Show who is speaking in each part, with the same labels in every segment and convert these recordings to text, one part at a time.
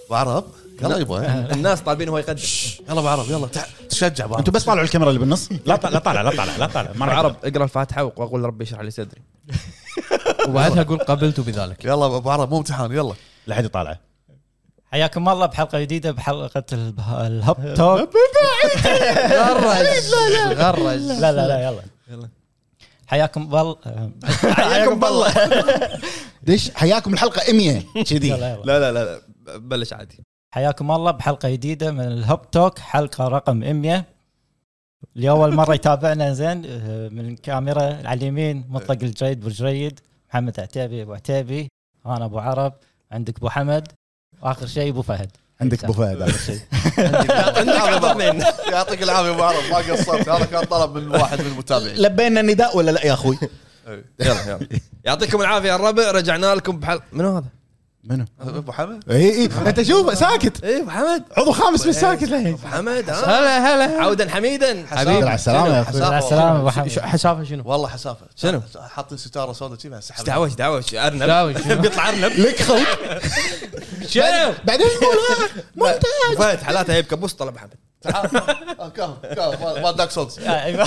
Speaker 1: بعرب يلا يبغى
Speaker 2: الناس طالبين هو يقدم.
Speaker 1: يلا بعرب يلا تشجع بعرب.
Speaker 3: انتوا بس طالعوا الكاميرا اللي بالنص. لا طالع
Speaker 2: مع عرب اقرا الفاتحه واقول ربي يشرح لي صدري
Speaker 4: وبعدها اقول قبلت بذلك.
Speaker 1: يلا بعرب مو امتحان يلا
Speaker 3: لحد يطالع.
Speaker 5: حياكم الله بحلقة جديدة بحلقة الهب توك.
Speaker 4: غرج
Speaker 5: لا يلا حياكم بالله
Speaker 3: ليش حياكم الحلقة 100 كذي؟
Speaker 2: لا بلش عادي.
Speaker 5: حياكم الله بحلقة جديدة من الهب توك، حلقة رقم 100. لأول مرة يتابعنا زين من الكاميرا على اليمين مطلق الجريد برجريد، محمد عتيبي ابو عتيبي، انا ابو عرب، عندك ابو حمد، واخر شيء ابو فهد.
Speaker 3: عندك ابو فهد اخر شيء.
Speaker 1: يعطيك العافيه ابو عرب ما قصرت. هذا كان طلب من واحد من المتابعين.
Speaker 3: لبينا النداء ولا لا يا اخوي؟
Speaker 2: يلا يعطيكم العافيه يا الربع. رجعنا لكم بحلقه. منو هذا؟
Speaker 3: منو؟
Speaker 1: ابو حمد.
Speaker 3: اي انت شوف ساكت.
Speaker 2: ايه ابو حمد
Speaker 3: عضو خامس بس ساكت الحين.
Speaker 2: ابو حمد
Speaker 4: هلا
Speaker 2: عودا حميدا
Speaker 4: حبيبي.
Speaker 3: على السلامه يا اخوي.
Speaker 5: على السلامة ابو حمد.
Speaker 4: حسافه شنو
Speaker 1: والله حسافه
Speaker 2: شنو؟
Speaker 1: حاطين ستاره سوداء كذا سحب.
Speaker 2: دعوش ارنب بيطلع ارنب
Speaker 3: لك خلق
Speaker 2: شنو
Speaker 3: بعدين مونتاج
Speaker 2: فهد حالاته هيب كبوس طلع محمد
Speaker 1: تعال كاف ما داك صوت.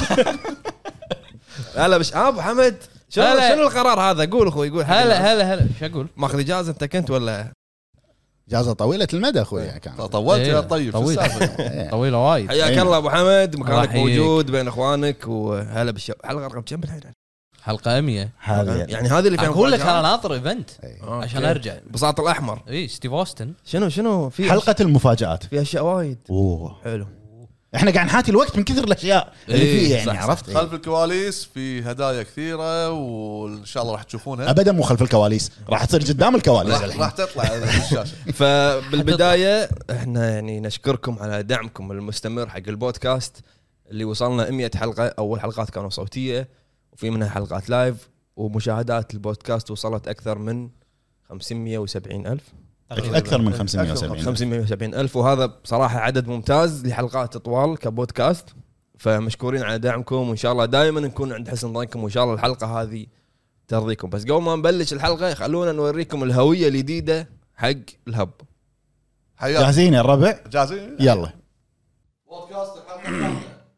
Speaker 2: هلا بش ابو حمد شنو القرار هذا؟ قول اخوي قول.
Speaker 4: هلا شو اقول؟
Speaker 2: ماخذ اجازه انت كنت ولا
Speaker 3: اجازه طويله المدى اخوي كان
Speaker 1: طولت يا طيب
Speaker 4: طويله وايد.
Speaker 2: حياك الله ابو حمد، مكانك موجود بين اخوانك. وهلا حلقه رقم كم الحين؟
Speaker 4: حلقه 100
Speaker 3: هذه
Speaker 2: يعني هذه اللي فيها
Speaker 4: اقول لك انا ناطر ايفنت عشان ارجع.
Speaker 2: بساط الاحمر
Speaker 4: اي ستيف اوستن.
Speaker 2: شنو في
Speaker 3: حلقه المفاجات
Speaker 2: في اشياء وايد.
Speaker 3: اوه
Speaker 2: حلو.
Speaker 3: احنا قاعد نحاتي الوقت من كثر الاشياء اللي فيه يعني
Speaker 2: صح
Speaker 3: عرفت.
Speaker 1: خلف الكواليس في هدايا كثيره وان شاء الله راح تشوفونها.
Speaker 3: ابدا مو خلف الكواليس، راح تصير قدام الكواليس
Speaker 1: راح تطلع على الشاشه.
Speaker 2: فبالبدايه احنا يعني نشكركم على دعمكم المستمر حق البودكاست اللي وصلنا 100 حلقه. اول حلقات كانوا صوتيه وفي منها حلقات لايف، ومشاهدات البودكاست وصلت اكثر من 570,000
Speaker 3: اكثر من
Speaker 2: 570,000 وهذا بصراحه عدد ممتاز لحلقات طوال كبودكاست. فمشكورين على دعمكم، وان شاء الله دائما نكون عند حسن ظنكم، وان شاء الله الحلقه هذه ترضيكم. بس قبل ما نبلش الحلقه خلونا نوريكم الهويه الجديده حق الهب.
Speaker 3: جاهزين يا الربع؟
Speaker 1: جاهزين
Speaker 3: يلا.
Speaker 1: بودكاست الحلقه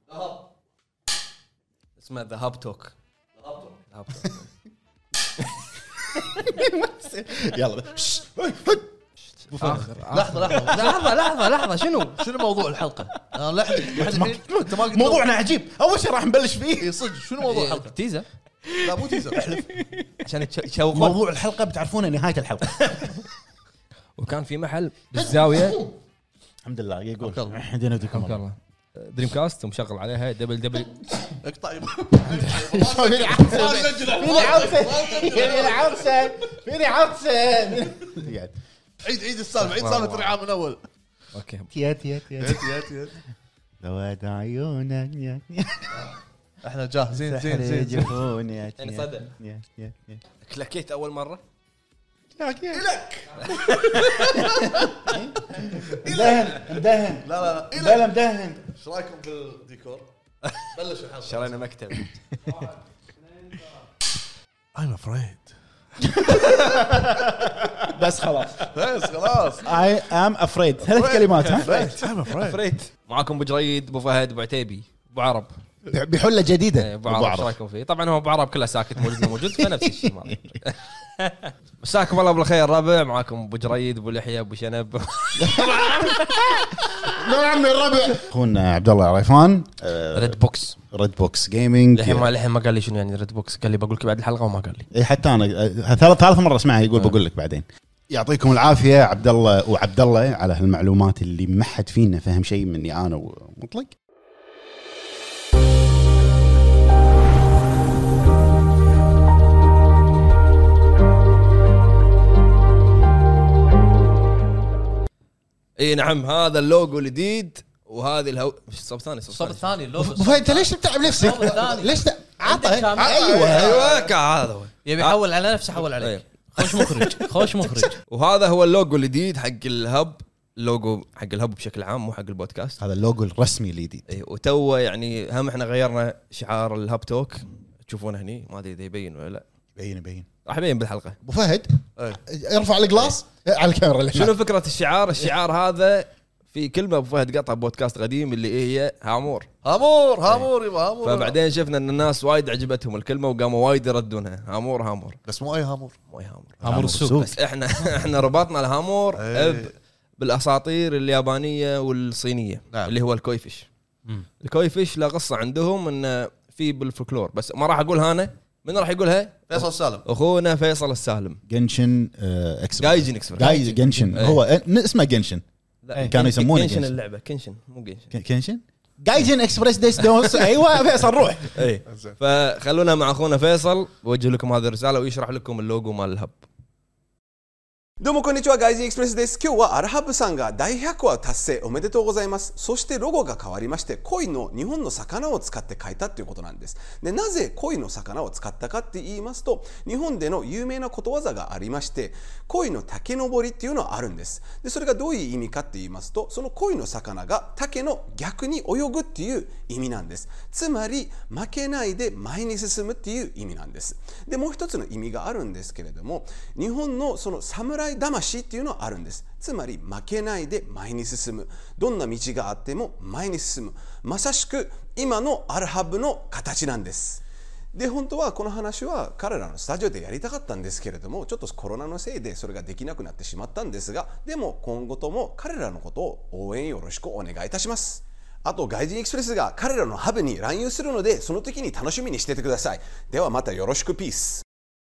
Speaker 2: اسمه ذا هاب توك.
Speaker 3: يلا
Speaker 4: لحظه شنو موضوع الحلقه؟
Speaker 3: موضوعنا عجيب. اول شيء راح نبلش فيه
Speaker 1: صدق شنو موضوع الحلقه؟
Speaker 4: تيزر.
Speaker 1: لا مو تيزر احلف
Speaker 2: عشان تشوقون.
Speaker 3: موضوع الحلقه بتعرفونه نهايه الحلقه.
Speaker 2: وكان في محل بالزاويه
Speaker 3: الحمد لله يقول
Speaker 4: الله
Speaker 2: دريم كاست ومشغل عليها دبل
Speaker 1: اقطع
Speaker 3: فيني عطسه
Speaker 1: عيد السالفه عيد سالفه الرعايه من اول.
Speaker 2: اوكي
Speaker 3: يا ذوات عيونك
Speaker 1: احنا جاهزين زين
Speaker 2: انا صدق كلكيت اول مره.
Speaker 3: مدهن
Speaker 1: لا
Speaker 3: مدهن.
Speaker 1: ايش رايكم بالديكور؟ بلش الحلقه.
Speaker 2: شرينا مكتب.
Speaker 1: I'm afraid.
Speaker 3: بس خلاص
Speaker 1: I
Speaker 3: am afraid. ثلاث كلمات ها.
Speaker 1: I'm afraid.
Speaker 2: معاكم ابو جريد، ابو فهد، ابو عتيبي، ابو عرب.
Speaker 3: بحله جديده.
Speaker 2: ابو عرب ايش رايكم فيه؟ طبعا هو ابو عرب كله ساكت موجود فنفس الشيء. مساكم الله بالخير الربع. معاكم ابو جريد، ابو لحيه، ابو شنب.
Speaker 3: نعم يا الربع. اخونا عبد الله عريفان ريد بوكس جيمنج.
Speaker 2: الحين ما قال لي شنو يعني ريد بوكس. قال لي بقول لك بعد الحلقه وما قال لي.
Speaker 3: اي حتى انا ثالث مره اسمعها يقول بقول لك بعدين. يعطيكم العافيه عبد الله على هالمعلومات اللي ما حد فينا فهم شيء مني انا ومطلق.
Speaker 2: اي نعم هذا اللوجو الجديد وهذه الصوب الثاني
Speaker 4: اللوجو.
Speaker 3: فانت ليش تتعب نفسك؟ ليش عطى
Speaker 2: ايوه هذا هو
Speaker 4: يبي يحول على نفسه حول عليك. خوش مخرج.
Speaker 2: وهذا هو اللوجو الجديد حق الهب. اللوجو حق الهب بشكل عام مو حق البودكاست.
Speaker 3: هذا اللوجو الرسمي الجديد.
Speaker 2: اي وتو يعني هم احنا غيرنا شعار الهب توك. تشوفونه هني ما ادري اذا يبين ولا لا.
Speaker 3: يبين
Speaker 2: راح يبين بالحلقه.
Speaker 3: ابو فهد
Speaker 1: إيه.
Speaker 3: ارفع الجلاس على الكاميرا اللي
Speaker 2: شنو فكره الشعار هذا؟ في كلمه ابو فهد قطع بودكاست قديم اللي هي هامور
Speaker 1: هامور يبا هامور.
Speaker 2: فبعدين شفنا ان الناس وايد عجبتهم الكلمه وقاموا وايد يردونها هامور
Speaker 1: بس مو اي هامور.
Speaker 4: هامور السوق.
Speaker 2: بس احنا ربطنا الهامور بالاساطير اليابانيه والصينيه.
Speaker 1: نعم.
Speaker 2: اللي هو الكويفش. الكويفش له قصه عندهم انه في بالفلكلور بس ما راح اقولها انا. من راح يقولها؟
Speaker 1: فيصل السالم.
Speaker 2: اخونا فيصل السالم.
Speaker 3: جنشن اكسبرس.
Speaker 2: جايجن اكسبرس.
Speaker 3: جنشن هو اسمه جنشن.
Speaker 2: لا
Speaker 3: كانوا يسمونه
Speaker 2: كنشن اللعبه كنشن مو جنشن.
Speaker 3: كنشن جايجن اكسبرس ديس دوس. ايوه فيصل روح.
Speaker 2: اي فخلونا مع اخونا فيصل وجه لكم هذه الرساله ويشرح لكم اللوجو مال الهب.
Speaker 6: どうもこんにちは、外人エクスプレスです。今日はアルハブさんが大100話達成おめでとうございます。そしてロゴが変わりまして、鯉の日本の魚を使って書いたということなんです。で、なぜ鯉の魚を使ったかって言いますと、日本での有名なことわざがありまして、鯉の竹登りっていうのはあるんです。で、それがどういう意味かって言いますと、その鯉の魚が竹の逆に泳ぐっていう意味なんです。つまり負けないで前に進むっていう意味なんです。で、もう一つの意味があるんですけれども、日本のその侍魂っていうのはあるんです。つまり負けないで前に進む。どんな道があっても前に進む。まさしく今のアルハブの形なんです。で、本当はこの話は彼らのスタジオでやりたかったんですけれども、ちょっとコロナのせいでそれができなくなってしまったんですが、でも今後とも彼らのことを応援よろしくお願いいたします。あと外人エクスプレスが彼らのハブに乱入するので、その時に楽しみにしててください。ではまたよろしくピース。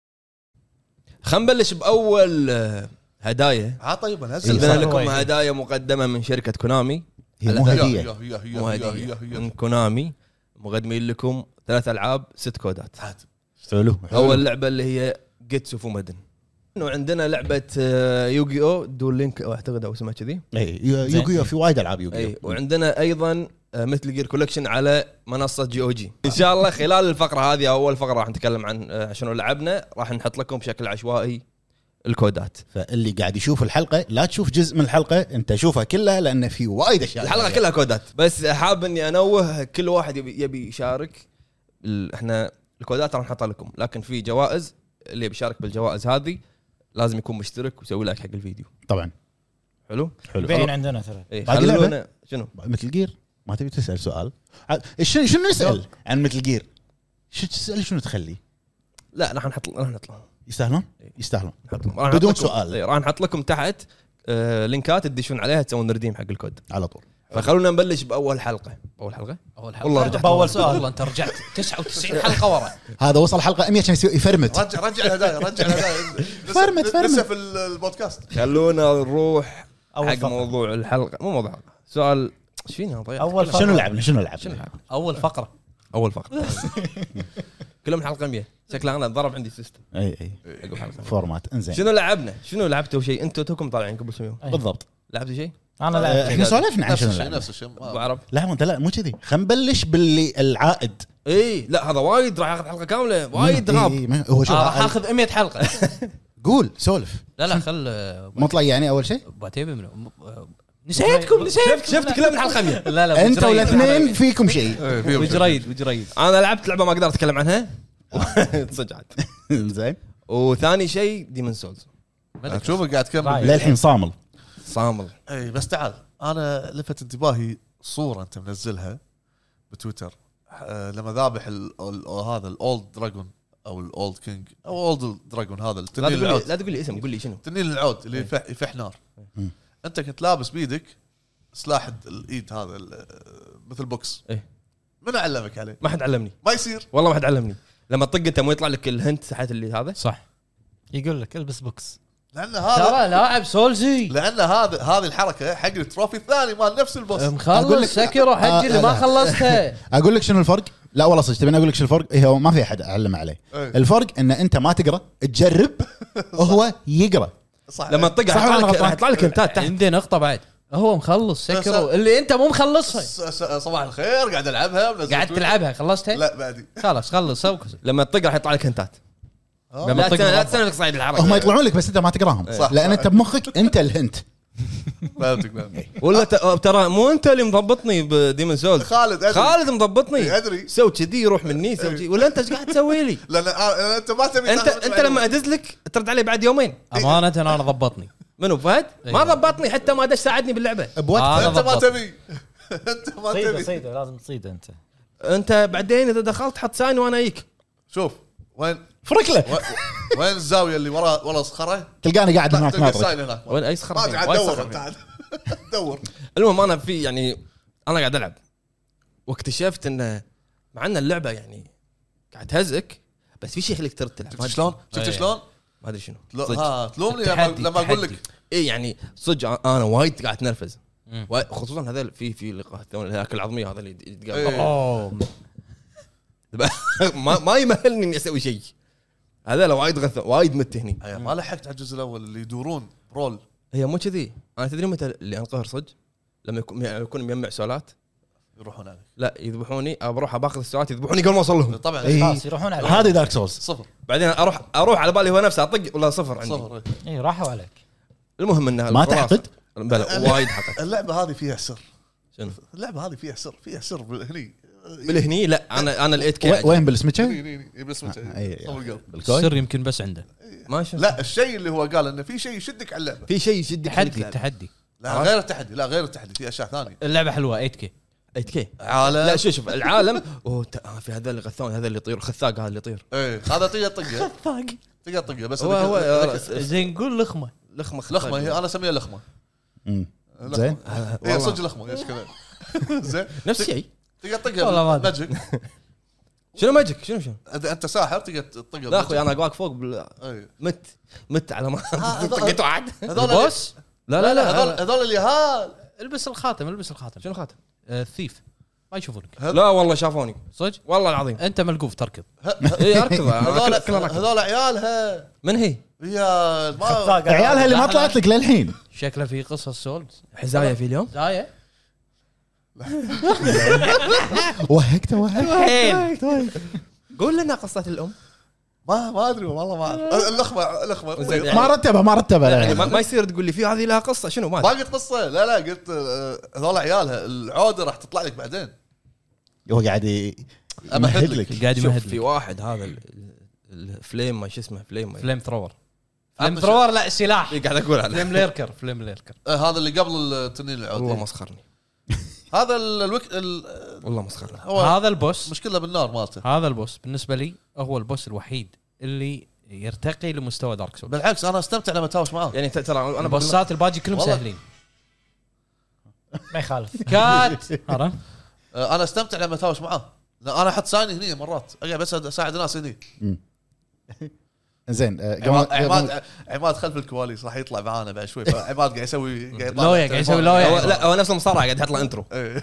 Speaker 2: خلينا نبلش باول هدايا.
Speaker 1: طيب نزل.
Speaker 2: عندنا لكم هدايا مقدمه من شركه كونامي.
Speaker 3: هي مو هديه.
Speaker 2: مو هديه من كونامي. مقدمين لكم 3 ألعاب 6 كودات.
Speaker 3: حلو.
Speaker 2: اول لعبه اللي هي جيتسو فومدن. وعندنا لعبه يوغي او دول لينك اعتقد او اسمها كذي.
Speaker 3: اي يوغي في وايد العاب يوغي.
Speaker 2: اي وعندنا ايضا مثل جير كولكشن على منصه جي او جي. ان شاء الله خلال الفقره هذه اول فقره راح نتكلم عن شنو لعبنا. راح نحط لكم بشكل عشوائي الكودات.
Speaker 3: فاللي قاعد يشوف الحلقه لا تشوف جزء من الحلقه، انت شوفها كلها لان في وايد اشياء.
Speaker 2: الحلقه كلها كودات. بس حاب اني انوه كل واحد يبي يشارك. احنا الكودات راح نحطها لكم، لكن في جوائز. اللي بيشارك بالجوائز هذه لازم يكون مشترك ويسوي لايك حق الفيديو.
Speaker 3: طبعا
Speaker 2: حلو
Speaker 5: بين عندنا ترى.
Speaker 2: إيه
Speaker 3: باقي
Speaker 2: خلونا شنو
Speaker 3: مثل جير. ما تبي تسال سؤال شنو نسال عن مثل جير؟ شو تسال شنو تخلي؟
Speaker 2: لا راح نطلع
Speaker 3: يستاهلون
Speaker 2: نحطهم
Speaker 3: بدون سؤال.
Speaker 2: راح نحط لكم تحت لينكات تدشون عليها تسوون ريديم حق الكود
Speaker 3: على طول.
Speaker 2: فخلونا نبلش باول حلقه. والله رجعت
Speaker 4: باول سؤال. والله انت رجعت 99 حلقه ورا.
Speaker 3: هذا وصل حلقه 100 عشان يفرمت.
Speaker 1: رجع الهدايا
Speaker 3: فرمت
Speaker 1: لسه في البودكاست.
Speaker 2: خلونا نروح حق
Speaker 5: فقرة.
Speaker 2: موضوع الحلقه. مو موضوع سؤال. ايش فينا ضيعت
Speaker 5: اول فقرة.
Speaker 3: شنو لعبنا
Speaker 4: اول فقره.
Speaker 2: كلهم حلقه 100 شكلها انا ضرب عندي سيستم.
Speaker 3: اي فورمات. انزين
Speaker 2: شنو لعبنا؟ شنو لعبتوا شيء انتم توكم طالعين قبل شوي؟
Speaker 3: بالضبط.
Speaker 2: لعبتوا شيء؟
Speaker 5: انا لعبت.
Speaker 3: احنا سولفنا عن شنو لعبنا.
Speaker 1: نفس الشيء
Speaker 2: ابو عرب.
Speaker 3: لا انت لا مو كذي. خلينا نبلش باللي العائد.
Speaker 2: اي لا هذا وايد راح ياخذ حلقه كامله وايد غاب.
Speaker 3: هو شو
Speaker 4: راح اخذ 100 حلقه.
Speaker 3: قول سولف.
Speaker 4: لا خل
Speaker 3: مطلع يعني اول شيء
Speaker 4: باتيبي من نسيتكم
Speaker 2: شفت كلام من حلقه 100.
Speaker 4: لا
Speaker 3: انت والاثنين فيكم شيء.
Speaker 4: وجريد
Speaker 2: انا لعبت لعبه ما اقدر اتكلم عنها. صجعت.
Speaker 3: زين.
Speaker 2: وثاني شيء ديمون سولز.
Speaker 1: شوفك قاعد تكمل
Speaker 3: للحين صامل.
Speaker 1: اي بس تعال. انا لفت انتباهي صوره انت منزلها بتويتر لما ذابح هذا الاولد دراجون او الاولد كينج او اولد دراجون. هذا التنين العود.
Speaker 2: لا تقول لي اسم. قول لي شنو
Speaker 1: تنين العود اللي يفح نار. انت كنت لابس بيدك سلاح الايد هذا مثل بوكس.
Speaker 2: إيه؟
Speaker 1: من علمك عليه؟
Speaker 2: ما حد علمني.
Speaker 1: ما يصير
Speaker 2: والله ما حد علمني. لما تطق انت مو يطلع لك الهنت تحت اللي هذا
Speaker 4: صح.
Speaker 5: يقول لك البس بوكس.
Speaker 1: لان هذا
Speaker 4: ترى لاعب سولزي.
Speaker 1: لان هذه الحركه حق التروفي الثاني مال نفس البوس.
Speaker 4: مخلص سكرو حج اللي ما خلصتها.
Speaker 3: اقول لك شنو الفرق؟ لا والله صدق تبين اقول لك شنو الفرق؟ هو ما في احد اعلم عليه. الفرق ان انت ما تقرا تجرب وهو يقرا.
Speaker 1: صح.
Speaker 2: لما تطق راح يطلع لك هنتات تحت.
Speaker 4: عندي نقطه بعد. هو مخلص سكرو اللي انت مو مخلصها.
Speaker 1: صباح الخير قاعد العبها.
Speaker 4: قاعد تلعبها خلصتها؟
Speaker 1: لا بعدي.
Speaker 4: خلاص خلص.
Speaker 2: لما تطق راح يطلع لك هنتات. لا تستنى لك صعيد الحركه.
Speaker 3: هم يطلعون لك بس انت ما تقراهم.
Speaker 1: صح.
Speaker 3: لان انت بمخك انت الهنت.
Speaker 1: فهمتك.
Speaker 2: ولا ترى مو انت اللي مضبطني بديمون سولز،
Speaker 1: خالد أدري.
Speaker 2: خالد مضبطني،
Speaker 1: ادري
Speaker 2: سوي كذي يروح مني، سوي كذي، ولا انت ايش قاعد تسوي لي؟
Speaker 1: لان انت ما تبي
Speaker 2: انت لما ادز لك ترد علي بعد يومين.
Speaker 4: امانه انا ضبطني.
Speaker 2: منو فهد؟ ما ضبطني حتى ما دش ساعدني باللعبه.
Speaker 4: أنا
Speaker 1: انت ما
Speaker 4: ضبط.
Speaker 1: تبي انت ما
Speaker 5: صيده
Speaker 1: تبي.
Speaker 5: صيده لازم تصيده انت.
Speaker 2: انت بعدين اذا دخلت حط ساين وانا اجيك.
Speaker 1: شوف وين
Speaker 3: فركله
Speaker 1: وين الزاويه اللي ورا صخره
Speaker 3: تلقاني قاعد هناك
Speaker 1: تلقى
Speaker 3: ناطرك.
Speaker 1: الساين هناك
Speaker 2: وين اي
Speaker 1: ما
Speaker 2: صخره؟
Speaker 1: ادري عاد
Speaker 2: وين
Speaker 1: دور
Speaker 2: صخرة؟
Speaker 1: انت عاد. دور
Speaker 2: المهم انا في يعني انا قاعد العب واكتشفت انه مع ان اللعبه يعني قاعد تهزك بس في شيء يخليك ترد تلعب.
Speaker 1: شفت شلون
Speaker 4: إيه.
Speaker 1: شلون
Speaker 2: ما ادري شنو
Speaker 1: ها تلومني
Speaker 4: تحدي،
Speaker 1: لما اقول لك
Speaker 4: تحدي.
Speaker 2: اي يعني صدق انا وايد قاعد اتنرفز
Speaker 4: مم.
Speaker 2: خصوصا هذا في لقاء الاكل العظميه هذا اللي يتقابل
Speaker 1: إيه.
Speaker 4: اوه
Speaker 2: ما يمهلني اني اسوي شيء. هذا لو وايد مت هني.
Speaker 1: ما لحقت على الجزء الاول اللي يدورون رول.
Speaker 2: هي مو كذي. انا تدري متى اللي انقهر صدق؟ لما يكون مجمع سؤالات
Speaker 1: يروحون عليك
Speaker 2: لا يذبحوني، بروح باخذ السؤالات يذبحوني قبل ما اوصل لهم.
Speaker 1: طبعا
Speaker 3: إيه.
Speaker 5: خلاص يروحون على
Speaker 3: هذه دارك سولز.
Speaker 1: صفر
Speaker 2: بعدين اروح على بالي هو نفسه اطق ولا صفر عندي.
Speaker 1: صفر
Speaker 5: اي راحوا عليك.
Speaker 2: المهم انها
Speaker 3: ما
Speaker 2: الخلاصة-
Speaker 3: تحقد؟
Speaker 2: بلا وايد حقد.
Speaker 1: اللعبه هذه فيها سر.
Speaker 2: شنو؟
Speaker 1: اللعبه هذه فيها سر هني
Speaker 2: بالهني لا انا لقيت كي
Speaker 3: وين بالسمكه؟
Speaker 1: هني بس
Speaker 3: إيه.
Speaker 1: القلب
Speaker 3: بالكوي.
Speaker 4: السر يمكن بس عنده.
Speaker 2: ما شفت.
Speaker 1: لا الشيء اللي هو قال انه في شيء يشدك على اللعبه.
Speaker 2: في شيء يشدك
Speaker 4: تحدي
Speaker 1: لا غير التحدي، لا غير التحدي في اشياء ثانيه.
Speaker 4: اللعبه حلوه 8K.
Speaker 2: 8K.
Speaker 1: عالم
Speaker 2: لا شوف العالم في هذا اللي غثون، هذا اللي يطير خثاق، هذا اللي يطير
Speaker 1: ايه هذا طقه طقه بس
Speaker 2: هو
Speaker 4: زين قول لخمه.
Speaker 2: لخمه
Speaker 1: لخمه هي انا اسميها لخمه.
Speaker 3: زين.
Speaker 1: هي صدق لخمه ايش كذا. زين
Speaker 2: نفس الشيء.
Speaker 1: تقدر
Speaker 4: والله ما
Speaker 1: طقه
Speaker 4: أدري.
Speaker 1: ماجيك.
Speaker 2: شنو ماجيك شنو
Speaker 1: اذا انت ساحر تقدر تطقه.
Speaker 2: لا اخوي انا واقف فوق
Speaker 1: إيه.
Speaker 2: مت على ما
Speaker 1: هذول-
Speaker 2: طقيته عاد.
Speaker 1: هذول
Speaker 4: البوس
Speaker 2: لا
Speaker 1: هذول اليهال.
Speaker 4: البس الخاتم
Speaker 2: شنو خاتم؟
Speaker 4: الثيف ما يشوفونك
Speaker 2: لا والله شافوني
Speaker 4: صدق.
Speaker 2: والله العظيم.
Speaker 4: انت ملقوف تركض.
Speaker 2: اي اركض
Speaker 1: هذول عيالها.
Speaker 2: من هي؟
Speaker 1: هي ما
Speaker 5: خفاق.
Speaker 3: عيالها اللي ما طلعت لك للحين.
Speaker 4: شكله في قصص سولز.
Speaker 2: حزايه في اليوم.
Speaker 4: زايه
Speaker 3: وهكته
Speaker 4: حيل.
Speaker 2: قول لنا قصه الام.
Speaker 1: ما ادري والله ما أعرف. اللخمه
Speaker 2: زين.
Speaker 3: ما رتبها
Speaker 2: يعني ما يصير تقول لي في هذه لها قصه شنو ما
Speaker 1: ما
Speaker 2: أدري.
Speaker 1: قلت قصه. لا قلت هذول عيالها العوده راح تطلع لك بعدين.
Speaker 3: هو قاعد يمهد لك.
Speaker 4: قاعد
Speaker 2: شوف
Speaker 4: يمهد
Speaker 2: في واحد هذا الفليم ما شو اسمه فليم
Speaker 4: فليم ثرور. فليم ثرور لا سلاح.
Speaker 2: قاعد اقول عليه.
Speaker 4: فليم ليركر.
Speaker 1: هذا اللي قبل التنين
Speaker 2: والله
Speaker 1: العوده.
Speaker 2: مسخرني
Speaker 1: هذا
Speaker 2: والله مسخرني.
Speaker 1: هو
Speaker 4: هذا البوس
Speaker 1: مشكله بالنار مالته.
Speaker 4: هذا البوس بالنسبه لي هو البوس الوحيد اللي يرتقي لمستوى دارك سولز.
Speaker 1: بالعكس انا استمتع لما اتهاوش معاه.
Speaker 2: يعني ترى انا
Speaker 4: البوسات الباجي كلهم
Speaker 1: والله.
Speaker 4: سهلين.
Speaker 5: ما يخالف.
Speaker 4: كات عرفت.
Speaker 1: انا استمتع لما اتهاوش معاه. لا انا احط سايني هني مرات اقعد بس اساعد الناس هني.
Speaker 3: زين
Speaker 1: عماد خلف الكواليس راح يطلع معانا بعد شوي. فعماد قاعد يسوي
Speaker 4: لويا قاعد يسوي لويا.
Speaker 2: لا هو نفس المصارعه قاعد يحط له انترو.
Speaker 1: إيه.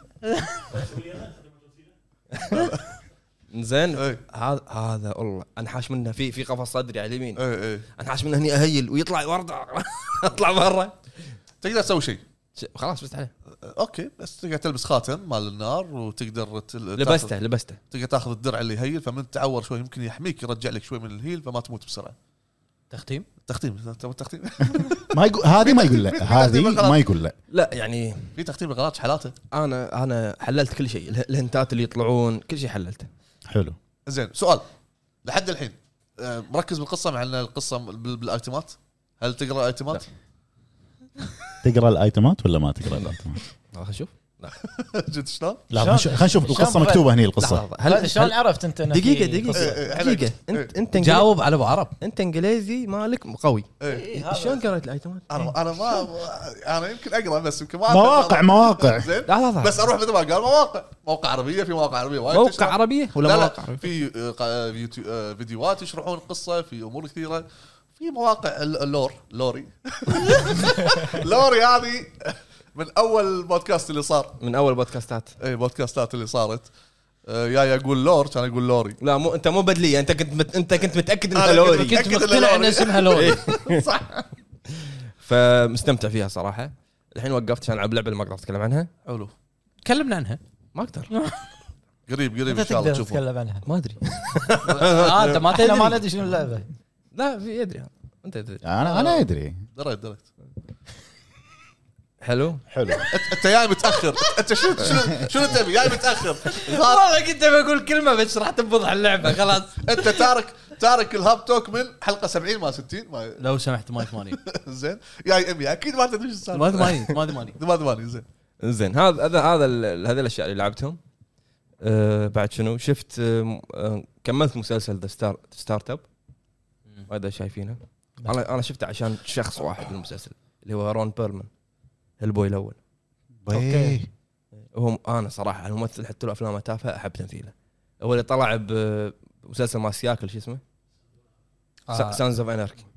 Speaker 2: زين
Speaker 1: إيه.
Speaker 2: هذا والله انحاش منه في قفص صدري على اليمين.
Speaker 1: ايه
Speaker 2: انحاش منه هني اهيل ويطلع ورده اطلع برا
Speaker 1: تقدر تسوي شيء.
Speaker 2: خلاص بس عليه.
Speaker 1: اوكي بس تقدر تلبس خاتم مال النار وتقدر
Speaker 2: لبسته
Speaker 1: تقدر تاخذ الدرع اللي يهيل. فمن تعور شوي يمكن يحميك يرجع لك شوي من الهيل فما تموت بسرعه.
Speaker 4: تختيم.
Speaker 1: تختيم
Speaker 3: ما يقول هذه ما يقول لا هذه ما يقول لا.
Speaker 2: لا يعني
Speaker 1: في تختيم الغلط حالاته.
Speaker 2: انا حللت كل شيء. الهنتات اللي يطلعون كل شيء حللته.
Speaker 3: حلو.
Speaker 1: زين سؤال لحد الحين مركز بالقصه مع ان القصه بالايتمات. هل تقرا الايتمات؟
Speaker 3: تقرا الايتمات ولا ما تقرا الايتمات؟
Speaker 2: خلينا نشوف.
Speaker 1: جد شلون؟
Speaker 3: لا خلينا نشوف القصه مكتوبه هني القصه.
Speaker 5: هل شلون عرفت انت؟
Speaker 2: دقيقه انت
Speaker 4: جاوب على ابو عرب.
Speaker 2: انت انجليزي مالك قوي.
Speaker 1: إيه.
Speaker 2: شلون قريت الايتمات؟
Speaker 1: انا ما انا يمكن اقرا بس يمكن ما
Speaker 3: مواقع
Speaker 1: زين
Speaker 2: لا
Speaker 1: بس اروح مثل ما قال مواقع عربيه. في مواقع عربيه وايد
Speaker 2: موقع
Speaker 1: تشرح.
Speaker 2: عربيه ولا
Speaker 1: لا
Speaker 2: مواقع عربية؟
Speaker 1: في فيديوهات يشرحون القصه. في امور كثيره. في مواقع لوري هذه من اول بودكاست اللي صار.
Speaker 2: من اول بودكاستات.
Speaker 1: اي بودكاستات اللي صارت. يا يقول لور كان يقول لوري.
Speaker 2: لا مو انت مو بدليه. انت كنت متاكد انها لوري.
Speaker 4: كنت مقتنع ان اسمها لوري.
Speaker 1: صح.
Speaker 2: فمستمتع فيها صراحه. الحين وقفت عشان العب لعبه اللي ما اقدر اتكلم عنها.
Speaker 1: حلو.
Speaker 4: تكلمنا عنها.
Speaker 2: ما اقدر.
Speaker 1: قريب
Speaker 5: انت
Speaker 1: ان شاء الله
Speaker 5: تقدر
Speaker 1: تشوفون.
Speaker 5: تتكلم عنها.
Speaker 2: ما ادري.
Speaker 4: انت ما
Speaker 5: احنا ما
Speaker 4: تدري.
Speaker 5: ندري شنو اللعبه.
Speaker 2: لا في ادري انت تدري.
Speaker 3: انا ادري.
Speaker 1: دريت
Speaker 2: حلو
Speaker 1: انت جاي متاخر. انت شنو تبي جاي متاخر؟
Speaker 4: والله كنت بقول كلمه بس راح تنفضح اللعبه خلاص.
Speaker 1: انت تارك الهاب توك من حلقه 70 ما 60 ما
Speaker 4: لو سمحت ما 80
Speaker 1: زين جاي 100 اكيد ما تدري ايش السالفه.
Speaker 4: ما 80
Speaker 1: زين
Speaker 2: زين هذا هذه الاشياء اللي لعبتهم. بعد شنو شفت كملت مسلسل ذا ستارت اب هذا شايفينه. انا شفته عشان شخص واحد بالمسلسل اللي هو رون بيرلمان البوي الاول.
Speaker 3: اوكي
Speaker 2: هو انا صراحه الممثل حتى له افلامه تافهه احب تمثيله. هو اللي طلع بمسلسل مال سياكل شو اسمه سانز اوف اناركي.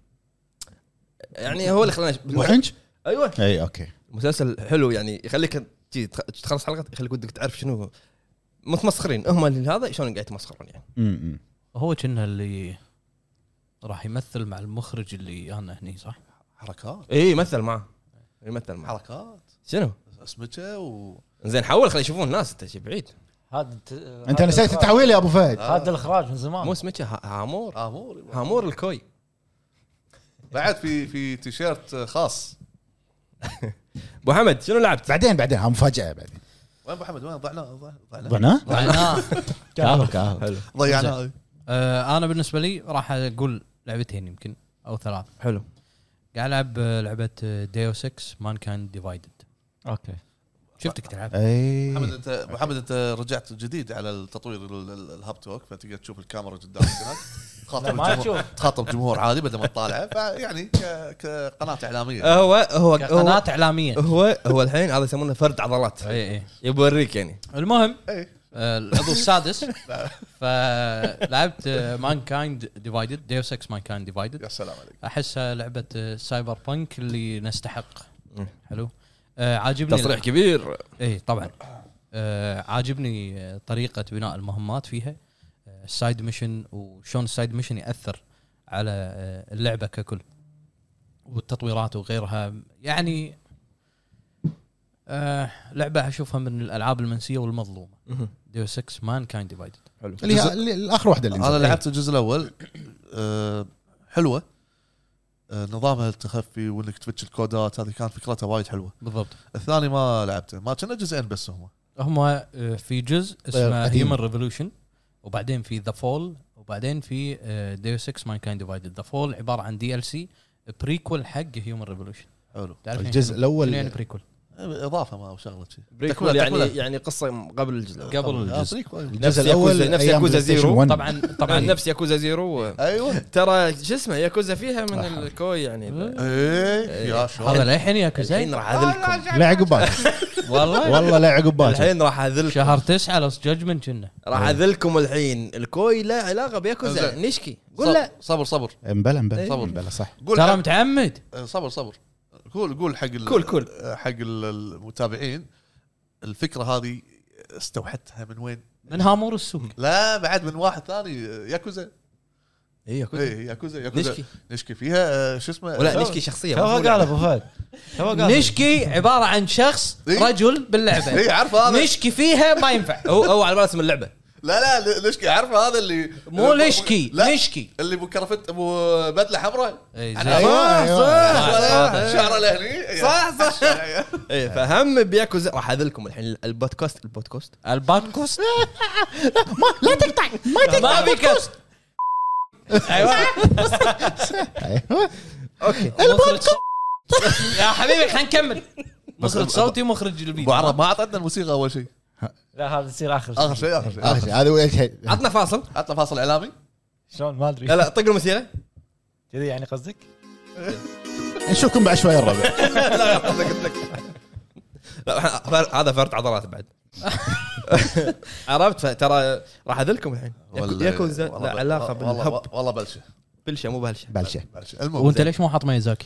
Speaker 2: يعني هو اللي خلاني
Speaker 3: وحنج
Speaker 2: ايوه
Speaker 3: اي اوكي
Speaker 2: مسلسل حلو يعني يخليك تجي تخلص حلقه يخليك ودك تعرف شنو متمسخرين هم اللي هذا شلون قاعد يتمسخرون يعني.
Speaker 4: هو كنا اللي راح يمثل مع المخرج اللي انا هني صح
Speaker 1: حركات
Speaker 2: يمثل معه
Speaker 1: حركات
Speaker 2: شنو
Speaker 1: اسمته
Speaker 2: زين حول خلي يشوفون الناس انت شي بعيد.
Speaker 3: انت نسيت التحويل يا ابو فهد.
Speaker 5: هذا الاخراج من زمان
Speaker 2: مو اسمه هامور الكوي.
Speaker 1: بعد في تيشيرت خاص.
Speaker 2: ابو حمد شنو لعبت؟
Speaker 3: بعدين ها مفاجاه بعدين.
Speaker 1: وين ابو حمد وين ضعناه
Speaker 3: كاهو
Speaker 1: ضيعناه.
Speaker 4: انا بالنسبه لي راح اقول لعبتين يمكن او 3.
Speaker 2: حلو
Speaker 4: قاعد العب لعبه ديو 6 مانكايند ديفايدد.
Speaker 5: اوكي
Speaker 4: شفتك تلعب
Speaker 3: اي
Speaker 1: محمد انت رجعت جديد على التطوير الهاب توك فتقدر تشوف الكاميرا قدامك هناك تخاطب جمهور عادي بدل ما تطالعه فيعني كقناه اعلاميه.
Speaker 2: هو
Speaker 4: قناه اعلاميه.
Speaker 2: هو الحين هذا يسمونه فرد عضلات.
Speaker 4: اي
Speaker 2: يبوريك يعني.
Speaker 4: المهم العضو السادس فلعبت مانكايند ديفايدد ديو 6 مانكايند ديفايدد.
Speaker 1: يا سلام عليك.
Speaker 4: احسها لعبه سايبر بانك اللي نستحق. حلو عاجبني
Speaker 2: تصريح كبير.
Speaker 4: اي طبعا عاجبني طريقه بناء المهمات فيها السايد ميشن وشون السايد ميشن ياثر على اللعبه ككل والتطويرات وغيرها يعني لعبه اشوفها من الالعاب المنسيه والمظلومه. ديو 6 مان كايند ديفايدد
Speaker 2: حلو
Speaker 3: اللي هي الاخر واحده اللي
Speaker 1: انا لعبت الجزء الاول حلوه. نظامها التخفي وانك تفتش الكودات هذه كانت فكرتها وايد حلوه.
Speaker 4: بالضبط.
Speaker 1: الثاني ما لعبته ما كنا جزئين بس
Speaker 4: هم في جزء اسمه هيومن ريفولوشن وبعدين في ذا فول وبعدين في ديو 6 مان كايند ديفايدد. ذا فول عباره عن دي ال سي بريكول حق هيومن ريفولوشن.
Speaker 1: حلو
Speaker 3: الجزء الاول
Speaker 4: يعني بريكول
Speaker 1: اضافه ما او شغله شيء
Speaker 2: بريكول يعني قصه قبل الجزء
Speaker 3: الجزء الاول
Speaker 2: نفس ياكوزا زيرو.
Speaker 4: طبعا
Speaker 2: نفس ياكوزا زيرو.
Speaker 1: ايوه
Speaker 2: ترى شو اسمه ياكوزا فيها من الكوي يعني.
Speaker 1: يا شو
Speaker 4: هذا الحين ياكوزا
Speaker 2: الحين راح اذلكم.
Speaker 3: لا عقبال
Speaker 4: والله
Speaker 3: لا عقبال
Speaker 2: الحين راح اذلكم
Speaker 4: شهر 9 لوس جادجمنت كنا
Speaker 2: راح اذلكم الحين. الكوي لا علاقه بياكوزا نشكي قول لا
Speaker 1: صبر
Speaker 3: امبلا صح
Speaker 4: ترى متعمد.
Speaker 1: صبر قول حق
Speaker 2: كل
Speaker 1: حق المتابعين الفكره هذه استوحتها من وين؟
Speaker 4: من هامور السوق.
Speaker 1: لا بعد من واحد ثاني ياكوزا. ياكوزا نشكي فيها شو اسمه
Speaker 2: ولا نشكي شخصيه.
Speaker 5: هو قال ابو فهد
Speaker 4: نشكي عباره عن شخص رجل باللعبه.
Speaker 1: اي عارف هذا
Speaker 4: نشكي فيها ما ينفع.
Speaker 2: هو على اسم اللعبه.
Speaker 1: لا نشكي عارف هذا اللي
Speaker 4: مو نشكي نشكي
Speaker 1: اللي ابو كرفت ابو بدله حمراء.
Speaker 3: ايوه
Speaker 1: شعره لهني
Speaker 2: صح اي فهم بياكوزا. راح اذلكم الحين البودكاست
Speaker 3: لا تقطع
Speaker 4: ما بيكست. ايوه
Speaker 3: اوكي
Speaker 4: يا حبيبي خلينا نكمل. مخرج صوتي ومخرج الفيديو.
Speaker 1: ابو عرب ما اعطتنا الموسيقى اول شيء.
Speaker 5: لا هذا يصير
Speaker 1: اخر شيء
Speaker 3: هذا اول شيء.
Speaker 2: عطنا فاصل
Speaker 1: عطنا فاصل اعلامي.
Speaker 5: شلون ما ادري
Speaker 2: لا طق الموسيقى
Speaker 5: كذي يعني قصدك.
Speaker 3: نشوفكم بعد شوي الربع.
Speaker 2: لا قلت لك هذا فرط عضلات بعد. عرفت ترى راح اذلكم الحين. ياكوزا لا علاقه بالهب
Speaker 1: والله بلشه
Speaker 2: مو بلشه.
Speaker 4: وانت ليش مو حاط ميازاكي؟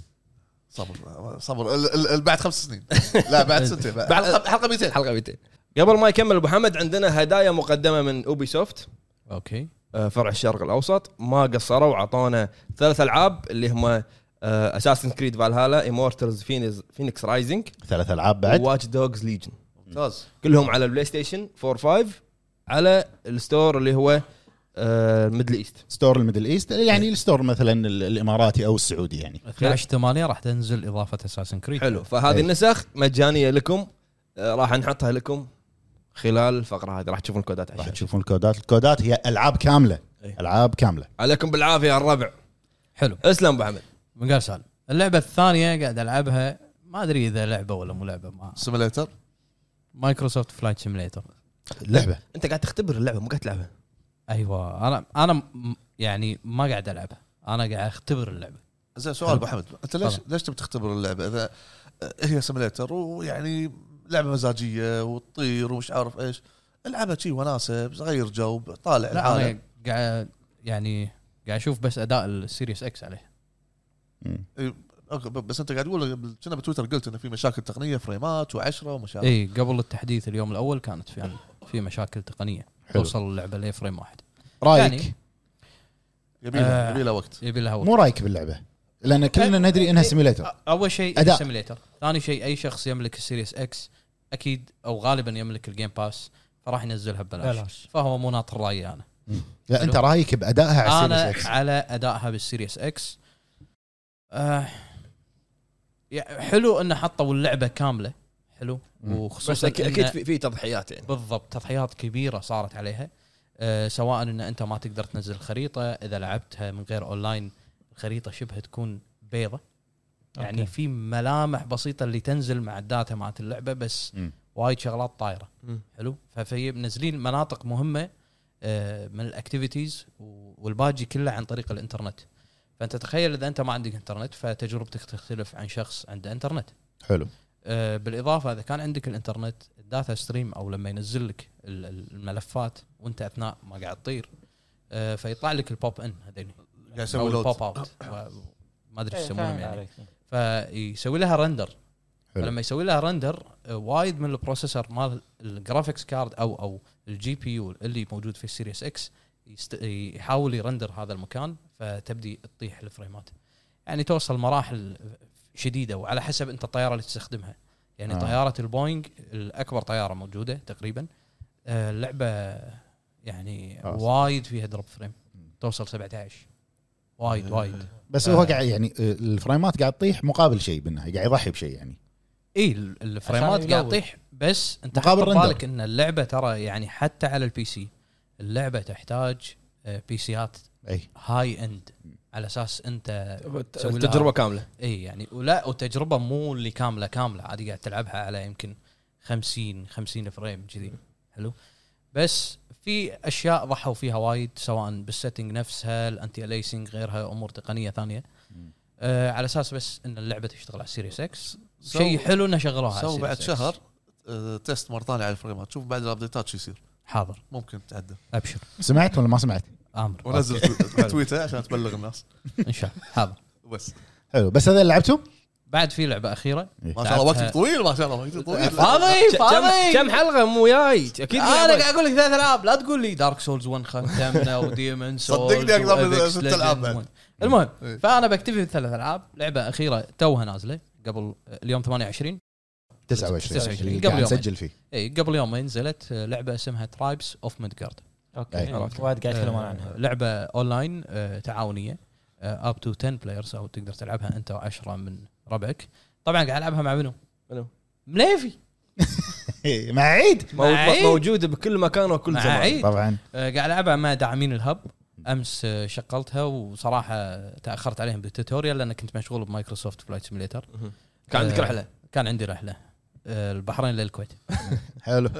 Speaker 1: صبر بعد 5 سنين لا بعد 6 بعد حلقه 200
Speaker 2: قبل ما يكمل ابو حمد عندنا هدايا مقدمه من اوبي سوفت.
Speaker 4: اوكي
Speaker 2: فرع الشرق الاوسط ما قصروا وعطونا 3 العاب اللي هم اساسن كريد فالهالا ايمورتالز فينيكس رايزنج
Speaker 3: 3 العاب بعد
Speaker 2: واتش دوجز ليجن
Speaker 1: ممتاز
Speaker 2: كلهم على البلاي ستيشن 4 5 على الستور اللي هو الميدل ايست.
Speaker 3: ستور الميدل ايست يعني الستور مثلا الاماراتي او السعودي يعني
Speaker 4: 12/8 راح تنزل اضافه اساسن كريد.
Speaker 2: حلو. فهذه النسخ مجانيه لكم، راح نحطها لكم خلال الفقره هذه. راح تشوفون الكودات
Speaker 3: راح
Speaker 2: عشان
Speaker 3: تشوفون الكودات هي العاب كامله.
Speaker 2: أي.
Speaker 3: العاب كامله.
Speaker 2: عليكم بالعافيه يا الربع.
Speaker 4: حلو.
Speaker 2: اسلم ابو حمد.
Speaker 4: من قال سالم. اللعبه الثانيه قاعد العبها، ما ادري اذا لعبه ولا مو لعبه، ما
Speaker 1: سيميليتر
Speaker 4: مايكروسوفت فلايت سيميليتر.
Speaker 3: اللعبه
Speaker 2: انت قاعد تختبر اللعبه مو قاعد تلعبها.
Speaker 4: ايوه انا يعني ما قاعد العبها، انا قاعد اختبر اللعبه.
Speaker 1: زين سؤال ابو حمد، انت ليش تبي تختبر اللعبه اذا هي سيميليتر ويعني لعبه مزاجيه وتطير ومش عارف ايش؟ العبها شي وناسه، صغير جو، طالع
Speaker 4: لا
Speaker 1: العالم.
Speaker 4: انا قاعد يعني قاعد اشوف بس اداء السيريس اكس عليه.
Speaker 1: بس انت قاعد تقول كنا بتويتر قلت انه في مشاكل تقنيه، فريمات و10 ومشاكل.
Speaker 4: اي قبل التحديث اليوم الاول كانت في مشاكل تقنيه.
Speaker 3: حلو.
Speaker 4: توصل اللعبه لفريم واحد.
Speaker 3: رايك
Speaker 4: يعني
Speaker 1: يبي لها وقت.
Speaker 4: يبي لها وقت.
Speaker 3: مو رايك باللعبه لان كلنا ندري انها سيميليتر.
Speaker 4: اول شيء
Speaker 3: أداء.
Speaker 4: سيميليتر، ثاني شيء اي شخص يملك السيريس اكس اكيد او غالبا يملك الجيم باس فراح ينزلها ببلاش، فهو مو ناطر رايي انا.
Speaker 3: لا انت رايك بادائها على
Speaker 4: انا
Speaker 3: السيريس اكس؟
Speaker 4: على ادائها بالسيريس اكس حلو انه حطوا اللعبه كامله. حلو.
Speaker 2: بس
Speaker 4: وخصوصا
Speaker 2: اكيد في تضحيات يعني.
Speaker 4: بالضبط، تضحيات كبيره صارت عليها. سواء ان انت ما تقدر تنزل الخريطه، اذا لعبتها من غير اونلاين الخريطه شبه تكون بيضة. يعني في ملامح بسيطه اللي تنزل مع الداتا مالت اللعبه، بس وايد شغلات طايره. حلو. ففي منزلين مناطق مهمه من الاكتيفيتيز والباقي كله عن طريق الانترنت. فانت تخيل اذا انت ما عندك انترنت فتجربتك تختلف عن شخص عنده انترنت.
Speaker 3: حلو.
Speaker 4: بالاضافه اذا كان عندك الانترنت الداتا ستريم او لما ينزل لك الملفات وانت اثناء ما قاعد تطير فيطلع لك البوب ان هذين
Speaker 1: قاعد يسوي لود
Speaker 4: بوب اوت ما ادري ايش يسمونهم يعني. فيسوي لها رندر. فلما يسوي لها رندر وايد من البروسيسور مال الجرافيكس كارد او الجي بي يو اللي موجود في السيريس اكس يحاول يرندر هذا المكان، فتبدي تطيح الفريمات. يعني توصل مراحل شديده وعلى حسب انت الطياره اللي تستخدمها. يعني طياره البوينغ الاكبر طياره موجوده تقريبا، اللعبه يعني وايد فيها دروب فريم توصل 17 وايد.
Speaker 3: بس هو قاعد يعني الفريمات قاعد تطيح مقابل شيء بالنهايه، قاعد يضحي بشيء يعني.
Speaker 4: اي الفريمات قاعد تطيح، بس انت حط بالك ان اللعبه ترى يعني حتى على البي سي اللعبه تحتاج بي سيات هاي اند على اساس انت
Speaker 2: تسوي تجربه كامله.
Speaker 4: اي يعني وتجربه مو اللي كامله عادي قاعد تلعبها على يمكن 50 50 فريم كذي. حلو. بس في اشياء ضحوا فيها وايد، سواء بالسيتنج نفسها، الانتي اليسنج، غيرها امور تقنيه ثانيه على اساس بس ان اللعبه تشتغل على السيريس اكس. شيء حلو انه شغلوها على
Speaker 1: بعد شهر تيست مره ثانيه على الفريمات، شوف بعد الابديتات شو يصير.
Speaker 4: حاضر
Speaker 1: ممكن تعدل.
Speaker 4: ابشر.
Speaker 3: سمعت ولا ما سمعت؟
Speaker 4: امر
Speaker 1: ونزل تويتر عشان تبلغ الناس
Speaker 4: ان شاء الله. حاضر.
Speaker 1: بس
Speaker 3: حلو. بس هذا اللي لعبته
Speaker 4: بعد في لعبه اخيره
Speaker 1: ما شاء الله وقت طويل، ما شاء الله وقت طويل.
Speaker 4: فاضي
Speaker 2: كم حلقه مو جاي اكيد.
Speaker 4: انا قاعد اقول لك 3 العاب، لا تقول لي دارك سولز 1 ختمنا وديمن سولز
Speaker 1: صدقني اقدر من 6 العاب بعد.
Speaker 4: المهم فانا بكتفي ب3 العاب. لعبه اخيره توها نازله قبل اليوم 28
Speaker 3: 29
Speaker 4: قبل يوم
Speaker 3: نسجل فيه.
Speaker 4: اي قبل يومين نزلت لعبه اسمها ترايبس اوف ميدغارد.
Speaker 5: اوكي وايد قاعد يتكلمون عنها.
Speaker 4: لعبه اونلاين تعاونيه اب تو 10 بلايرز، او تقدر تلعبها انت و10 من ربعك. طبعا قاعد العبها مع منو؟ مليفي
Speaker 3: مع عيد
Speaker 2: موجوده بكل مكان وكل زمان.
Speaker 3: طبعا
Speaker 4: قاعد العبها مع داعمين الهب. امس شغلتها وصراحه تاخرت عليهم بالتوتوريال لان كنت مشغول بمايكروسوفت فلايت سيميليتر.
Speaker 2: كان عندك رحله؟
Speaker 4: كان عندي رحله البحرين للكويت.
Speaker 3: حلو.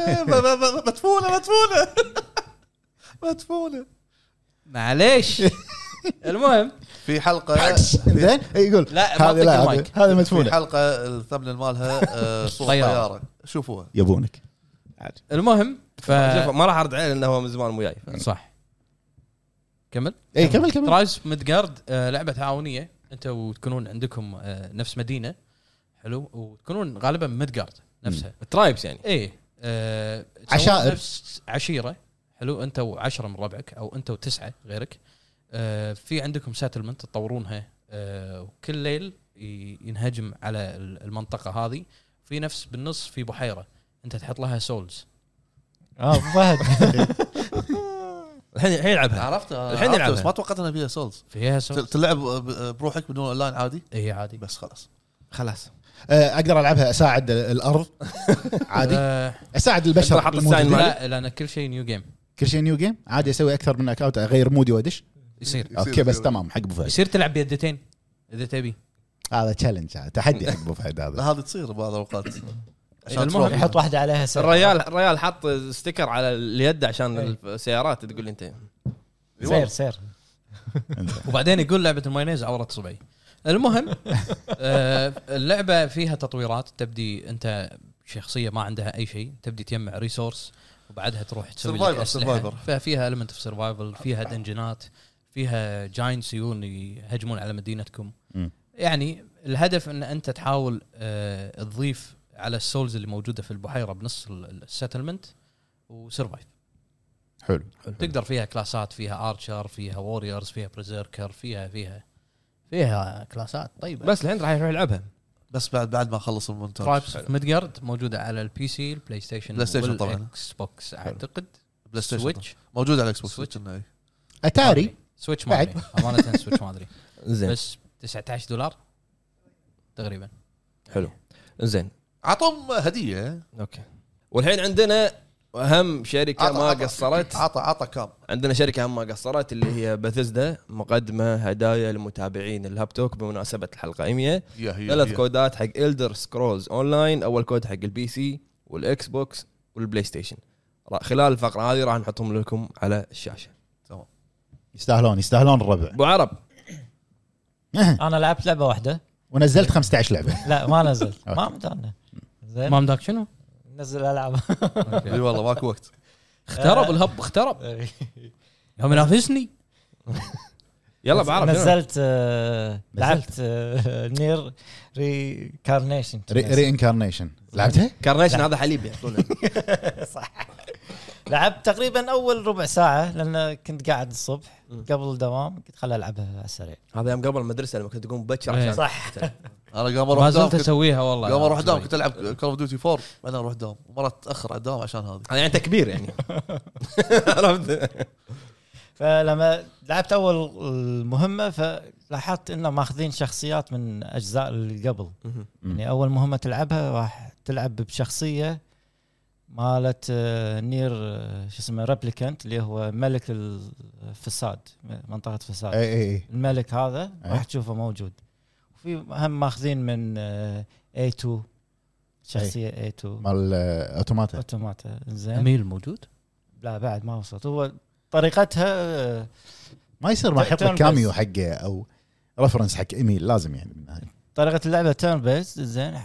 Speaker 1: مدفونه
Speaker 4: معليش. المهم
Speaker 1: في حلقه
Speaker 3: زين يقول
Speaker 4: لا
Speaker 3: هذا
Speaker 1: في
Speaker 3: مدفونه.
Speaker 1: حلقه الثمن مالها صوره طياره شوفوها
Speaker 3: يبونك.
Speaker 4: المهم
Speaker 2: ما راح ارد عليه لانه هو من زمان مو جاي.
Speaker 4: صح. كمل.
Speaker 3: اي كمل.
Speaker 4: ترايبس ميدغارد لعبه تعاونيه، انت وتكونون عندكم نفس مدينه. حلو. وتكونون غالبا ميدغارد نفسها
Speaker 2: ترايبس يعني.
Speaker 4: اي
Speaker 3: عشائر،
Speaker 4: نفس عشيره. حلو. انت و10 من ربعك او انت و9 غيرك. في عندكم ساتلمنت تطورونها وكل ليل ينهجم على المنطقه هذه. في نفس بالنص في بحيره انت تحط لها سولز.
Speaker 5: فهد
Speaker 2: الحين يلعبها
Speaker 1: عرفتها
Speaker 2: الحين
Speaker 1: عرفتها،
Speaker 2: يلعبها.
Speaker 1: بس ما توقعت انها فيها سولز.
Speaker 4: فيها سولز
Speaker 1: تلعب بروحك بدون اونلاين عادي
Speaker 4: اي عادي.
Speaker 1: بس خلاص.
Speaker 2: خلاص
Speaker 3: اقدر العبها اساعد الارض عادي، اساعد البشر
Speaker 2: حط
Speaker 3: الموجودين.
Speaker 2: الساين
Speaker 4: لا لان كل شيء نيو جيم
Speaker 3: كل شيء نيو جيم عادي، اسوي اكثر من اكونت، اغير مودي وادش.
Speaker 4: يصير
Speaker 3: اوكي بس تمام حق ابو فهد.
Speaker 4: يصير تلعب بيدتين اذا تبي.
Speaker 3: هذا تشالنج، تحدي حق ابو فهد هذا.
Speaker 1: لا هذه تصير بعض الاوقات عشان
Speaker 4: المهم
Speaker 1: تروح.
Speaker 5: يحط واحده عليها سعر.
Speaker 2: الريال حط ستيكر على اليد عشان السيارات. تقول لي انت
Speaker 5: سير
Speaker 4: وبعدين يقول لعبه المايونيز عورت صبعي. المهم اللعبه فيها تطويرات. تبدي انت شخصيه ما عندها اي شيء، تبدي تجمع ريسورس وبعدها تروح تسوي لك أسلحة. ففيها element of survival، فيها دنجنات، فيها جاين سيون يهجمون على مدينتكم. يعني الهدف ان انت تحاول تضيف على السولز اللي موجوده في البحيره بنص السيتلمنت وسرفايف.
Speaker 3: حلو.
Speaker 4: تقدر فيها كلاسات، فيها ارشر، فيها ووريرز، فيها بريزيركر، فيها كلاسات طيبه.
Speaker 2: بس الحين راح يروح يلعبها.
Speaker 1: بس بعد ما اخلص المونتاج.
Speaker 4: ترايبس ميدجارد موجوده على البي سي، البلاي ستيشن
Speaker 1: طبعا،
Speaker 4: والاكس بوكس اعتقد.
Speaker 1: بلاي ستيشن
Speaker 4: سويتش
Speaker 1: موجود على الاكس بوكس.
Speaker 4: سويتش.
Speaker 3: اتاري
Speaker 4: سويتش ما ادري امانه. سويتش ما ادري
Speaker 2: زين
Speaker 4: بس $19 تقريبا.
Speaker 2: حلو زين
Speaker 1: عطهم هديه.
Speaker 2: اوكي. والحين عندنا اهم شركه ما قصرت.
Speaker 1: عطى كام.
Speaker 2: عندنا شركه هم ما قصرت اللي هي بثزدا، مقدمه هدايا لمتابعين الهاب توك بمناسبه الحلقه 100. 3 كودات حق إلدر سكرولز اونلاين. اول كود حق البي سي والاكس بوكس والبلاي ستيشن. خلال الفقره هذه راح نحطهم لكم على الشاشه.
Speaker 1: تمام.
Speaker 3: يستاهلون الربع.
Speaker 2: ابو عرب
Speaker 5: انا لعبت لعبه واحده
Speaker 3: ونزلت 15 لعبه.
Speaker 5: لا ما نزلت ما مدانا زين.
Speaker 4: ما مداك شنو؟
Speaker 5: نزل العاب.
Speaker 1: اي والله ماكو وقت.
Speaker 4: اخترب الهب اخترب. يوم ينافسني.
Speaker 2: يلا ابو عرب
Speaker 5: نزلت لعبت نير ريكارنيشن.
Speaker 3: ري لعبتها
Speaker 2: كارنيشن هذا حليب يقولون.
Speaker 5: صح. لعبت تقريبا اول ربع ساعه لان كنت قاعد الصبح قبل الدوام، قلت خل العبها على السريع.
Speaker 2: هذا يوم قبل المدرسه لما كنت تقوم بكر عشان
Speaker 5: صح.
Speaker 1: انا قام اروح
Speaker 4: ما زلت اسويها والله.
Speaker 1: قام اروح دوام كنت العب كول اوف ديوتي 4 بعدين اروح دوام ومرات اتاخر على الدوام عشان هذه.
Speaker 2: يعني انت كبير يعني. عرفت.
Speaker 5: فلما لعبت اول المهمه فلاحظت انه ماخذين شخصيات من اجزاء اللي قبل. يعني اول مهمه تلعبها راح تلعب بشخصيه مالت نير شو اسمه ريبليكانت اللي هو ملك الفساد، منطقه فساد.
Speaker 3: اي
Speaker 5: الملك هذا راح تشوفه موجود. وفي هم ماخذين من A2 شخصيه A2
Speaker 3: مال اوتوماتا.
Speaker 5: زين.
Speaker 4: اميل موجود؟
Speaker 5: لا بعد ما وصلت. هو طريقتها
Speaker 3: ما يصير ما يحط لك كاميو حقه او ريفرنس حق ايميل لازم يعني من هاي.
Speaker 5: طريقه اللعبه تيرن بيس. زين.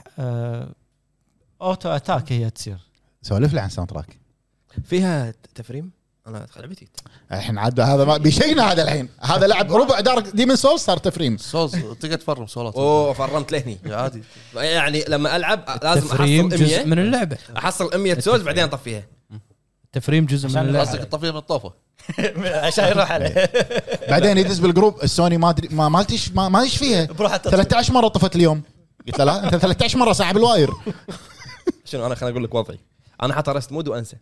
Speaker 5: اوتو اتاك هي تصير.
Speaker 3: سولف لي عن ساوند تراك.
Speaker 2: فيها تفريم. انا لعبتي
Speaker 3: الحين عاد هذا ما بيشينا. هذا الحين هذا لعب ربع دارك ديمن سولز صار تفريم.
Speaker 1: سولز تقدر تفرم سولات.
Speaker 2: اوه فرمت لهني
Speaker 1: عادي.
Speaker 2: يعني لما العب لازم
Speaker 4: تفريم
Speaker 2: احصل 100
Speaker 4: جزء من اللعبه.
Speaker 2: احصل 100 سولز بعدين اطفيها.
Speaker 4: تفريم جزء من اللعبه.
Speaker 1: قصدك تطفيها من الطوفه
Speaker 5: عشان يروح عليه.
Speaker 3: بعدين يدز بالجروب السوني ما ادري ما ايش فيها. 13 مره طفت اليوم. قلت له لا انت 13 مره ساحب الواير.
Speaker 2: شنو انا خليني اقول لك وضعي. انا حاط رست مود وانسى.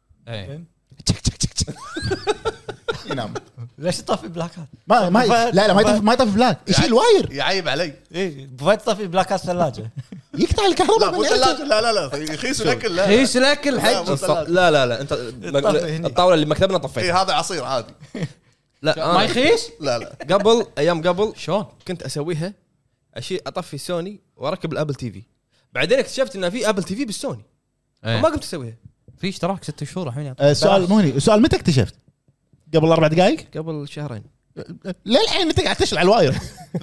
Speaker 3: ينام.
Speaker 5: ليش تطفي بلاكات؟
Speaker 3: لا ما يطفي بلاك يشيل الواير.
Speaker 1: يعيب علي.
Speaker 5: ايه بفايت تطفي بلاكات ثلاجه.
Speaker 3: يقطع الكهرباء.
Speaker 1: لا مو ثلاجه. لا يخيس الاكل. لا
Speaker 4: هيس الاكل حق.
Speaker 2: لا انت الطاوله اللي مكتبنا طفيت.
Speaker 1: اي هذا عصير عادي.
Speaker 2: لا
Speaker 4: ما يخيس.
Speaker 1: لا
Speaker 2: ايام قبل
Speaker 4: شلون
Speaker 2: كنت اسويها اطفي سوني واركب الابل تي في. بعدين اكتشفت ان في ابل تي في بالسوني ما قمت اسويها.
Speaker 4: في اشتراك 6 شهور الحين.
Speaker 3: السؤال مو هني. السؤال متى اكتشفت؟ قبل 4 دقائق؟
Speaker 2: قبل شهرين.
Speaker 3: للحين انت قاعد تشل على الواير.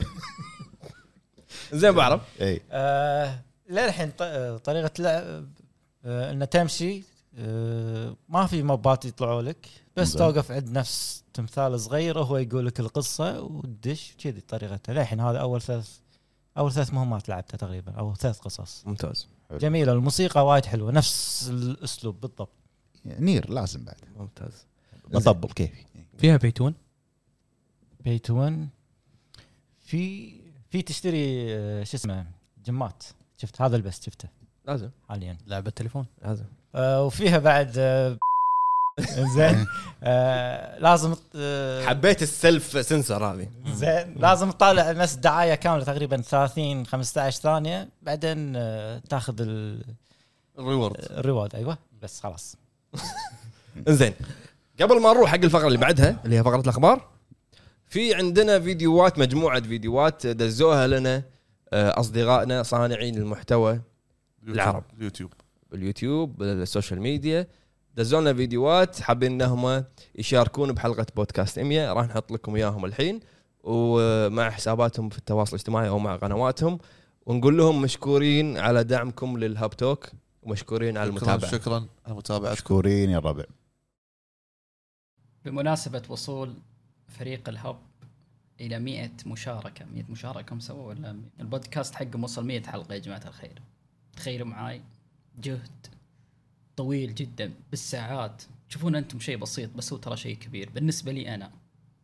Speaker 2: زين بعرف.
Speaker 3: اي
Speaker 5: للحين طريقه لعب انه تمشي ما في موبات يطلعوا لك بس توقف عند نفس تمثال صغير وهو يقول لك القصه ودش كذي طريقتها. للحين هذا اول 3 مهمات لعبتها تقريبا او 3 قصص.
Speaker 2: ممتاز.
Speaker 5: جميله. الموسيقى وايد حلوه نفس الاسلوب بالضبط.
Speaker 3: نير لازم بعد.
Speaker 2: ممتاز.
Speaker 3: بطبل كيفي.
Speaker 4: فيها بيتون.
Speaker 5: في تشتري شو اسمه جمات. شفت هذا البس شفته
Speaker 2: لازم
Speaker 5: حاليا
Speaker 4: لعبه تليفون
Speaker 2: لازم.
Speaker 5: وفيها بعد زين لازم
Speaker 2: حبيت السلف سنسر هذه.
Speaker 5: زين لازم تطالع نفس الدعايه كامله تقريبا 30-15 ثانيه بعدين تاخذ الريورد. ايوه بس خلاص.
Speaker 2: زين قبل ما نروح حق الفقره اللي بعدها اللي هي فقره الاخبار، في عندنا فيديوهات، مجموعه فيديوهات دزوها لنا اصدقائنا صانعين المحتوى العرب باليوتيوب بالسوشيال ميديا. دزونا فيديوهات حابين انهم يشاركون بحلقه بودكاست 100. راح نحط لكم اياهم الحين ومع حساباتهم في التواصل الاجتماعي او مع قنواتهم، ونقول لهم مشكورين على دعمكم للهاب توك ومشكورين على المتابعه.
Speaker 1: شكرا على المتابعه.
Speaker 3: مشكورين يا ربع.
Speaker 7: بمناسبة وصول فريق الهب إلى 100 مشاركة، 100 مشاركة مسووا ولا البودكاست حقهم وصل 100 حلقة يا جماعة الخير. تخيلوا معاي جهد طويل جدا بالساعات. تشوفون أنتم شيء بسيط بس هو ترى شيء كبير بالنسبة لي. أنا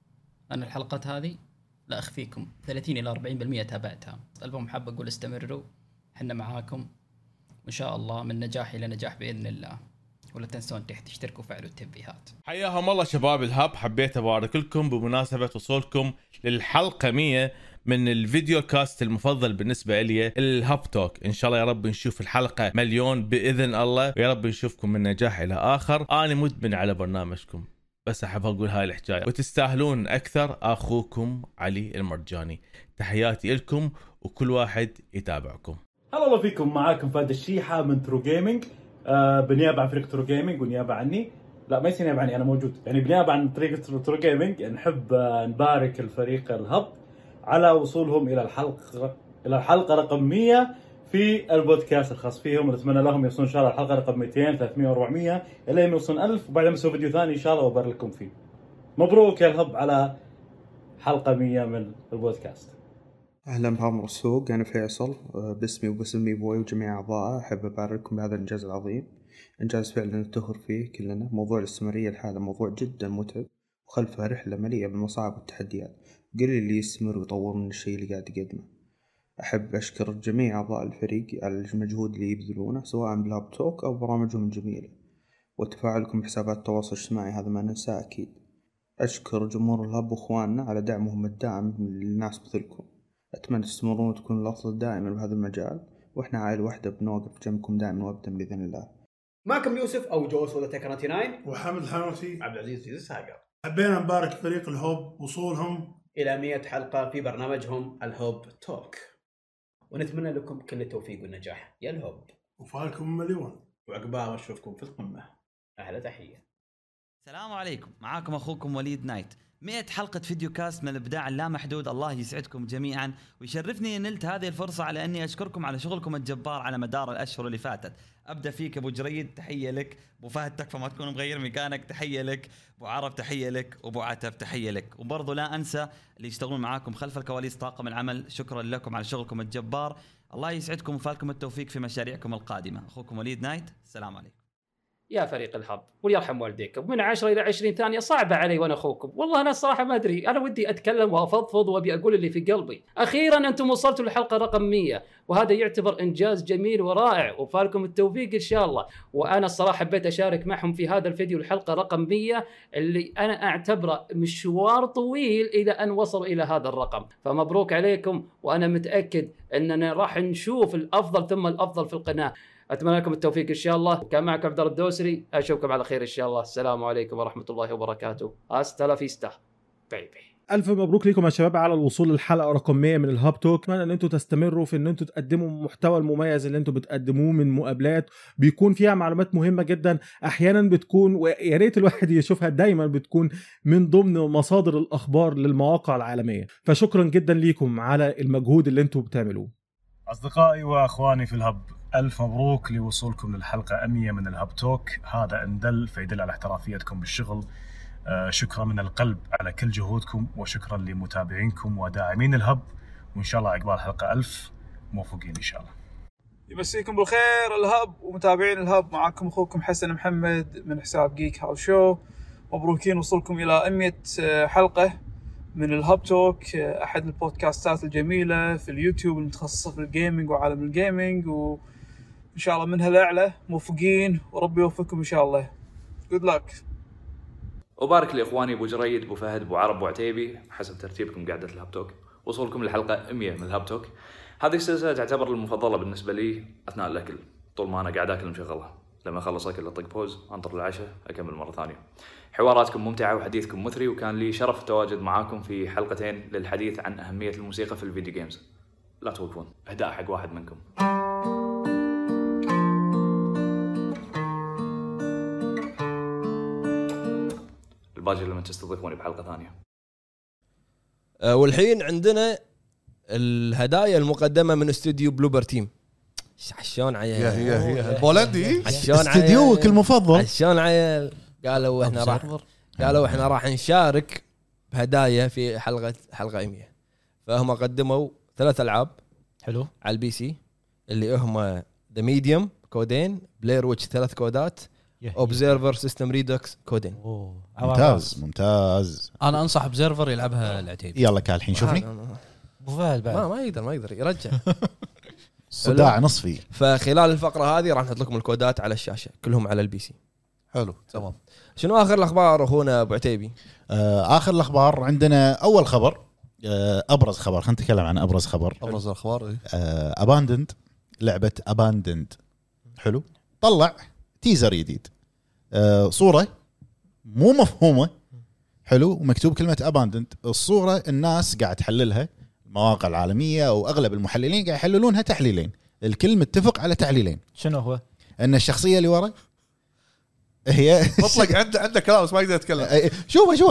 Speaker 7: الحلقات هذه لا أخفيكم 30-40% تابعتها. ألبوم حاب أقول استمروا، حنا معاكم وإن شاء الله من نجاح إلى نجاح بإذن الله. ولا تنسون تشتركوا وفعلوا التنبيهات.
Speaker 8: حياهم الله شباب الهب. حبيت أبارك لكم بمناسبة وصولكم للحلقة 100 من الفيديو كاست المفضل بالنسبة لي الهاب توك. إن شاء الله يا رب نشوف الحلقة 1,000,000 بإذن الله، ويا رب نشوفكم من نجاح إلى آخر. أنا مدمن على برنامجكم بس أحب أقول هاي الحكاية وتستاهلون أكثر. أخوكم علي المرجاني، تحياتي لكم وكل واحد يتابعكم.
Speaker 9: هلا الله فيكم، معاكم فهد الشيحة من ترو جيمنج. بنيابة عن فريق ترو جيمنج ونيابة عني، لا ما يصير نيابة عني، أنا موجود يعني بنيابة عن فريق ترو جيمنج. نحب نبارك الفريق الهب على وصولهم إلى الحلقة رقم 100 في البودكاست الخاص فيهم. ونتمنى لهم يوصلون إن شاء الله الحلقة رقم 200 300 و400 إلى يوصلون 1000، وبعدين نسوي فيديو ثاني إن شاء الله وأبارك لكم فيه. مبروك يا الهب على حلقة 100 من البودكاست.
Speaker 10: أهلا بهامر السوق، أنا فيصل باسمي وباسم بوي وجميع أعضائه. أحب أبارككم بهذا الإنجاز العظيم، إنجاز فعلا نفتخر فيه كلنا. موضوع الاستمرارية لحاله موضوع جدا متعب وخلفها رحلة مليئة بالمصاعب والتحديات. قليل اللي يستمر ويطور من الشيء اللي قاعد يقدمه. أحب أشكر جميع أعضاء الفريق على المجهود اللي يبذلونه سواء بالهاب توك أو برامجهم الجميلة، وتفاعلكم بحسابات التواصل الاجتماعي هذا ما ننساه أكيد. أشكر جمهور الهب وإخواننا على دعمهم الدائم للناس مثلكم. أتمنى تستمرون وتكونوا الأفضل دائما بهذا المجال، وإحنا عائلة واحدة بنوقف جنبكم دائما وأبدا بإذن الله.
Speaker 11: معكم يوسف أو جوس ولا تكرا 99
Speaker 12: وحمد الحنوتي
Speaker 11: عبد العزيز الساقر.
Speaker 12: حبينا نبارك فريق الهوب وصولهم
Speaker 11: إلى 100 حلقة في برنامجهم الهوب توك، ونتمنى لكم كل التوفيق والنجاح يا الهوب،
Speaker 12: وفالكم مليون،
Speaker 11: وعقبال ما نشوفكم في القمة. أحلى تحية.
Speaker 13: السلام عليكم، معاكم أخوكم وليد نايت. 100 حلقة فيديو كاست من الإبداع اللامحدود. الله يسعدكم جميعا، ويشرفني أن نلت هذه الفرصة على أني أشكركم على شغلكم الجبار على مدار الأشهر اللي فاتت. أبدأ فيك أبو جريد، تحية لك. أبو فهد تكفى ما تكون مغير مكانك، تحية لك. أبو عرب تحية لك، وأبو عتب تحية لك. وبرضو لا أنسى اللي يشتغلون معاكم خلف الكواليس طاقم العمل، شكرا لكم على شغلكم الجبار. الله يسعدكم وفالكم التوفيق في مشاريعكم القادمة. أخوكم وليد نايت، السلام عليكم.
Speaker 14: يا فريق الهب وليرحم والديكم، من 10 إلى 20 ثانية صعبة علي وأنا أخوكم. والله أنا الصراحة ما أدري، أنا ودي أتكلم وأفضفض وأبي أقول اللي في قلبي. أخيرا أنتم وصلتوا للحلقة رقم 100، وهذا يعتبر إنجاز جميل ورائع، وفالكم التوفيق إن شاء الله. وأنا الصراحة حبيت أشارك معهم في هذا الفيديو الحلقة رقم 100 اللي أنا أعتبره مشوار طويل إلى أن وصلوا إلى هذا الرقم. فمبروك عليكم، وأنا متأكد أننا راح نشوف الأفضل ثم الأفضل في القناة. أتمنى لكم التوفيق إن شاء الله. كان معكم عبد الله الدوسري، أشوفكم على خير إن شاء الله. السلام عليكم ورحمة الله وبركاته. هاستا لا فيستا بيبي.
Speaker 15: ألف مبروك لكم يا شباب على الوصول للحلقة رقم 100 من الهاب توك. أتمنى أن أنتم تستمروا في أن أنتم تقدموا المحتوى المميز اللي أنتم بتقدموه من مقابلات بيكون فيها معلومات مهمة جدا، أحيانا بتكون ويا ريت الواحد يشوفها دايما بتكون من ضمن مصادر الأخبار للمواقع العالمية. فشكرا جدا لكم على المجهود اللي أنتم بتعملوه.
Speaker 16: أصدقائي وأخواني في الهب، ألف مبروك لوصولكم للحلقة 100 من الهاب توك. هذا إن دل فيدل على احترافيتكم بالشغل. شكرا من القلب على كل جهودكم، وشكرا لمتابعينكم وداعمين الهب، وإن شاء الله عقبال حلقة 1000 موفقين إن شاء الله.
Speaker 17: يمسيكم بالخير الهب ومتابعين الهب، معكم أخوكم حسن محمد من حساب جيك هاوس شو. مبروكين وصولكم إلى 100 حلقة من الهاب توك، أحد البودكاستات الجميلة في اليوتيوب المتخصصة في الجيمنج وعالم الجيمنج، وإن شاء الله منها الأعلى. موفقين وربي يوفقكم إن شاء الله. Good luck.
Speaker 18: وبارك لاخواني ابو جريد، ابو فهد، ابو عرب، ابو عتيبي حسب ترتيبكم قعده الهاب توك، وصولكم للحلقه 100 من الهاب توك. هذه السلسله تعتبر المفضله بالنسبه لي اثناء الاكل، طول ما انا قاعد اكل مشغلها، لما اخلص اكل اطق بوز، انطر العشاء، اكمل مره ثانيه. حواراتكم ممتعه وحديثكم مثري، وكان لي شرف التواجد معاكم في حلقتين للحديث عن اهميه الموسيقى في الفيديو جيمز. لا توقفون، اهداء حق واحد منكم. الباقي لما تستضيفوني بحلقه ثانيه.
Speaker 2: والحين عندنا الهدايا المقدمه من استوديو بلوبر تيم. عشان عيال
Speaker 1: هي البولندي
Speaker 3: استديوك المفضل.
Speaker 2: عشان عيال قالوا احنا راح نشارك بهدايا في حلقه 100. فهم قدموا 3 ألعاب
Speaker 5: حلو
Speaker 2: على البي سي اللي هم ذا ميديوم كودين، بلاير ويتش 3 كودات، اوبزيرفر سيستم ريدكس كودين.
Speaker 3: ممتاز.
Speaker 4: انا انصح اوبزيرفر يلعبها العتيبي.
Speaker 3: يلا كان الحين شوفني
Speaker 5: ابو فهد بعد
Speaker 2: ما يقدر يرجع
Speaker 3: صداع نصفي.
Speaker 2: فخلال الفقره هذه راح نحط لكم الكودات على الشاشه كلهم على البي سي.
Speaker 1: حلو تمام.
Speaker 2: شنو اخر الاخبار اخونا ابو عتيبي؟
Speaker 3: اخر الاخبار عندنا اول خبر، ابرز خبر. خلينا نتكلم عن ابرز خبر.
Speaker 1: ابرز الاخبار
Speaker 3: اباندند، لعبه اباندند حلو، طلع تيزر جديد، صوره مو مفهومه حلو، ومكتوب كلمه اباندند. الصوره الناس قاعد تحللها، المواقع العالميه او اغلب المحللين قاعد يحللونها تحليلين، الكل متفق على تحليلين.
Speaker 5: شنو هو؟
Speaker 3: ان الشخصيه اللي ورا هي
Speaker 1: مطلق عنده كلام بس ما يقدر يتكلم.
Speaker 3: شوف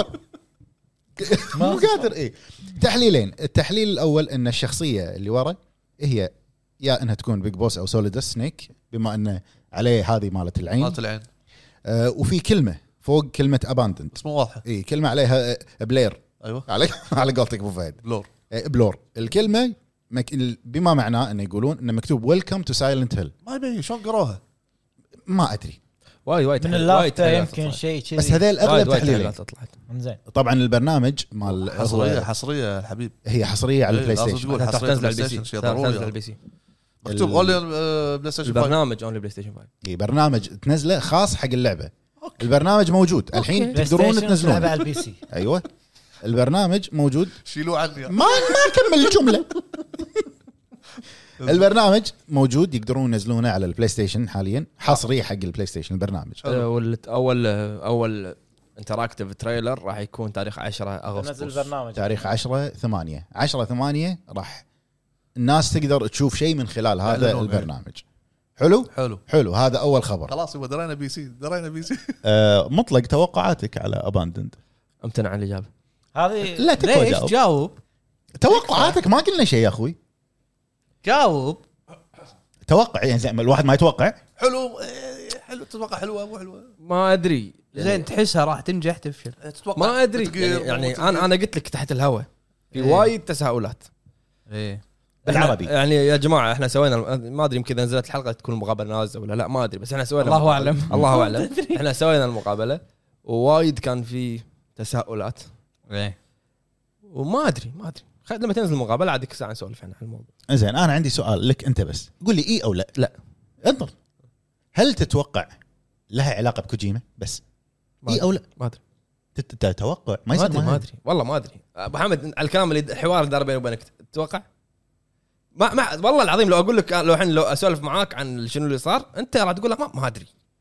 Speaker 3: مو قادر. ايه تحليلين. التحليل الاول ان الشخصيه اللي ورا هي يا انها تكون بيج بوس او سوليدس سنيك، بما انه عليه هذه مالت العين، وفي كلمه فوق كلمه اباندنت
Speaker 1: اسمه واضحه،
Speaker 3: اي كلمه عليها بلير.
Speaker 1: ايوه
Speaker 3: على قولتك ابو فهد
Speaker 1: بلور.
Speaker 3: الكلمه بما معناه انه يقولون انه مكتوب ويلكم تو سايلنت هيل.
Speaker 1: ما يبين شلون قروها
Speaker 3: ما ادري،
Speaker 2: وايد
Speaker 5: من اللافته يمكن شيء كذي،
Speaker 3: بس هذول اغلب تحليلين.
Speaker 5: زين
Speaker 3: طبعا البرنامج مال
Speaker 1: حصريه الحبيب،
Speaker 3: هي حصريه على البلاي ستيشن،
Speaker 2: تنزل على البي سي
Speaker 1: مكتوب اونلي بلاي ستيشن 5.
Speaker 2: البرنامج اونلي بلاي ستيشن 5.
Speaker 3: اي برنامج تنزله خاص حق اللعبه. البرنامج موجود الحين، تقدرون تنزلونه
Speaker 5: على البي سي.
Speaker 3: ايوه البرنامج موجود.
Speaker 1: شيلوه عني
Speaker 3: ما كمل الجمله. البرنامج موجود، يقدرون ينزلونه على البلاي ستيشن حاليا، حصري حق البلاي ستيشن البرنامج.
Speaker 2: اول انتراكتيف تريلر راح يكون تاريخ 10 اغسطس.
Speaker 5: نزل البرنامج
Speaker 3: تاريخ 10/8 راح الناس تقدر تشوف شيء من خلال هذا البرنامج. حلو هذا اول خبر.
Speaker 1: خلاص يبغى درينا بي سي
Speaker 3: مطلق توقعاتك على اباندند؟
Speaker 2: امتنع عن الاجابه
Speaker 5: هذه.
Speaker 3: لا
Speaker 4: ليش جاوب
Speaker 3: توقعاتك؟ ما قلنا شيء يا اخوي.
Speaker 4: جاوب
Speaker 3: توقع يعني زي ما الواحد ما يتوقع.
Speaker 1: حلو تتوقع حلوه مو حلوه
Speaker 2: ما ادري
Speaker 4: يعني زين تحسها راح تنجح تفشل
Speaker 1: تتوقع
Speaker 2: ما ادري يعني انا قلت لك تحت الهواء في وايد تساؤلات
Speaker 3: بالعربي.
Speaker 2: يعني يا جماعه احنا سوينا ما ادري يمكن نزلت الحلقه تكون المقابله نازله ولا لا ما ادري، بس احنا سوينا
Speaker 4: الله اعلم
Speaker 2: احنا سوينا المقابله ووايد كان في تساؤلات وما ادري لما تنزل المقابله عادك ساعه نسولف عن الموضوع.
Speaker 3: زين انا عندي سؤال لك انت، بس قول لي اي او لا. انظر، هل تتوقع لها علاقه بكوجيما بس؟ اي او لا؟
Speaker 2: ما ادري.
Speaker 3: تتوقع
Speaker 2: ما ادري والله ما ادري. ابو حمد على الكلام اللي الحوار اللي دار بيني وبينك تتوقع؟ ما والله العظيم لو اقول لك لو الحين لو اسولف معاك عن شنو اللي صار انت راح تقول لا ما ادري.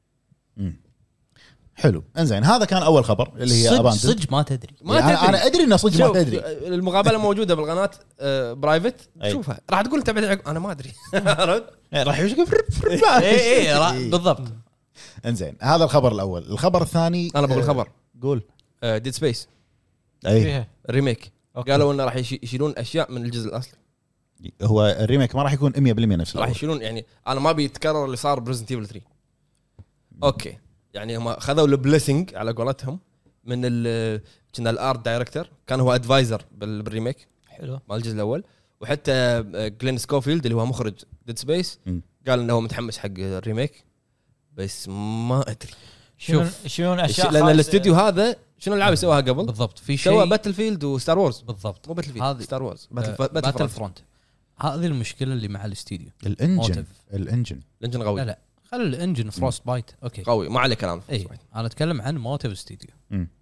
Speaker 3: حلو انزين هذا كان اول خبر اللي هي اباندند.
Speaker 4: صدق ما تدري.
Speaker 3: انا ادري انه صدق ما تدري.
Speaker 2: المقابله موجوده بالقناه برايفت شوفها راح تقول انت انا ما ادري.
Speaker 3: راح يشوف
Speaker 4: اي بالضبط.
Speaker 3: انزين هذا الخبر الاول. الخبر الثاني
Speaker 2: انا بقول خبر
Speaker 3: قول
Speaker 2: ديد سبيس
Speaker 3: اي
Speaker 2: ريميك. قالوا انه راح يشيلون اشياء من الجزء الاصلي.
Speaker 3: هو الريميك ما راح يكون 100% نفس
Speaker 2: راح يشيلون يعني انا ما بيتكرر اللي صار بريزنت ايفل 3. اوكي يعني هم خذوا البليسنج على قولتهم من كنا الارت دايركتور كان هو ادفايزر بالريميك
Speaker 5: حلو
Speaker 2: مال الجزء الاول، وحتى جلين سكوفيلد اللي هو مخرج ديد سبيس قال انه هو متحمس حق الريميك، بس ما ادري
Speaker 5: شنو اشياء
Speaker 2: لان الاستوديو هذا شنو الالعاب يسويها قبل
Speaker 4: بالضبط. في شيء
Speaker 2: سوى باتل فيلد وستار وورز
Speaker 4: بالضبط،
Speaker 2: مو باتل فيلد ستار وورز
Speaker 4: باتل فرونت. هذه المشكله اللي مع الاستوديو
Speaker 3: الانجن
Speaker 2: قوي.
Speaker 4: لا خلي الانجن فروست بايت اوكي
Speaker 2: قوي ما عليه كلام.
Speaker 4: انا اتكلم عن موتيف استوديو.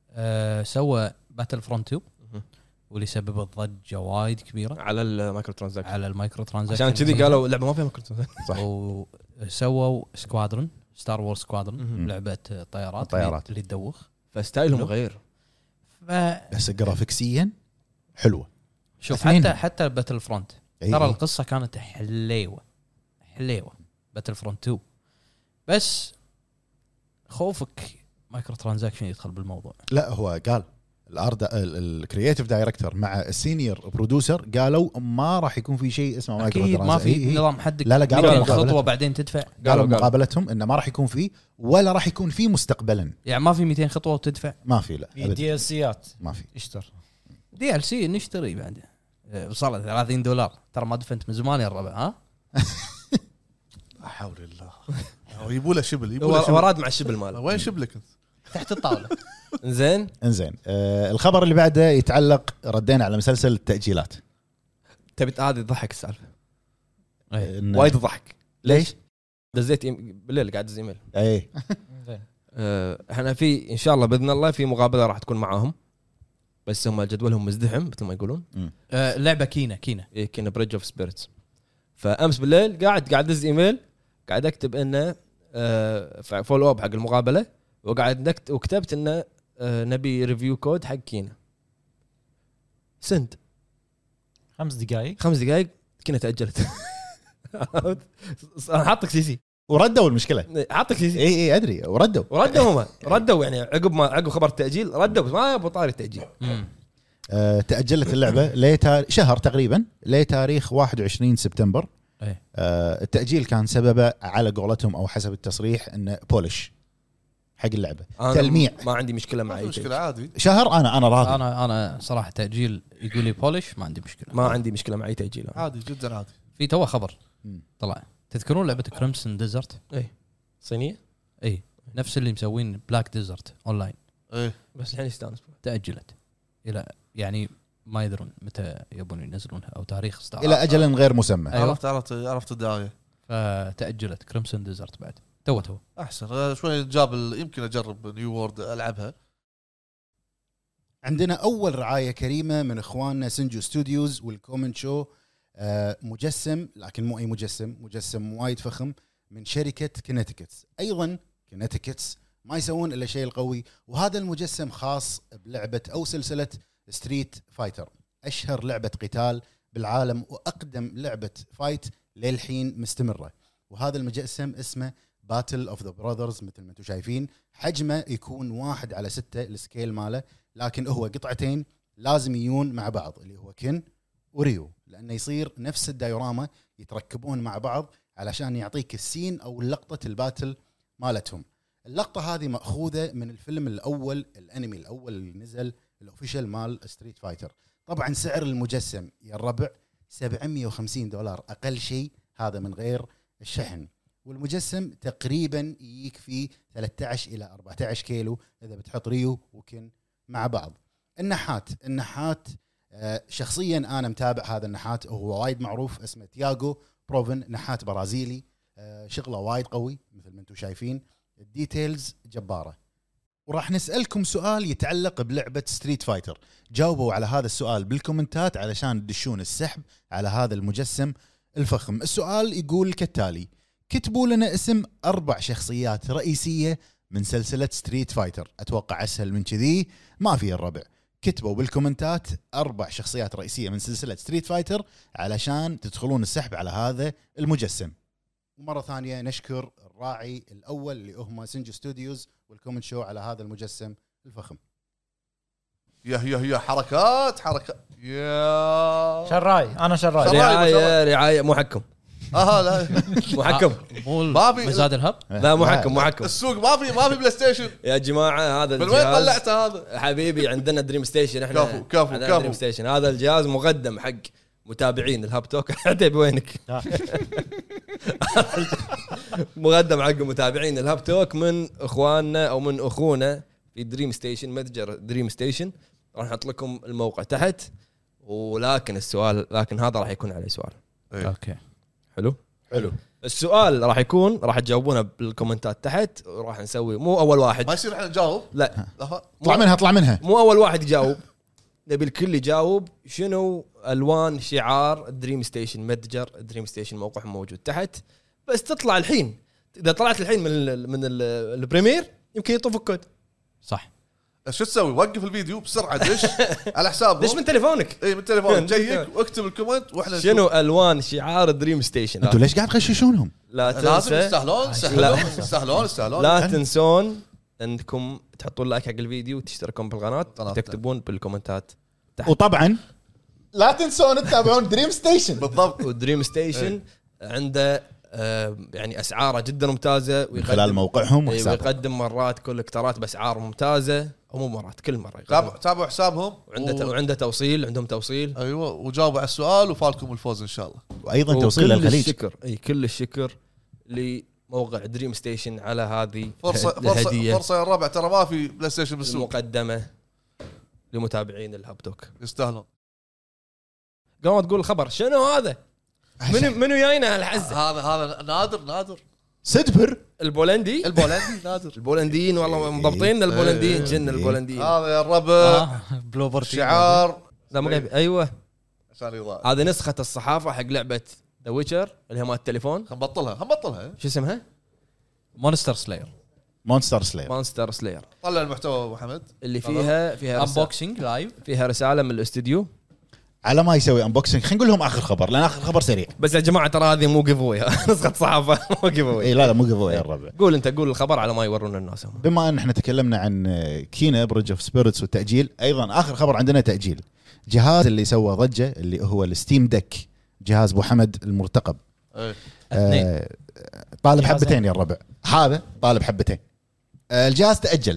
Speaker 4: سوى باتل فرونت 2 واللي سببت ضجه وايد كبيره
Speaker 2: على المايكرو ترانزاكشن.
Speaker 4: على المايكرو ترانزاكشن
Speaker 2: عشان كذي قالوا اللعبه ما فيها مايكرو ترانزاكشن.
Speaker 3: صح.
Speaker 4: وسووا سكوادرون ستار وورز سكوادرون لعبه طيارات اللي تدوخ
Speaker 2: فستايلهم غير.
Speaker 3: بس جرافيكسيا حلوه.
Speaker 4: شوف حتى باتل فرونت ترى القصه كانت حليوه باتل فرونت 2 بس خوفك مايكرو ترانزاكشن يدخل بالموضوع.
Speaker 3: لا هو قال الكرييتيف دايركتور مع السينيور برودوسر قالوا ما راح يكون في شيء اسمه مايكرو ترانزاكشن.
Speaker 4: ما في نظام حدك.
Speaker 3: لا قالوا
Speaker 4: خطوه بعدين تدفع.
Speaker 3: قالوا مقابلتهم انه ما راح يكون فيه ولا راح يكون فيه مستقبلا.
Speaker 4: يعني ما في 200 خطوه وتدفع.
Speaker 3: ما في. لا
Speaker 5: في دي ال سيات
Speaker 3: ما في.
Speaker 5: اشتر
Speaker 4: دي ال سي نشتري بعد وصلت $30 ترى ما دفنت من زمان يا الربع. ها
Speaker 1: لا حول الله. يبوا له شبل
Speaker 2: وراد مع الشبل ماله.
Speaker 1: وين شبلك انت؟
Speaker 4: تحت الطاوله.
Speaker 2: انزين
Speaker 3: الخبر اللي بعده يتعلق ردينا على مسلسل التأجيلات.
Speaker 2: تبي هذه تضحك السالفه وايد ضحك. ليش دزيت بالليل قاعد ايميل
Speaker 3: اي
Speaker 2: احنا في ان شاء الله باذن الله في مقابله راح تكون معاهم بس هم جدولهم مزدحم مثل ما يقولون.
Speaker 4: لعبه كينا
Speaker 2: كينا بريدج اوف سبيريتس. فامس بالليل قاعد ادز ايميل قاعد اكتب انه فولو اب حق المقابله وقاعد وكتبت انه نبي ريفيو كود حق كينا. سند
Speaker 5: 5 دقائق
Speaker 2: كينا تاجلت. حاطك سي
Speaker 3: وردوا المشكله.
Speaker 2: حاطك سي
Speaker 3: اي ادري
Speaker 2: ردوا يعني عقب خبر التاجيل ردوا بس ما ابو طاري التاجيل.
Speaker 3: تاجلت اللعبه شهر تقريبا لتاريخ 21 سبتمبر. التاجيل كان سببه على قولتهم او حسب التصريح انه بولش حق اللعبه تلميع.
Speaker 2: ما عندي مشكله مع
Speaker 1: مشكله عادي
Speaker 3: شهر انا راضي.
Speaker 4: انا صراحه تاجيل يقول لي بولش ما عندي مشكله.
Speaker 2: ما عندي مشكله مع اي تاجيل
Speaker 1: عادي جدا عادي.
Speaker 4: في تو خبر طلع تذكرون لعبه كريمسون ديزرت؟
Speaker 2: صينيه
Speaker 4: نفس اللي مسوين بلاك ديزرت اونلاين
Speaker 2: بس الحين يستانس
Speaker 4: تاجلت الى يعني ما يدرون متى يبون ينزلونها او تاريخ اصدار
Speaker 3: الى اجل غير مسمى.
Speaker 1: عرفت الداعيه.
Speaker 4: فتاجلت كريمسون ديزرت بعد تو
Speaker 1: احسن شوي جاب يمكن اجرب نيو وورد العبها.
Speaker 3: عندنا اول رعايه كريمه من اخواننا سنجو ستوديوز والكومنت شو. مجسم لكن مو اي مجسم وايد فخم من شركه كينيتيكتس. ايضا كينيتيكتس ما يسوون الا شيء القوي وهذا المجسم خاص بلعبه او سلسله ستريت فايتر اشهر لعبه قتال بالعالم واقدم لعبه فايت للحين مستمره. وهذا المجسم اسمه باتل اوف ذا براذرز مثل ما انتم شايفين. حجمه يكون 1/6 السكيل ماله لكن هو قطعتين لازم يجون مع بعض اللي هو كين وريو لانه يصير نفس الدايوراما يتركبون مع بعض علشان يعطيك السين او لقطه الباتل مالتهم. اللقطه هذه ماخوذه من الفيلم الاول الانمي الاول اللي نزل الاوفيشال مال ستريت فايتر. طبعا سعر المجسم يا الربع $750 اقل شيء هذا من غير الشحن. والمجسم تقريبا يجيك فيه 13 الى 14 كيلو اذا بتحط ريو وكن مع بعض. النحات شخصيا انا متابع هذا النحات وهو وايد معروف اسمه تياغو بروفن نحات برازيلي. شغله وايد قوي مثل ما انتم شايفين الديتيلز جباره. وراح نسألكم سؤال يتعلق بلعبة ستريت فايتر. جاوبوا على هذا السؤال بالكومنتات علشان تدشون السحب على هذا المجسم الفخم. السؤال يقول كالتالي: كتبوا لنا اسم 4 شخصيات رئيسية من سلسلة ستريت فايتر. أتوقع أسهل من كذي ما في الربع. كتبوا بالكومنتات 4 شخصيات رئيسية من سلسلة ستريت فايتر علشان تدخلون السحب على هذا المجسم. ومرة ثانية نشكر الراعي الأول اللي هم سنجو ستوديوز والكومنت شو على هذا المجسم الفخم.
Speaker 1: يا حركات يا
Speaker 5: شراي انا شراي
Speaker 2: رعايه مو حكم.
Speaker 1: لا
Speaker 2: مو حكم
Speaker 1: ما في
Speaker 4: مزاد الهب.
Speaker 2: لا مو حكم
Speaker 1: السوق ما في بلاي ستيشن
Speaker 2: يا جماعه. هذا
Speaker 1: الجهاز وين طلعته هذا
Speaker 2: حبيبي؟ عندنا دريم ستيشن احنا
Speaker 1: كفو
Speaker 2: دريم ستيشن. هذا الجهاز مقدم حق متابعين الهاب توك. عتيب وينك؟ مقدم حق متابعين الهاب توك من اخواننا او من اخونا في دريم ستيشن متجر دريم ستيشن. راح نحط لكم الموقع تحت. ولكن السؤال هذا راح يكون عليه سؤال.
Speaker 4: اوكي
Speaker 2: حلو
Speaker 3: حلو.
Speaker 2: السؤال راح يكون راح تجاوبونه بالكومنتات تحت، وراح نسوي مو اول واحد
Speaker 1: ما يصير احنا نجاوب.
Speaker 2: لا
Speaker 3: طلع منها
Speaker 2: مو اول واحد يجاوب، نبي الكل يجاوب. شنو الوان شعار دريم ستيشن؟ متجر دريم ستيشن موقعهم موجود تحت، بس تطلع الحين. اذا طلعت الحين من البريمير يمكن يطفوا الكود.
Speaker 4: صح.
Speaker 1: شو تسوي؟ وقف الفيديو بسرعه دش على حسابهم،
Speaker 2: دش من تليفونك.
Speaker 1: اي من تليفونك جيك واكتب الكومنت واحنا
Speaker 2: شنو الوان شعار دريم ستيشن.
Speaker 3: انتوا ليش قاعد تغششونهم؟
Speaker 1: لازم يستاهلون.
Speaker 2: لا تنسون انكم تحطون لايك حق الفيديو وتشتركون بالقناه وتكتبون بالكومنتات تحت.
Speaker 3: وطبعا لا تنسون تتابعون دريم ستيشن.
Speaker 1: بالضبط.
Speaker 2: ودريم ستيشن عنده يعني اسعاره جدا ممتازه،
Speaker 3: من خلال موقعهم وحسابهم،
Speaker 2: ويقدم مرات كولكترات باسعار ممتازه، او مو مرات كل مره
Speaker 1: تابعوا حسابهم.
Speaker 2: وعنده توصيل، عندهم توصيل.
Speaker 1: ايوه، وجاوبوا على السؤال وفالكم الفوز ان شاء الله.
Speaker 3: وايضا توصيل للخليج.
Speaker 2: الشكر كل الشكر لموقع دريم ستيشن على هذه
Speaker 1: الهديه. فرصه يا الربع، ترى ما في بلاي ستيشن بالسوق.
Speaker 2: مقدمه لمتابعين الهاب توك،
Speaker 1: يستاهلون.
Speaker 2: قام تقول الخبر شنو هذا؟ منو جاينا الحزه؟
Speaker 1: هذا نادر
Speaker 3: سدبر
Speaker 2: البولندي
Speaker 1: نادر.
Speaker 2: البولنديين والله مضبطين البولنديين، جن البولنديين.
Speaker 1: هذا يا الربع
Speaker 4: بلوبر
Speaker 1: شعار.
Speaker 2: لا مو ايوه
Speaker 1: عشان يضاع.
Speaker 2: هذه نسخه الصحافه حق لعبه ذا ويتشر اللي هي مال التليفون.
Speaker 1: هنبطلها.
Speaker 2: شو اسمها؟
Speaker 1: مونستر
Speaker 2: سلاير.
Speaker 1: طلع المحتوى ابو حمد
Speaker 2: اللي فيها
Speaker 4: انبوكسنج لايف،
Speaker 2: فيها رساله من الاستوديو
Speaker 3: على ما يسوي انبوكسنج. خلينا نقول لهم اخر خبر، لان اخر خبر سريع.
Speaker 2: بس يا جماعه ترى هذه مو جيف نسخه صحافه مو جيف
Speaker 3: اي لا مو جيف يا الربع.
Speaker 2: قول الخبر على ما يورونا الناس.
Speaker 3: بما ان احنا تكلمنا عن كينا بريدج اوف سبيريتس والتاجيل، ايضا اخر خبر عندنا تاجيل جهاز اللي سوى ضجه اللي هو الستيم ديك، جهاز ابو حمد المرتقب. طالب حبتين يا الربع، هذا طالب حبتين. الجهاز تاجل.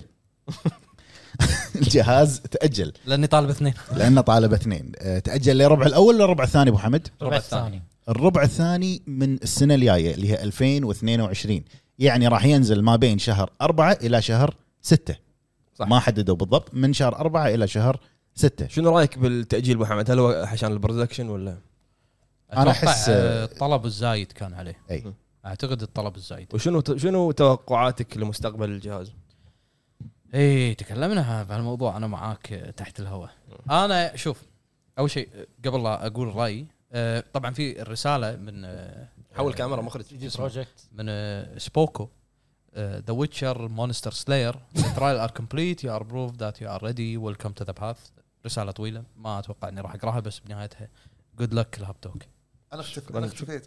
Speaker 3: الجهاز تأجل
Speaker 4: لأني طالب اثنين.
Speaker 3: لأنه طالب اثنين. تأجل للربع الأول ولا الربع الثاني أبو حمد؟ الربع الثاني من السنة الجاية اللي هي 2022، يعني راح ينزل ما بين شهر 4 إلى شهر 6. صح. ما حددوا بالضبط، من شهر 4 إلى شهر 6.
Speaker 2: شنو رأيك بالتأجيل أبو حمد؟ هل هو عشان البرودكشن ولا؟
Speaker 4: أنا أحس الطلب الزايد كان عليه.
Speaker 3: أي.
Speaker 4: أعتقد الطلب الزايد.
Speaker 2: وشنو توقعاتك لمستقبل الجهاز؟
Speaker 4: ايه تكلمنا في هالموضوع انا معاك تحت الهواء. انا شوف، اول شيء قبل لا اقول رايي، طبعا في الرساله من
Speaker 2: حول كاميرا مخرج
Speaker 4: بروجكت من سبوكو، ذا ويتشر مونستر سلاير ترايل ار كومبليت يو ار بروف ذات يو ار ريدي ويلكم تو ذا باث. رساله طويله ما اتوقع اني راح اقراها، بس بنهايتها جود لك الهاب توك.
Speaker 1: انا اختفيت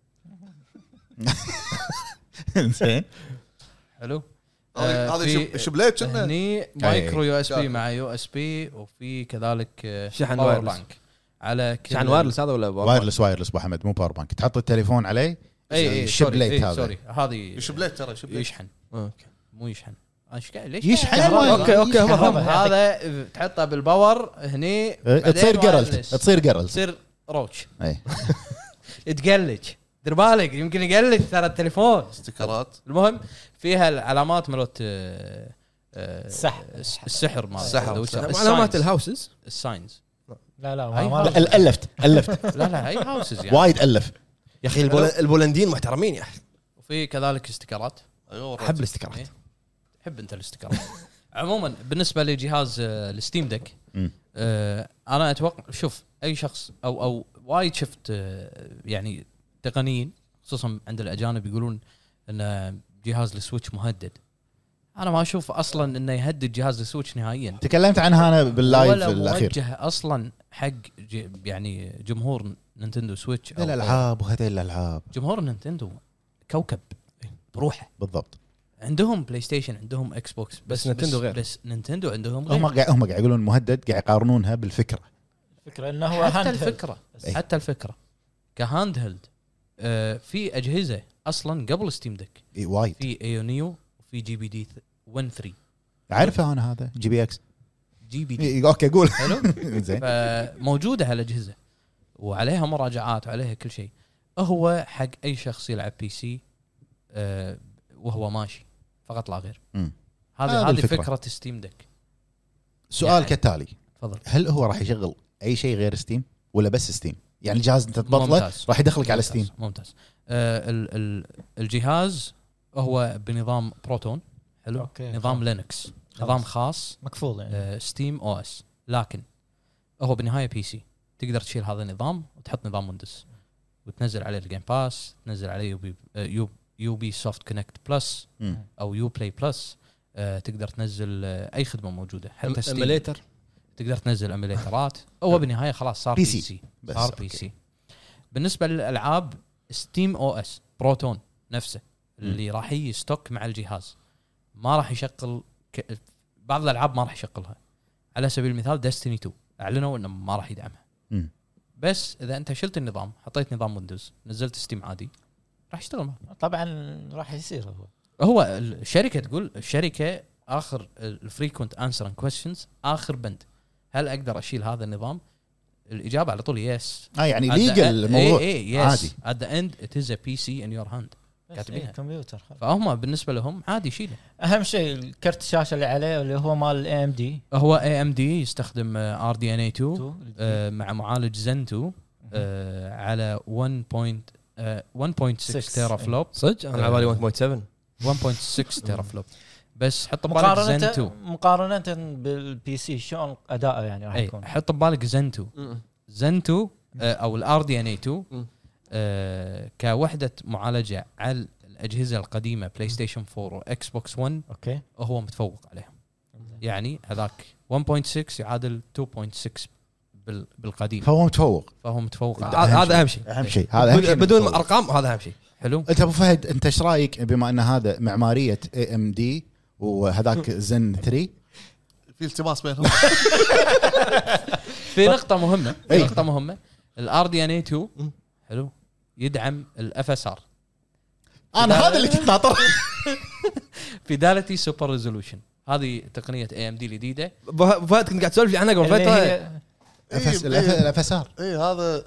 Speaker 3: زين
Speaker 4: حلو.
Speaker 1: هذا شبليت كنا
Speaker 4: هني مايكرو يو اس بي مع يو اس بي، وفي كذلك
Speaker 2: شحن وايرلس
Speaker 4: على
Speaker 2: شحن وايرلس. هذا ولا
Speaker 3: وايرلس ابو حمد مو باور بانك، تحط التليفون عليه.
Speaker 4: اي
Speaker 3: شبليت هذا.
Speaker 4: سوري هذه
Speaker 1: شبليت، ترى شبليت
Speaker 4: يشحن. اوكي مو يشحن. ليش
Speaker 3: يشحن؟
Speaker 4: اوكي هذا تحطه بالباور هني،
Speaker 3: تصير قرل
Speaker 4: تصير روتش. اي تقلج، دير بالك يمكن يقلج ترى التليفون.
Speaker 1: استيكرات
Speaker 4: المهم فيها العلامات مالت السحر
Speaker 2: علامات الهاوسز،
Speaker 4: الساينز.
Speaker 5: لا
Speaker 3: الفت
Speaker 4: لا هاي هاوسز يعني
Speaker 3: وايد الف
Speaker 2: يا اخي. البولنديين محترمين يا اخي.
Speaker 4: وفي كذلك استيكرات.
Speaker 2: احب الاستيكرات.
Speaker 4: حب انت الاستيكرات. عموما بالنسبه لجهاز الستيم ديك، انا اتوقع شوف اي شخص او وايد شفت يعني تقنيين خصوصا عند الاجانب يقولون ان جهاز السويتش مهدد. انا ما اشوف اصلا انه يهدد جهاز السويتش نهائيا.
Speaker 3: تكلمت عنها انا باللايف الاخير.
Speaker 4: موجه اصلا حق يعني جمهور نينتندو سويتش
Speaker 3: او الالعاب وهذه الالعاب.
Speaker 4: جمهور نينتندو كوكب بروحه
Speaker 3: بالضبط.
Speaker 4: عندهم بلاي ستيشن، عندهم اكس بوكس،
Speaker 2: بس نينتندو غير.
Speaker 4: بس نينتندو عندهم
Speaker 3: هم قاعد يقولون مهدد، قاعد يقارنونها بالفكره.
Speaker 5: الفكره انه هو
Speaker 4: حتى الفكره كهاند هيلد. في اجهزه اصلا قبل ستيم ديك
Speaker 3: وايد،
Speaker 4: في ايونيو وفي جي بي دي 1 3.
Speaker 3: عارفه انا هذا جي بي اكس
Speaker 4: جي بي دي.
Speaker 3: اوكي قول.
Speaker 4: حلو. زين. فموجوده هالاجهزه وعليها مراجعات وعليها كل شيء. هو حق اي شخص يلعب بي سي وهو ماشي فقط لا غير. هذه فكره ستيم ديك.
Speaker 3: سؤال يعني كالتالي،
Speaker 4: تفضل.
Speaker 3: هل هو راح يشغل اي شيء غير ستيم ولا بس ستيم؟ يعني الجهاز انت تبطله
Speaker 4: ممتاز.
Speaker 3: راح يدخلك على
Speaker 4: ممتاز.
Speaker 3: ستيم.
Speaker 4: ممتاز. الجهاز هو بنظام بروتون. حلو.
Speaker 5: أوكي.
Speaker 4: نظام لينكس، نظام خاص
Speaker 5: مكفول يعني.
Speaker 4: ستيم او اس، لكن هو بالنهايه بي سي. تقدر تشيل هذا النظام وتحط نظام ويندوز وتنزل عليه الجيم باس، تنزل عليه يو بي سوفت كونكت بلس او يو بلاي بلس. تقدر تنزل اي خدمه موجوده، حتى ستيم
Speaker 2: اميليتر
Speaker 4: تقدر تنزل اميليترات. هو بالنهايه خلاص صار بي سي. صار بي سي. بالنسبه للالعاب ستيم او اس بروتون نفسه اللي راح يستوك مع الجهاز ما راح يشغل بعض الالعاب ما راح يشغلها. على سبيل المثال ديستني 2 اعلنوا انه ما راح يدعمها. بس اذا انت شلت النظام حطيت نظام ويندوز نزلت ستيم عادي راح يشتغل معه.
Speaker 5: طبعا راح يصير
Speaker 4: هو الشركه تقول الشركه اخر الفريكوينت انسر كويستشنز اخر بند هل اقدر اشيل هذا النظام؟ الاجابه على طول يس.
Speaker 3: يعني ليجل الموضوع
Speaker 4: عادي. at the end it is a PC in your hand كاتبينها
Speaker 5: كمبيوتر.
Speaker 4: فهم بالنسبه لهم عادي يشيله.
Speaker 5: اهم شيء الكرت الشاشه اللي عليه اللي هو مال AMD.
Speaker 4: هو AMD يستخدم RDNA 2 مع معالج Zen 2 على 1.6 تيرا فلوب.
Speaker 2: صدق انا على بالي
Speaker 4: 1.6 تيرا فلوب. بس حط ببالك زن 2
Speaker 5: مقارنه بالبي سي شلون اداءه يعني راح يكون.
Speaker 4: حط ببالك زن 2 زن 2 او الار دي ان اي 2 كوحده معالجه على الاجهزه القديمه بلاي ستيشن 4 واكس بوكس 1
Speaker 5: اوكي
Speaker 4: وهو متفوق عليهم. يعني هذاك 1.6 يعادل 2.6 بالقديم.
Speaker 3: فهو متفوق.
Speaker 2: هذا اهم شيء.
Speaker 3: اهم شيء هذا
Speaker 2: بدون ارقام هذا اهم شيء.
Speaker 4: حلو.
Speaker 3: انت ابو فهد انت ايش رايك بما ان هذا معماريه AMD وهذاك زن 3
Speaker 1: في التماس بينهم؟
Speaker 4: في نقطه مهمه الار دي ان اي 2 حلو يدعم الاف اس ار.
Speaker 3: انا هذا اللي كنت ناطر.
Speaker 4: فيداليتي سوبر ريزولوشن هذه تقنيه AMD الجديده.
Speaker 2: فهد كنت قاعد تسولف لي عنها قبل فتره.
Speaker 3: الاف اس ار
Speaker 1: هذا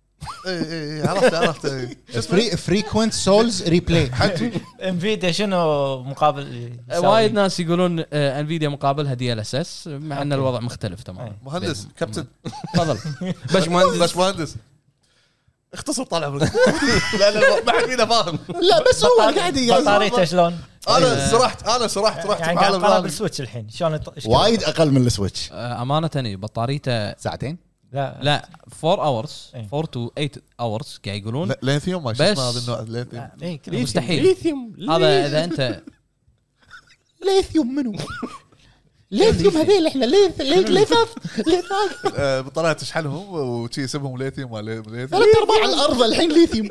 Speaker 1: عرفت
Speaker 3: فريكوينت سولز ريبلاي.
Speaker 5: انفيديا شنو مقابل
Speaker 4: وايد ناس يقولون انفيديا مقابلها DLSS مع ان الوضع مختلف تماما.
Speaker 1: مهندس كابتن
Speaker 4: تفضل.
Speaker 1: باش مهندس اختصر طال عمرك. لا ما حد فينا فاهم.
Speaker 5: لا بس هو قاعد بطاريته شلون.
Speaker 1: انا سرحت رحت
Speaker 5: يعني قاعد اقرب السويتش الحين شلون
Speaker 3: وايد اقل من السويتش.
Speaker 4: امانه بطاريته
Speaker 3: ساعتين
Speaker 4: لا 4 hours 4 to 8 hours قاعد يقولون
Speaker 1: ليثيوم. ما شفنا هذا النوع ليثيوم.
Speaker 4: مستحيل
Speaker 2: ليثيوم
Speaker 4: هذا اذا انت
Speaker 3: ليثيوم منو ليثيوم هذيل احنا ليثاث
Speaker 1: بطاريات تشحنهم وشي اسمهم ليثيوم ولا ليثيوم
Speaker 3: 3/4 الارض الحين ليثيوم.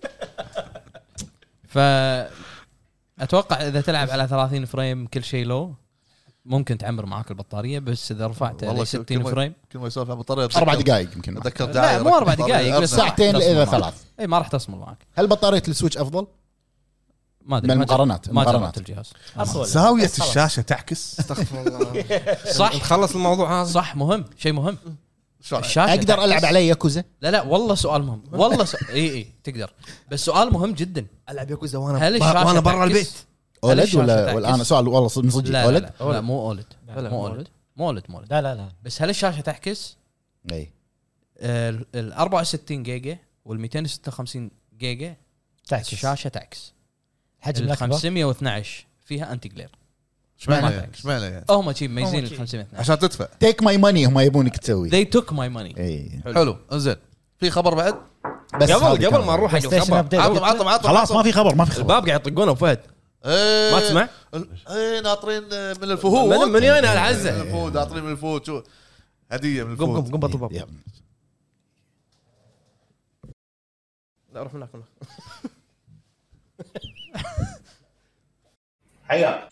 Speaker 4: اتوقع اذا تلعب على 30 فريم كل شيء لو ممكن تعمر معاك البطاريه. بس اذا رفعت ل 60 فريم
Speaker 1: كل ما يسولف عن بطاريه
Speaker 3: 4 دقائق يمكن.
Speaker 1: اتذكر
Speaker 4: لا مو 4 دقائق بس
Speaker 3: ساعتين اذا 3.
Speaker 4: اي ما راح تصمل معك.
Speaker 3: هل بطاريه السويتش افضل؟
Speaker 4: ما ادري.
Speaker 3: مقارنات
Speaker 4: الجهاز.
Speaker 1: زاويه الشاشه تعكس.
Speaker 2: استغفر الله.
Speaker 4: صح
Speaker 2: نخلص الموضوع هذا.
Speaker 4: صح مهم شيء مهم.
Speaker 3: اقدر العب عليه ياكوزا؟
Speaker 4: لا والله سؤال مهم والله اي تقدر. بس سؤال مهم جدا.
Speaker 2: العب ياكوزا وانا برا البيت.
Speaker 3: اولد ولا انا سؤال والله من صدق
Speaker 4: اولد؟ لا مو اولد. مو اولد.
Speaker 5: لا
Speaker 4: بس هل الشاشه تعكس؟
Speaker 3: اي
Speaker 4: ال 64 جيجا وال 256 جيجا
Speaker 5: تعكس.
Speaker 4: الشاشه تعكس.
Speaker 5: حجم
Speaker 4: ال 512 فيها انتي جلير.
Speaker 1: اشمعنى يعني؟
Speaker 4: هم شيء ميزين ال 512
Speaker 1: عشان تدفع.
Speaker 3: تيك ماي ماني هم يبونك تسوي.
Speaker 4: they took my money.
Speaker 1: حلو انزين. في خبر بعد
Speaker 3: بس
Speaker 2: قبل ما نروح حق الخبر.
Speaker 1: عطم
Speaker 3: خلاص ما في خبر
Speaker 2: الباب قاعد يطقونه ابو فهد. ما تسمع؟
Speaker 1: ناطرين من الفهود.
Speaker 2: من هنا العزه.
Speaker 1: من الفهود ناطرين من الفهود. شو هديه من الفهود.
Speaker 2: قم بطل الباب. لا روح هناك.
Speaker 3: حياك.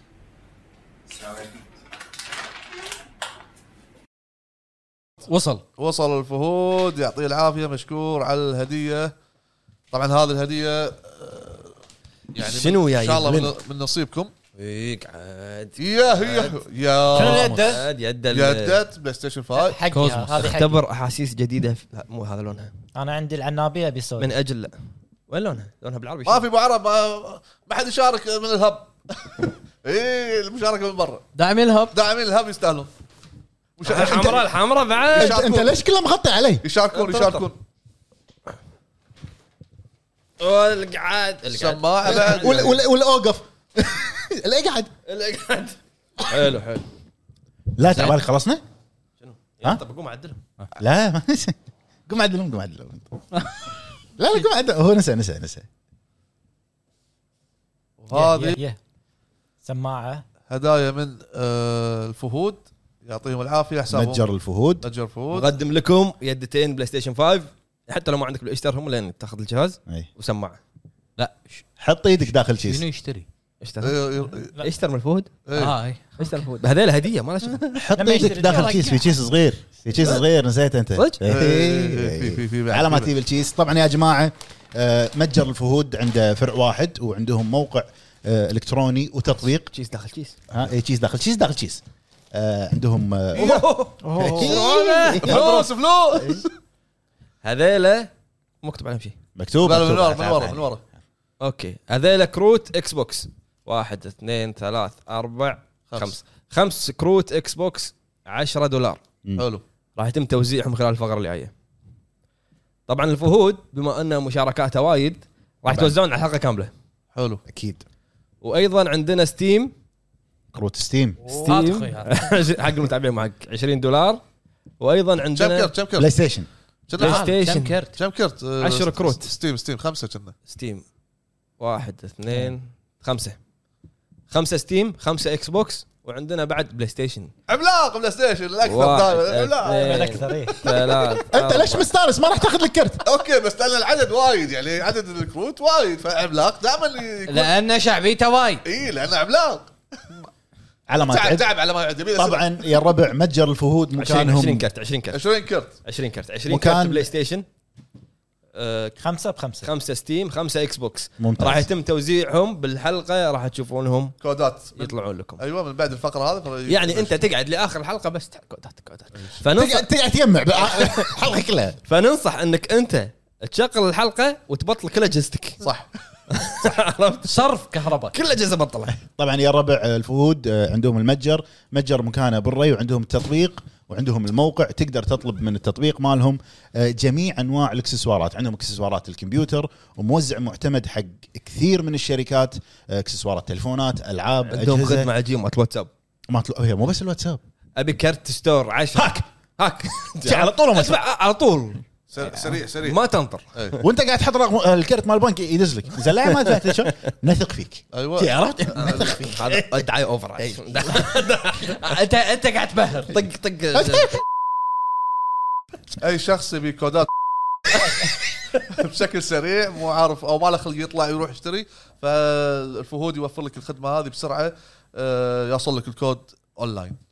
Speaker 1: وصل الفهود يعطيه العافيه مشكور على الهديه. طبعا هذه الهديه يعني
Speaker 2: شنو
Speaker 1: ان شاء الله من نصيبكم.
Speaker 2: قاعد
Speaker 1: يا يدت بلاي ستيشن 5
Speaker 2: هذه اختبر احاسيس جديده. لا مو هذا لونها.
Speaker 5: انا عندي العنابيه بيسود
Speaker 2: من اجل لا. وين لونها بالعربي؟
Speaker 1: ما في ابو عرب ما حد يشارك من الهب. ايه المشاركه من برا.
Speaker 4: داعمين الهب
Speaker 1: يستاهلون.
Speaker 2: الحمراء بعد.
Speaker 3: انت ليش كله مغطي علي؟
Speaker 1: يشاركون
Speaker 2: والقعد
Speaker 1: سماعه بعد
Speaker 3: والاوقف الاقعد
Speaker 2: حلو
Speaker 3: لا تعال خلصنا
Speaker 2: ها طب قوم عدلهم
Speaker 3: لا قوم عدلهم لا قوم عدل هو نسى
Speaker 1: وهذه
Speaker 5: سماعه
Speaker 1: هدايا من الفهود يعطيهم العافيه حسابهم
Speaker 3: متجر الفهود
Speaker 2: نقدم لكم يدتين بلاي ستيشن 5 حتى لو ما عندك اشترهم لين تاخذ الجهاز وسماعه.
Speaker 4: لا
Speaker 3: حط ايدك داخل كيس.
Speaker 4: شنو يشتري؟
Speaker 2: اشتر من الفهود.
Speaker 4: اي
Speaker 2: اشتر الفهود هذول هديه ما له.
Speaker 3: حط ايدك داخل كيس في كيس صغير نسيت انت
Speaker 1: في
Speaker 3: على ما تجيب الكيس. طبعا يا جماعه متجر الفهود عنده فرع واحد وعندهم موقع الكتروني وتطبيق.
Speaker 2: كيس داخل كيس
Speaker 3: كيس داخل كيس عندهم
Speaker 1: فلوس
Speaker 2: هذيله مكتوب عليهم شيء
Speaker 3: مكتوب
Speaker 1: من ورا
Speaker 2: اوكي. هذيله كروت اكس بوكس 1 2 3 4 5 كروت اكس بوكس $10.
Speaker 1: حلو
Speaker 2: راح يتم توزيعهم خلال الفقره اللي جايه. طبعا الفهود بما ان مشاركاتها وايد راح يتوزعون على الحلقه كامله.
Speaker 1: حلو
Speaker 3: اكيد.
Speaker 2: وايضا عندنا ستيم
Speaker 3: كروت ستيم
Speaker 2: حق المتابعين معك $20. وايضا عندنا
Speaker 3: بلاي ستيشن
Speaker 2: كم كرت 10 كروت
Speaker 1: ستيم 5 كنا
Speaker 2: ستيم 1 2 5 ستيم 5 اكس بوكس. وعندنا بعد بلاي ستيشن
Speaker 1: عملاق بلاي ستيشن الاكثر
Speaker 3: انت ليش مستانس ما راح تاخذ لك كرت؟
Speaker 1: اوكي بس لان العدد وايد يعني عدد الكروت وايد فعملاق دائما
Speaker 4: لان شعبيته وايد
Speaker 1: لانه عملاق
Speaker 3: على ما
Speaker 1: تعب على ما يعد.
Speaker 3: طبعا يا الربع متجر الفهود مكانهم
Speaker 2: 20 كرت بلاي ستيشن
Speaker 5: 5
Speaker 2: 5 ستيم 5 اكس بوكس.
Speaker 3: ممتاز.
Speaker 2: راح يتم توزيعهم بالحلقه راح تشوفونهم
Speaker 1: كودات
Speaker 2: يطلعون لكم.
Speaker 1: ايوه من بعد الفقره هذه
Speaker 2: يعني انت تقعد لاخر الحلقه بس كودات
Speaker 3: تقعد تجمع الحلقه كلها.
Speaker 2: فننصح انك انت تشغل الحلقه وتبطل كل اجهزتك
Speaker 1: صح
Speaker 4: صرف كهرباء
Speaker 2: كل اجهزه بطلها.
Speaker 3: طبعا يا ربع الفهود عندهم المتجر مكانه بالري وعندهم التطبيق وعندهم الموقع تقدر تطلب من التطبيق مالهم جميع انواع الاكسسوارات. عندهم اكسسوارات الكمبيوتر وموزع معتمد حق كثير من الشركات اكسسوارات تلفونات العاب
Speaker 2: عندهم خدمه عجيبه مع الواتساب
Speaker 3: هي مو بس الواتساب
Speaker 2: ابي كرت ستور 10
Speaker 3: هاك على طول
Speaker 2: على طول
Speaker 1: سريع
Speaker 2: ما تنطر
Speaker 3: وانت قاعد تحط رقم الكرت مال البنك يدز لك زين لا ما دفعت نثق فيك.
Speaker 1: ايوه
Speaker 3: عرفت نثق فيك.
Speaker 2: هذا ادعي اوفر
Speaker 4: انت قاعد تبهر
Speaker 2: طق
Speaker 1: اي شخص يبي كودات بشكل سريع مو عارف او ما له خلق يطلع يروح يشتري فالفهود يوفر لك الخدمه هذه بسرعه يوصل لك الكود اونلاين.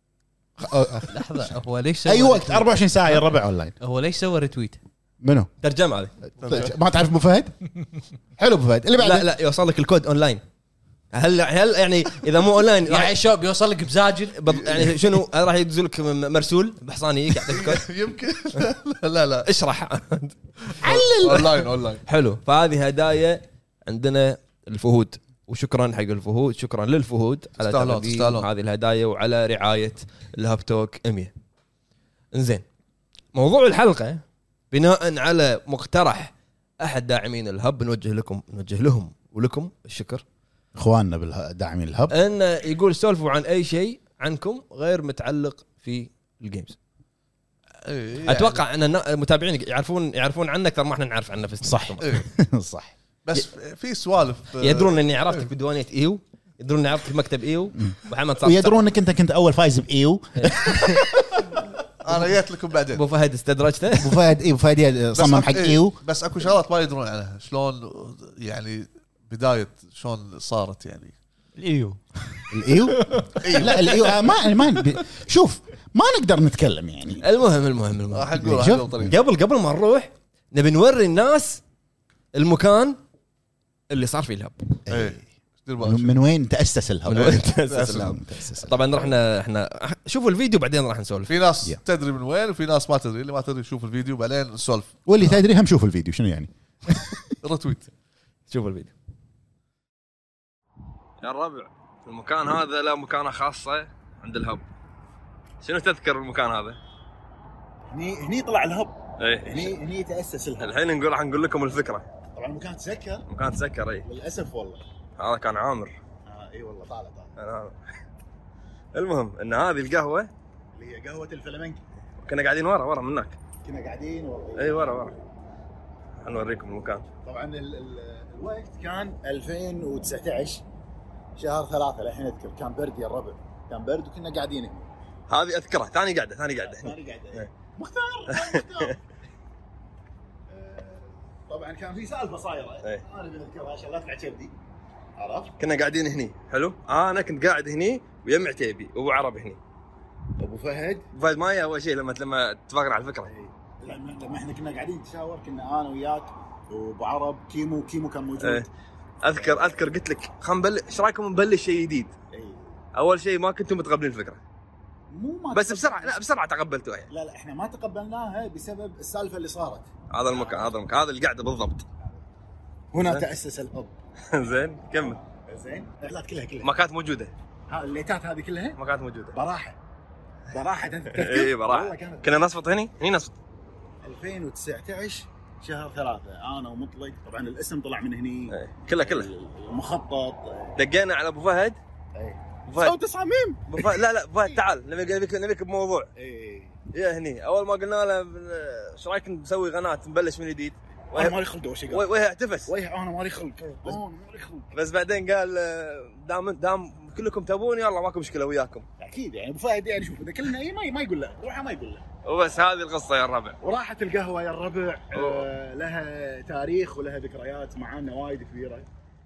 Speaker 4: لحظه هو ليش
Speaker 3: اي وقت 24 ساعه يا الربع اونلاين.
Speaker 4: هو ليش سوى ريتويت؟
Speaker 3: منو
Speaker 2: ترجمه هذه
Speaker 3: ما تعرف ابو فهد؟ حلو ابو فهد اللي بعده.
Speaker 2: لا يوصل لك الكود اونلاين. هل يعني اذا مو اونلاين
Speaker 4: يعني شو بيوصل لك بزاجل
Speaker 2: يعني شنو راح يدز لك مرسول بحصاني يعطيك الكود
Speaker 1: يمكن لا
Speaker 2: اشرح
Speaker 3: علل
Speaker 1: اونلاين
Speaker 2: حلو. فهذه هدايا عندنا الفهود وشكرا حق الفهود شكرا للفهود على تقديم هذه الهدايا وعلى رعايه الهاب توك 100. انزين موضوع الحلقه بناء على مقترح احد داعمين الهب نوجه لهم ولكم الشكر
Speaker 3: اخواننا بالداعمين الهب
Speaker 2: ان يقول سولفوا عن اي شيء عنكم غير متعلق في الجيمز. يعني اتوقع ان المتابعين يعرفون عنك اكثر ما احنا نعرف عن نفسنا.
Speaker 3: صح صح
Speaker 1: بس في سوالف
Speaker 2: يدرون اني عرفتك بديوانيه ايو يدرون اني عرفتك بمكتب ايو محمد صح
Speaker 3: ويدرون انك انت كنت اول فايز بايو.
Speaker 1: انا جيت لكم بعدين.
Speaker 2: ابو فهد استدرجته
Speaker 3: ابو فهد صمم حق ايو
Speaker 1: بس اكو شغلات ما يدرون عنها شلون يعني بدايه شلون صارت يعني
Speaker 5: الايو
Speaker 3: لا الايو ما شوف ما نقدر نتكلم يعني.
Speaker 2: المهم
Speaker 1: راح اقول
Speaker 2: قبل ما نروح نبي نوري الناس المكان اللي صار فيه الهب.
Speaker 3: من وين تأسس الهب؟
Speaker 2: طبعا احنا شوفوا الفيديو بعدين راح نسولف.
Speaker 1: في ناس تدري من وين وفي ناس ما تدري. اللي ما تدري شوف الفيديو بعدين نسولف.
Speaker 3: واللي تدري هم شوف الفيديو شنو يعني.
Speaker 1: رتويت
Speaker 2: شوف الفيديو يا الربع. المكان هذا له مكانه خاصه عند الهب. شنو تذكر المكان هذا؟
Speaker 3: هني طلع الهب.
Speaker 2: ايه
Speaker 3: هني تأسس الهب.
Speaker 2: الحين راح نقول لكم الفكره.
Speaker 3: طبعا المكان تسكر.
Speaker 2: مكان تسكر اي
Speaker 3: للاسف والله.
Speaker 2: هذا كان عامر.
Speaker 3: اي والله طالع.
Speaker 2: المهم ان هذه القهوه
Speaker 3: اللي هي قهوه الفلامنكو.
Speaker 2: كنا قاعدين ورا منك.
Speaker 3: كنا قاعدين والله.
Speaker 2: اي ورا حنوريكم المكان.
Speaker 3: طبعا الوقت كان 2019 شهر 3 الحين اذكر. كان برد يا الربع. كان برد وكنا قاعدين هنا.
Speaker 2: هذه اذكرها ثاني قاعده
Speaker 3: مختار. طبعا كان في سالفه صايره انا بذكرها عشان لا تطلع كبدي. عرفت؟
Speaker 2: كنا قاعدين هني حلو. انا كنت قاعد هني ويم عتيبي وابو عرب هني.
Speaker 3: ابو فهد
Speaker 2: ما هي اول شيء لما اتفقنا على الفكره.
Speaker 3: لما احنا كنا قاعدين نتشاور كنا انا وياك وابو عرب كيمو كان موجود.
Speaker 2: اذكر قلت لك خلينا نبلش. ايش رايكم نبلش شيء جديد؟ اول شيء ما كنتم متقبلين الفكره. بس بسرعه تقبلتوها يعني.
Speaker 3: لا احنا ما تقبلناها بسبب السالفه اللي صارت.
Speaker 2: هذا المكان هذا القعده بالضبط.
Speaker 3: هنا تاسس الاب.
Speaker 2: زين كمل.
Speaker 3: زين الاحلات كلها
Speaker 2: ما كانت موجوده.
Speaker 3: الليتات هذه كلها
Speaker 2: ما كانت موجوده.
Speaker 3: براحه
Speaker 2: اي براحه. كنا نصفط هني
Speaker 3: 2019 شهر 3 انا ومطلق. طبعا الاسم طلع من هني
Speaker 2: كله
Speaker 3: المخطط.
Speaker 2: دقينا على ابو فهد.
Speaker 3: صوت تصاميم.
Speaker 2: لا فهد تعال نبيك بموضوع. يا هني اول ما قلنا له ايش رايك نسوي قناه نبلش من جديد.
Speaker 3: انا مالي خلق اول شيء قال.
Speaker 2: وهي اعتفس.
Speaker 3: انا مالي خلق.
Speaker 2: بس بعدين قال دام كلكم تبون يلا ماكو مشكله وياكم.
Speaker 3: اكيد يعني ابو فهد يعني شوف اذا كلنا ما يقول لا روحه ما يقول لا.
Speaker 2: وبس هذه القصه يا الربع.
Speaker 3: وراحت القهوه يا الربع. لها تاريخ ولها ذكريات معانا وايد كبيره.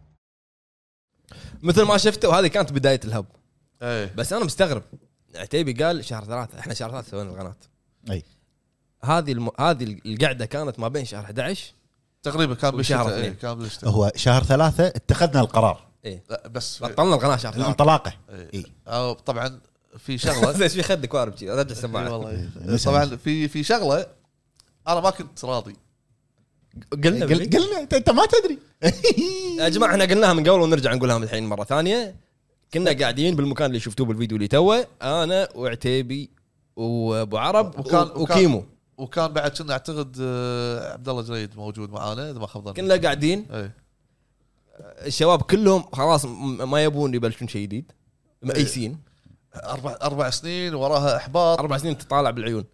Speaker 2: مثل ما شفتوا هذه كانت بدايه الهب.
Speaker 1: بس
Speaker 2: انا مستغرب. عتيبي قال شهر 3. احنا شهر 3 سوينا القناه. هذه القعده كانت ما بين شهر 11
Speaker 1: تقريبا. كان بالشهر
Speaker 3: هو شهر 3 اتخذنا القرار.
Speaker 1: لا بس
Speaker 2: بطلنا القناه شهر 3
Speaker 3: الانطلاقه.
Speaker 1: طبعا في شغله
Speaker 2: زين في خدك وارب شي رجع السماعه.
Speaker 1: والله طبعا في شغله انا ما كنت راضي.
Speaker 3: قلنا انت ما تدري.
Speaker 2: يا جماعه احنا قلناها من قبل ونرجع نقولها من الحين مره ثانيه. كنا قاعدين بالمكان اللي شفتوه بالفيديو اللي توه انا وعتيبي وابو عرب وكيمو.
Speaker 1: وكان بعد كنا اعتقد عبد الله جريد موجود معانا اذا ما خاب ظني.
Speaker 2: كنا قاعدين الشباب كلهم خلاص ما يبون يبلشون شيء جديد مقيسين.
Speaker 1: 4 سنين وراها احباط.
Speaker 2: 4 سنين تطالع بالعيون.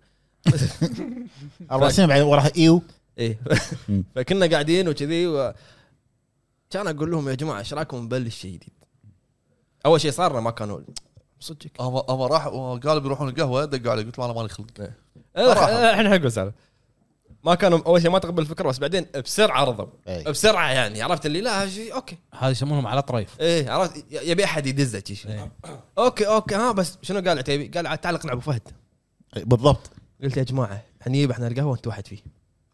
Speaker 3: 4 سنين بعد وراها
Speaker 2: ايه فكنا قاعدين وكذي كان اقول لهم يا جماعه ايش رايكم نبلش شيء جديد. اول شيء صار ما كانوا صدق.
Speaker 1: اما راح وقالوا بيروحون القهوه دقوا علي قلت له انا مالي خلق.
Speaker 2: احنا حقوا سالفه ما كانوا اول شيء ما تقبل الفكره بس بعدين بسرعه رضوا. بسرعه يعني عرفت اللي لا شيء اوكي
Speaker 4: هذا يسمونهم على طريف.
Speaker 2: عرفت يبي احد يدزه شيء. اوكي بس شنو قال عتيبي؟ قال تعال اقنع ابو فهد.
Speaker 3: بالضبط.
Speaker 2: قلت يا جماعه احنا القهوه انت واحد فيه.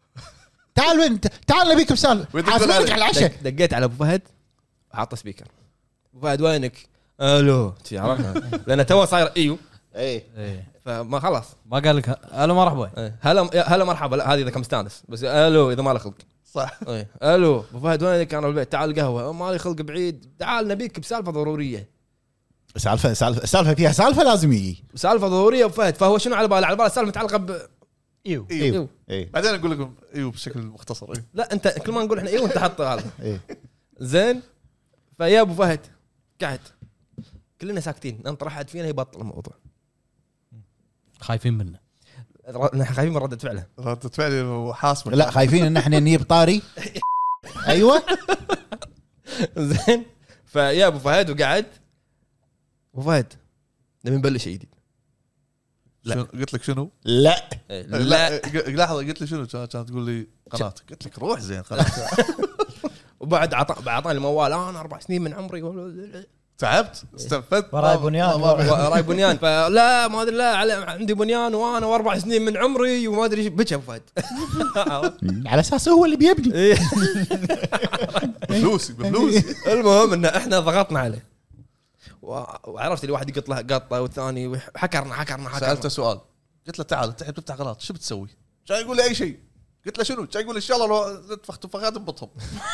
Speaker 3: تعال نبيك بسالفه حاسبك على العشاء.
Speaker 2: دقيت على ابو فهد حاط سبيكر. ابو فهد وينك؟ الو عرفت لان تو صاير فما خلاص
Speaker 4: ما قال لك الو مرحبا.
Speaker 2: هلا مرحبا. لا هذه اذا كان مستانس بس الو اذا ما له خلق.
Speaker 1: صح.
Speaker 2: الو ابو فهد وينك؟ انا بالبيت. تعال القهوه. ما لي خلق بعيد. تعال نبيك بسالفه ضروريه.
Speaker 3: سالفه فيها سالفه لازم يجي
Speaker 2: سالفه ضروريه ابو فهد. فهو شنو على باله السالفه متعلقه ب
Speaker 1: ايوه بعدين اقول لكم بشكل مختصر.
Speaker 2: لا انت كل ما نقول احنا انت حط هذا زين. فيا ابو فهد قاعد كلنا ساكتين ننطر احد فينا يبطل الموضوع.
Speaker 4: خايفين منه.
Speaker 2: نحن خايفين من ردة فعله.
Speaker 1: ردة فعله وحاسمه.
Speaker 3: لا خايفين ان احنا نجيب طاري. ايوه
Speaker 2: زين. فيا ابو فهد وقعد ابو فهد نبي نبلش شيء جديد.
Speaker 1: لا قلت لك شنو؟
Speaker 3: لا
Speaker 1: لحظه قلت لي شنو كانت تقول لي قناه. قلت لك روح زين قناه.
Speaker 2: وبعد اعطاني الموال انا 4 سنين من عمري
Speaker 1: تعبت استنفدت
Speaker 5: وراي
Speaker 2: بنيان فلا ما ادري لا عندي بنيان وانا 4 سنين من عمري وما ادري بكى فهد.
Speaker 3: على اساس هو اللي بيبني
Speaker 1: بفلوس.
Speaker 2: المهم ان احنا ضغطنا عليه وعرفت اللي واحد يقط له قطه والثاني حكرنا.
Speaker 1: سالته سؤال قلت له تعال انت تفتح قناه شو بتسوي؟ كان يقول لي اي شيء. قلت له شنو؟ كان يقول ان شاء الله لو نتفخ تفخات نبطهم.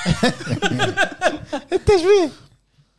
Speaker 3: التشبيه.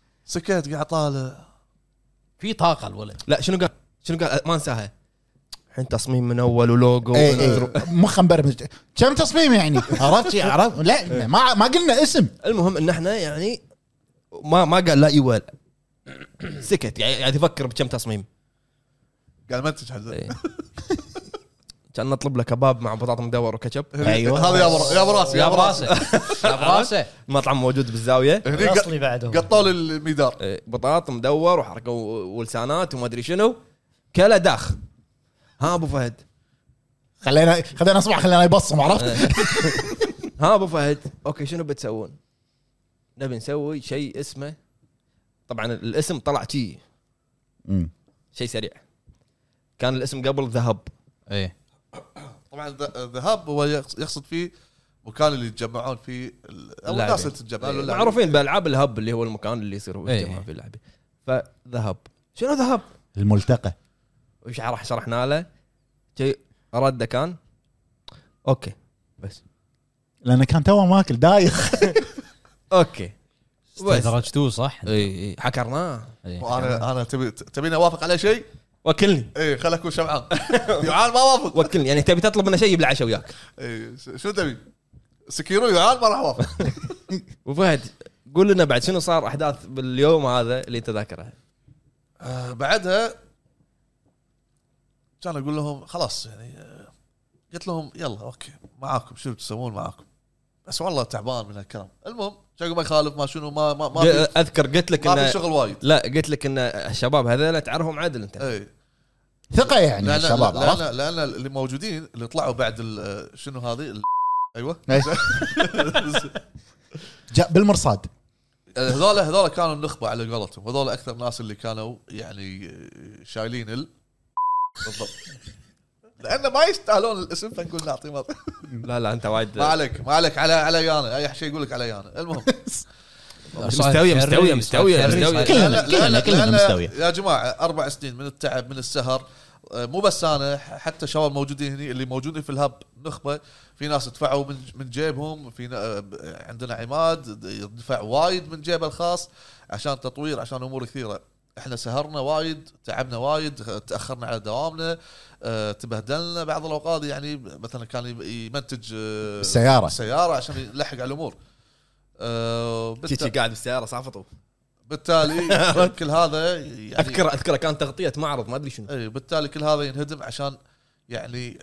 Speaker 1: سكت قاعد طالع
Speaker 4: في طاقه الولد.
Speaker 2: لا شنو قال ما انساها. الحين تصميم من اول ولوجو
Speaker 3: مخ مبرمج كم تصميم يعني عرفت لا ما قلنا اسم.
Speaker 2: المهم ان احنا يعني ما قال لا ايوه سكت يعني يفكر بكم تصميم
Speaker 1: قال منتج حزين
Speaker 2: كان نطلب له كباب مع بطاطا مدور وكاتشب.
Speaker 3: ايوه
Speaker 1: هذا يا براسي
Speaker 2: المطعم موجود بالزاويه
Speaker 5: اصلي بعده
Speaker 1: قطوا لي الميدار
Speaker 2: بطاطا مدور وحركوا ولسانات وما ادري شنو كلا داخ. ها ابو فهد
Speaker 3: خلينا اسمع خلينا يبصم عرفت.
Speaker 2: ها ابو فهد اوكي شنو بتسوون؟ نبي نسوي شيء اسمه طبعا الاسم طلع شيء سريع. كان الاسم قبل ذهب
Speaker 4: ايه
Speaker 1: طبعا ذهب هو يقصد فيه مكان اللي يتجمعون فيه او الناس اللي تتجمعون
Speaker 2: معروفين بالالعاب الهب اللي هو المكان اللي يصيروا يتجمعون فيه اللعبه. فذهب شنو ذهب
Speaker 3: الملتقى
Speaker 2: وش شرحنا له شيء رده كان اوكي بس
Speaker 3: لانه كان تو ماكل دايخ.
Speaker 2: اوكي
Speaker 4: درجتوه صح
Speaker 2: اي حكرناه.
Speaker 1: انا تبيني اوافق على شيء
Speaker 2: وكلني
Speaker 1: اي خلك اكون شبعان يعال ما وافق
Speaker 2: وكلني يعني تبي تطلب منه شيء بالعشاء وياك
Speaker 1: اي شو تبي سكيرو يعال ما راح اوافق.
Speaker 2: وفهد قول لنا بعد شنو صار احداث باليوم هذا اللي انت ذاكرها.
Speaker 1: بعدها كان اقول لهم خلاص يعني قلت لهم يلا اوكي معاكم شو تسوون معاكم بس والله تعبان من هالكلام. المهم شايف ما يخالف ما شنو ما
Speaker 2: اذكر قلت لك
Speaker 1: ما في شغل وايد.
Speaker 2: لا قلت لك ان الشباب هذول تعرفهم عدل انت
Speaker 1: اي
Speaker 3: ثقه يعني الشباب
Speaker 1: لان اللي موجودين اللي طلعوا بعد شنو هذه ايوه
Speaker 3: جاء بالمرصاد
Speaker 1: هذول كانوا النخبه على قولتهم. هذول اكثر ناس اللي كانوا يعني شايلين بالضبط لأنه ما يستاهلون الاسم فنقول نعطيه
Speaker 2: لا انت وايد
Speaker 1: ما عليك على يانا اي شيء يقول لك على يانا. المهم
Speaker 2: مستويه
Speaker 3: كلنا مستويه
Speaker 1: يا جماعه 4 سنين من التعب من السهر. مو بس انا حتى شباب موجودين هنا اللي موجودين في الهب نخبه. في ناس دفعوا من جيبهم في عندنا عماد دفع وايد من جيبه الخاص عشان تطوير عشان امور كثيره. احنا سهرنا وايد تعبنا وايد تاخرنا على دوامنا تبهدلنا بعض الاوقات يعني مثلا كان يمنتج السياره عشان يلحق على الامور.
Speaker 2: تيجي قاعد بالسياره صافطه
Speaker 1: بالتالي كل هذا يعني
Speaker 2: اذكر كان تغطيه معرض ما ادري شنو.
Speaker 1: اي بالتالي كل هذا ينهدم عشان يعني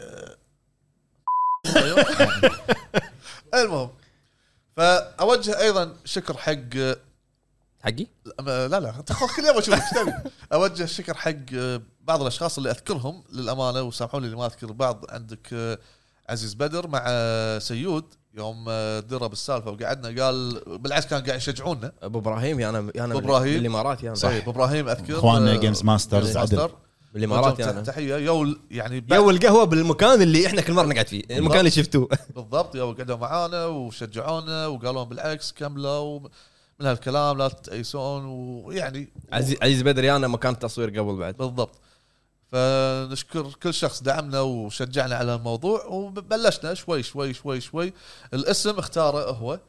Speaker 1: المهم فاوجه ايضا شكر
Speaker 2: حقي
Speaker 1: لا كل يوم اشوف ايش تبي. اوجه الشكر حق بعض الاشخاص اللي اذكرهم للامانه وسامحوني اللي ما اذكر بعض. عندك عزيز بدر مع سيود يوم درب السالفه وقعدنا قال بالعكس كان قاعد يشجعونا.
Speaker 2: ابو ابراهيم انا
Speaker 1: ابو ابراهيم
Speaker 2: بالامارات يعني
Speaker 1: صحيح ابو ابراهيم اذكر
Speaker 3: اخواننا جيمز ماستر
Speaker 2: بالامارات يعني
Speaker 1: تحيه يعني
Speaker 2: يو القهوه بالمكان اللي احنا كل مره نقعد فيه المكان اللي شفتوه
Speaker 1: بالضبط. يو قعدوا معانا وشجعونا وقالوا بالعكس كملوا من هالكلام لا تأيسون. ويعني
Speaker 2: عزيز بدري انا مكان التصوير قبل بعد
Speaker 1: بالضبط. فنشكر كل شخص دعمنا وشجعنا على الموضوع وبلشنا شوي. الاسم اختاره هو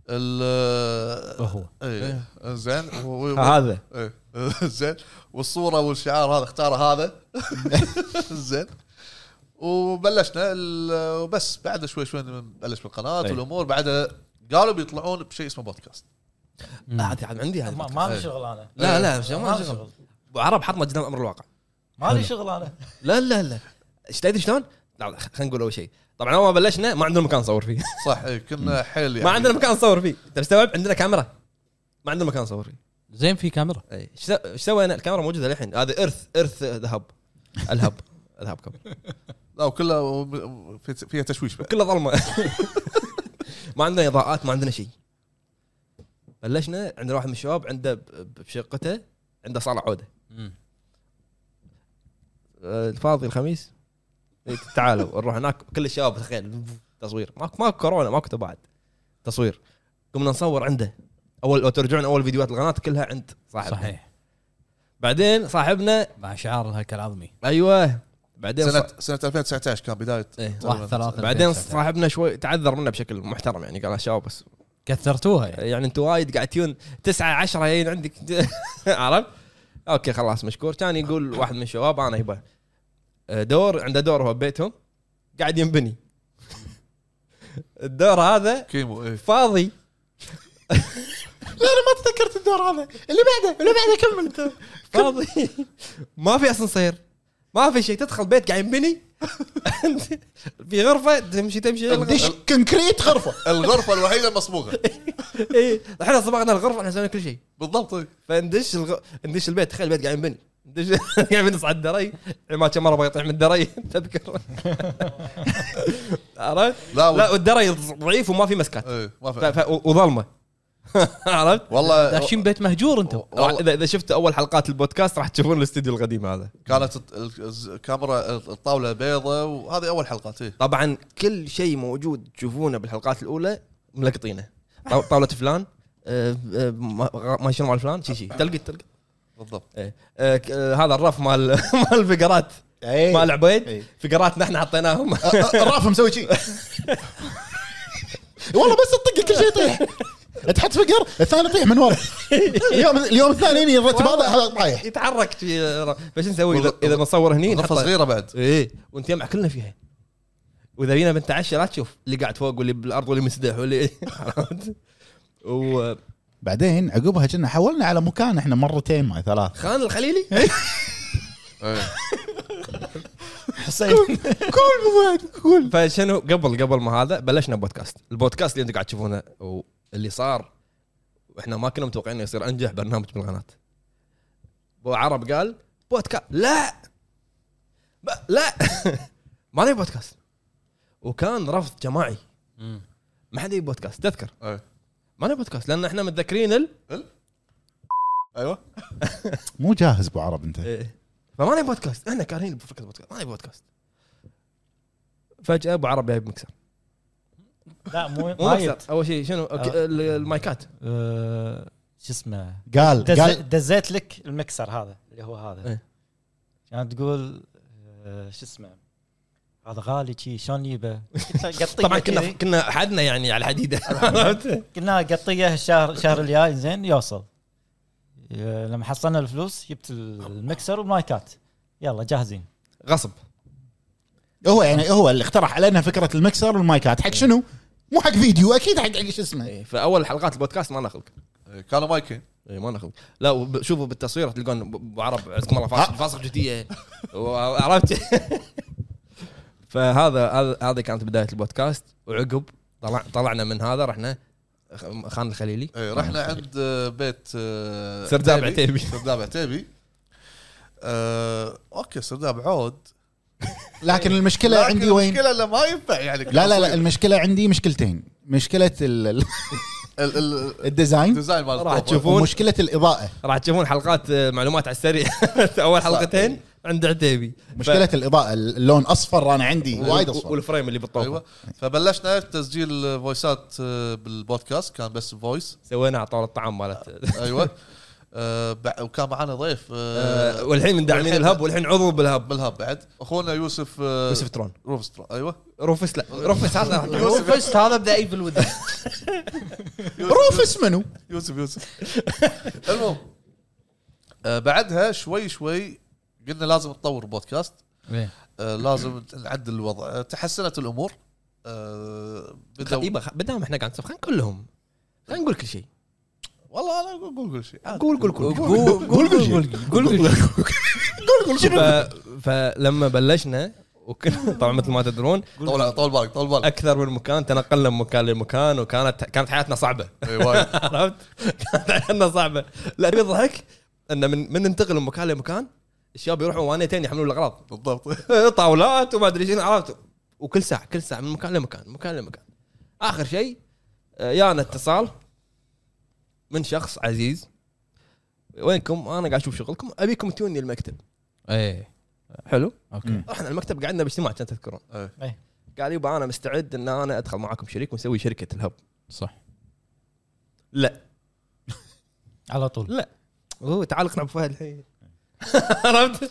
Speaker 1: ايه زين
Speaker 2: هذا
Speaker 1: زين والصوره والشعار هذا اختاره هذا زين وبلشنا وبس. بعد شوي نبلش بالقناه والامور. بعد قالوا بيطلعون بشيء اسمه بودكاست.
Speaker 2: هذه عندي هذا
Speaker 5: ما لي شغل انا.
Speaker 2: لا ما لي شغل. عرب حطنا قدام امر الواقع
Speaker 5: ما لي شغل انا.
Speaker 2: لا ايش تدري شلون؟ لا خلينا نقول اول شيء طبعا اول ما بلشنا ما عندنا مكان نصور فيه.
Speaker 1: صح كنا حيل يعني
Speaker 2: ما عندنا مكان نصور فيه. تستوعب عندنا كاميرا ما عندنا مكان نصور فيه.
Speaker 4: زين في كاميرا
Speaker 2: ايش سوينا؟ الكاميرا موجوده الحين. هذه ارث ذهب الهب كم
Speaker 1: لا وكلها فيها تشويش
Speaker 2: كلها ظلمه. ما عندنا اضاءات ما عندنا شيء. بلشنا عندنا واحد من الشباب عنده بشقته عنده صالة عودة الفاضي الخميس تعالوا نروح هناك كل الشباب تخيل تصوير ماكو كورونا ماكو تبعد تصوير قمنا نصور عنده اول ترجعون اول فيديوهات القناة كلها عند صاحبنا.
Speaker 4: صحيح.
Speaker 2: بعدين صاحبنا
Speaker 4: مع شعار الهيكل العظمي
Speaker 2: ايوه بعدين
Speaker 1: سنة 2019 كان بداية
Speaker 4: 1/3.
Speaker 2: بعدين صاحبنا شوي تعذر منه بشكل محترم يعني قال الشباب بس
Speaker 4: كثرتوها
Speaker 2: يعني انتوا وايد قاعد تيون 9-10 جايين عندك عرفت. اوكي خلاص مشكور. كان يقول واحد من الشباب انا يبا دور عنده دور هو ببيتهم قاعد ينبني. الدور هذا
Speaker 1: كيمو
Speaker 2: فاضي.
Speaker 3: لا انا ما تذكرت الدور هذا. اللي بعده كمل انت.
Speaker 2: فاضي ما في اسانسير ما في شيء. تدخل بيت قاعد ينبني في غرفه تمشي
Speaker 3: دش كونكريت غرفه.
Speaker 1: الغرفه الوحيده المصبوغه.
Speaker 2: ايه احنا صبغنا الغرفه احنا سوينا كل شيء
Speaker 1: بالضبط.
Speaker 2: فندش ندش البيت. تخيل البيت قاعد ينبني ندش قاعد نصعد الدري ما كم مره بيطيح من الدري تذكر. عرفت لا والدري ضعيف وما في مسكات وظلمه. عرفت
Speaker 4: والله داشين بيت مهجور انتم.
Speaker 2: اذا شفت اول حلقات البودكاست راح تشوفون الاستوديو القديم هذا.
Speaker 1: كانت الكاميرا الطاوله بيضة وهذه اول حلقات.
Speaker 2: طبعا كل شيء موجود تشوفونه بالحلقات الاولى ملقطينه. طاوله فلان ما شنو مال فلان شيء تلقى
Speaker 1: بالضبط.
Speaker 2: هذا الرف مال الفقرات مال عبيد فقراتنا احنا حطيناهم.
Speaker 3: الرف مسوي شيء والله بس تطق كل شيء يطيح. تحط فقر الثاني يطيح من ورا. اليوم الثاني الرتب هذا طايح
Speaker 2: يتحرك. بس نسوي اذا نصور هني
Speaker 1: غرفه صغيره بعد
Speaker 2: وانت يمع كلنا فيها. واذا جينا بنتعشى لا تشوف اللي قاعد فوق واللي بالارض واللي مسدح واللي
Speaker 3: بعدين عقبها كنا حولنا على مكان احنا مرتين ما ثلاث.
Speaker 2: خان الخليلي.
Speaker 3: حسين كول.
Speaker 2: فشنو قبل ما هذا بلشنا بودكاست. البودكاست اللي انتم قاعد تشوفونه واللي صار واحنا ما كنا متوقعين انه يصير انجح برنامج بالقناه. ابو عرب قال بودكاست لا ما نبي بودكاست. وكان رفض جماعي. ما حد يبي بودكاست. تذكر ما نبي بودكاست لان احنا متذكرين
Speaker 1: ايوه
Speaker 3: مو جاهز ابو عرب انت.
Speaker 2: فما نبي بودكاست. احنا كارهين بفكره بودكاست ما نبي بودكاست. فجاه ابو عرب جايب مكسر.
Speaker 5: لا مو
Speaker 2: مكسر. اول شيء شنو المايكات
Speaker 5: شو اسمه
Speaker 3: قال
Speaker 5: دزيت لك المكسر هذا اللي هو هذا. كان تقول شو اسمه هذا غالي شيء شلون يبه.
Speaker 2: طبعا كنا حدنا يعني على الحديده.
Speaker 5: كنا قطيه الشهر الجاي زين يوصل. لما حصلنا الفلوس جبت المكسر والمايكات يلا جاهزين
Speaker 3: غصب. هو يعني هو اللي اقترح علينا فكره المكسر والمايكات. حق شنو؟ مو حق فيديو اكيد حق شو اسمه.
Speaker 2: فاول حلقات البودكاست ما نخلق
Speaker 1: كانوا مايكين
Speaker 2: ما نخلق. لا شوفوا بالتصوير تلقون ابو عرب عزكم الله فاصل جديه. عرفت. فهذا كانت بدايه البودكاست. وعقب طلعنا من هذا رحنا خان الخليلي.
Speaker 1: رحنا عند بيت
Speaker 2: سرداب
Speaker 1: عتيبي. اوكي سرداب عود.
Speaker 3: لكن المشكله عندي وين؟
Speaker 1: المشكله لا ما ينفع يعني.
Speaker 3: لا المشكله عندي مشكلتين. مشكله الديزاين
Speaker 2: راح تشوفون.
Speaker 3: ومشكله الاضاءه
Speaker 2: راح تشوفون حلقات معلومات على السريع. اول حلقتين عند عتيبي
Speaker 3: مشكله الاضاءه. اللون اصفر انا عندي وايد اصفر.
Speaker 2: والفريم اللي بالطوفه.
Speaker 1: ايوه. فبلشنا تسجيل فويسات بالبودكاست. كان بس فويس
Speaker 2: سوينا على طاوله الطعام مالت.
Speaker 1: ايوه. وكان معنا ضيف
Speaker 2: والحين من داعمين الهب والحين عضو بالهب
Speaker 1: بعد اخونا يوسف
Speaker 2: ترون.
Speaker 1: ايوه
Speaker 2: روفس. لا روفس هذا
Speaker 4: روفس هذا بدا اي بالودن.
Speaker 3: روفس منو؟
Speaker 1: يوسف. المهم بعدها شوي قلنا لازم نطور بودكاست. لازم نعدل الوضع. تحسنت الامور.
Speaker 2: بدأنا احنا قاعد نسولف خلينا كلهم خلينا نقول كل شيء.
Speaker 1: والله انا اقول كل شيء.
Speaker 2: قول فلما بلشنا وكنا طبعا مثل ما تدرون
Speaker 1: طول بالك
Speaker 2: اكثر من مكان تنقلنا من مكان لمكان وكانت حياتنا صعبه. عرفت كانت حياتنا صعبه. لا يضحك ان من ننتقل من مكان لمكان الشباب يروحوا وانيتين يحملون الاغراض
Speaker 1: بالضبط.
Speaker 2: طاولات وما ادري شنو. عرفت. وكل ساعه من مكان لمكان اخر شيء يانا اتصال من شخص عزيز. وينكم؟ انا قاعد اشوف شغلكم ابيكم توني المكتب. حلو.
Speaker 4: اوكي.
Speaker 2: احنا المكتب قعدنا باجتماع كان تذكرون. قال يبا انا مستعد ان انا ادخل معاكم شريك ونسوي شركه الهب.
Speaker 4: صح.
Speaker 2: لا
Speaker 5: على طول
Speaker 2: لا. تعال اقنع ابو فهد الحين. عرفت.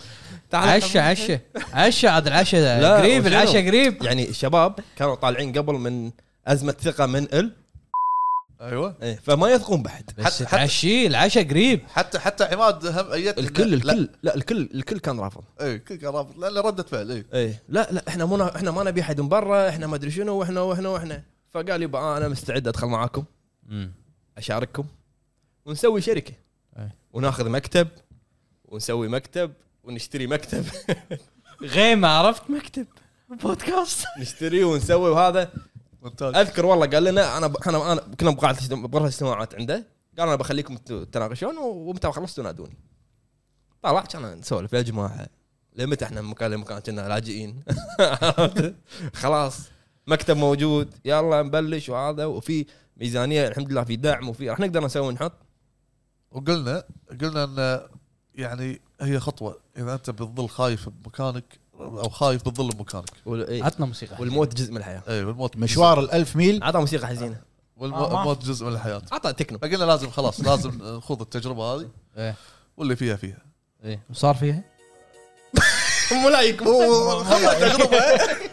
Speaker 4: عشاء هذا العشاء قريب. العشاء قريب.
Speaker 2: يعني الشباب كانوا طالعين قبل من ازمه ثقه من
Speaker 1: ايوه
Speaker 2: إيه فما يثقون بعد.
Speaker 4: بس تعشي العشاء قريب.
Speaker 1: حتى عماد هم ايت
Speaker 2: الكل كان رافض.
Speaker 1: اي الكل كان رافض لان رده فعل.
Speaker 2: اي لا احنا ما نبي احد من برا، احنا ما ادري شنو واحنا فقال يبقى انا مستعد ادخل معاكم اشارككم ونسوي شركه وناخذ مكتب ونسوي مكتب ونشتري مكتب
Speaker 4: غير ما عرفت مكتب بودكاست
Speaker 2: نشتري ونسوي. وهذا اذكر والله قال لنا انا كنا بغرفه الاجتماعات عنده، قال انا بخليكم تناقشون ومتى خلصتوا نادوني. طلع كان نسولف يا جماعه لمتى احنا من مكان لمكان كنا لاجئين خلاص مكتب موجود يلا نبلش وهذا وفي ميزانيه الحمد لله في دعم وفي راح نقدر نسوي نحط.
Speaker 1: وقلنا ان يعني هي خطوه اذا انت بالظل خايف بمكانك او خايف بالظل بمكانك.
Speaker 4: عطنا موسيقى
Speaker 2: والموت جزء من الحياه.
Speaker 1: اي والموت
Speaker 3: مشوار ال1000 ميل
Speaker 2: عطى موسيقى حزينه.
Speaker 1: والموت جزء من الحياه.
Speaker 2: عطى تكنو.
Speaker 1: فقلنا لازم خلاص لازم نخوض التجربه هذه. واللي فيها
Speaker 4: ايه وصار فيها
Speaker 2: ملايك
Speaker 1: تجربه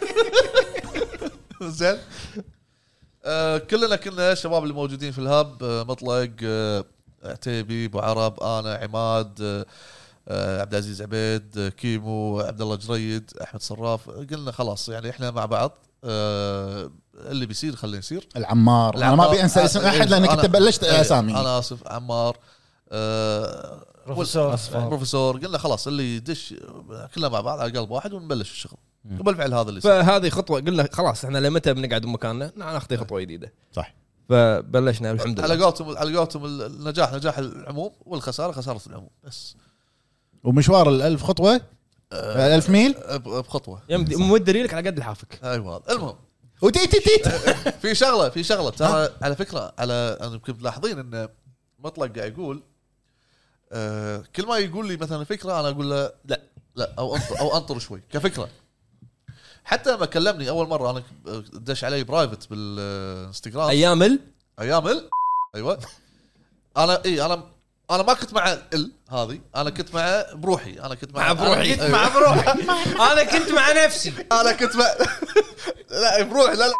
Speaker 1: زين. كلنا كنا الشباب اللي موجودين في الهاب، مطلق، عتيبي، ابو عرب، انا، عماد، عبد العزيز عبيد، كيمو، عبد الله جريد، احمد صراف. قلنا خلاص يعني احنا مع بعض، اللي بيصير خلينا يصير.
Speaker 3: العمار انا ما ابي انسى اسم احد لانك انت بلشت اسامي.
Speaker 1: انا اسف. عمار، بروفيسور. قلنا خلاص اللي يدش كلنا مع بعض على قلب واحد ونبلش الشغل. وبالفعل هذا اللي صار.
Speaker 2: فهذه خطوه قلنا خلاص احنا لمتى بنقعد بمكاننا ناخذ خطوه جديده.
Speaker 3: صح.
Speaker 2: فبلشنا الحمد لله.
Speaker 1: على قولتهم النجاح نجاح العموم والخساره خساره العموم بس.
Speaker 3: ومشوار ال1000 خطوه 1000 ميل
Speaker 1: بخطوه
Speaker 2: مودري لك على قد لحافك.
Speaker 1: ايوه. المهم
Speaker 3: وتيت
Speaker 1: في شغله ترى على فكره انا كنت ملاحظين ان مطلق قاعد يقول كل ما يقول لي مثلا فكره انا اقول له لا او انطر شوي كفكره. حتى لما كلمني اول مره انا دش علي برايفت بالانستغرام
Speaker 2: ايام
Speaker 1: ايوه انا ما كنت مع هذه، انا كنت مع بروحي. انا كنت مع
Speaker 4: بروحي انا كنت مع نفسي.
Speaker 1: انا كنت مع لا بروحي لا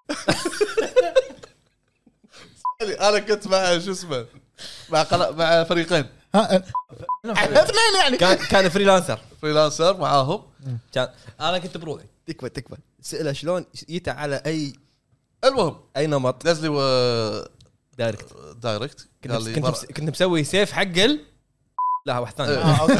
Speaker 1: انا كنت مع شو اسمه مع فريقين
Speaker 3: اثنين يعني
Speaker 2: كان فريلانسر
Speaker 1: معاهم.
Speaker 2: كان انا كنت بروحي تكفى سأله شلون يتا على اي
Speaker 1: المهم
Speaker 2: اي نمط
Speaker 1: نزلي دايركت
Speaker 2: كنت مسوي سيف حق لا واحد ثاني.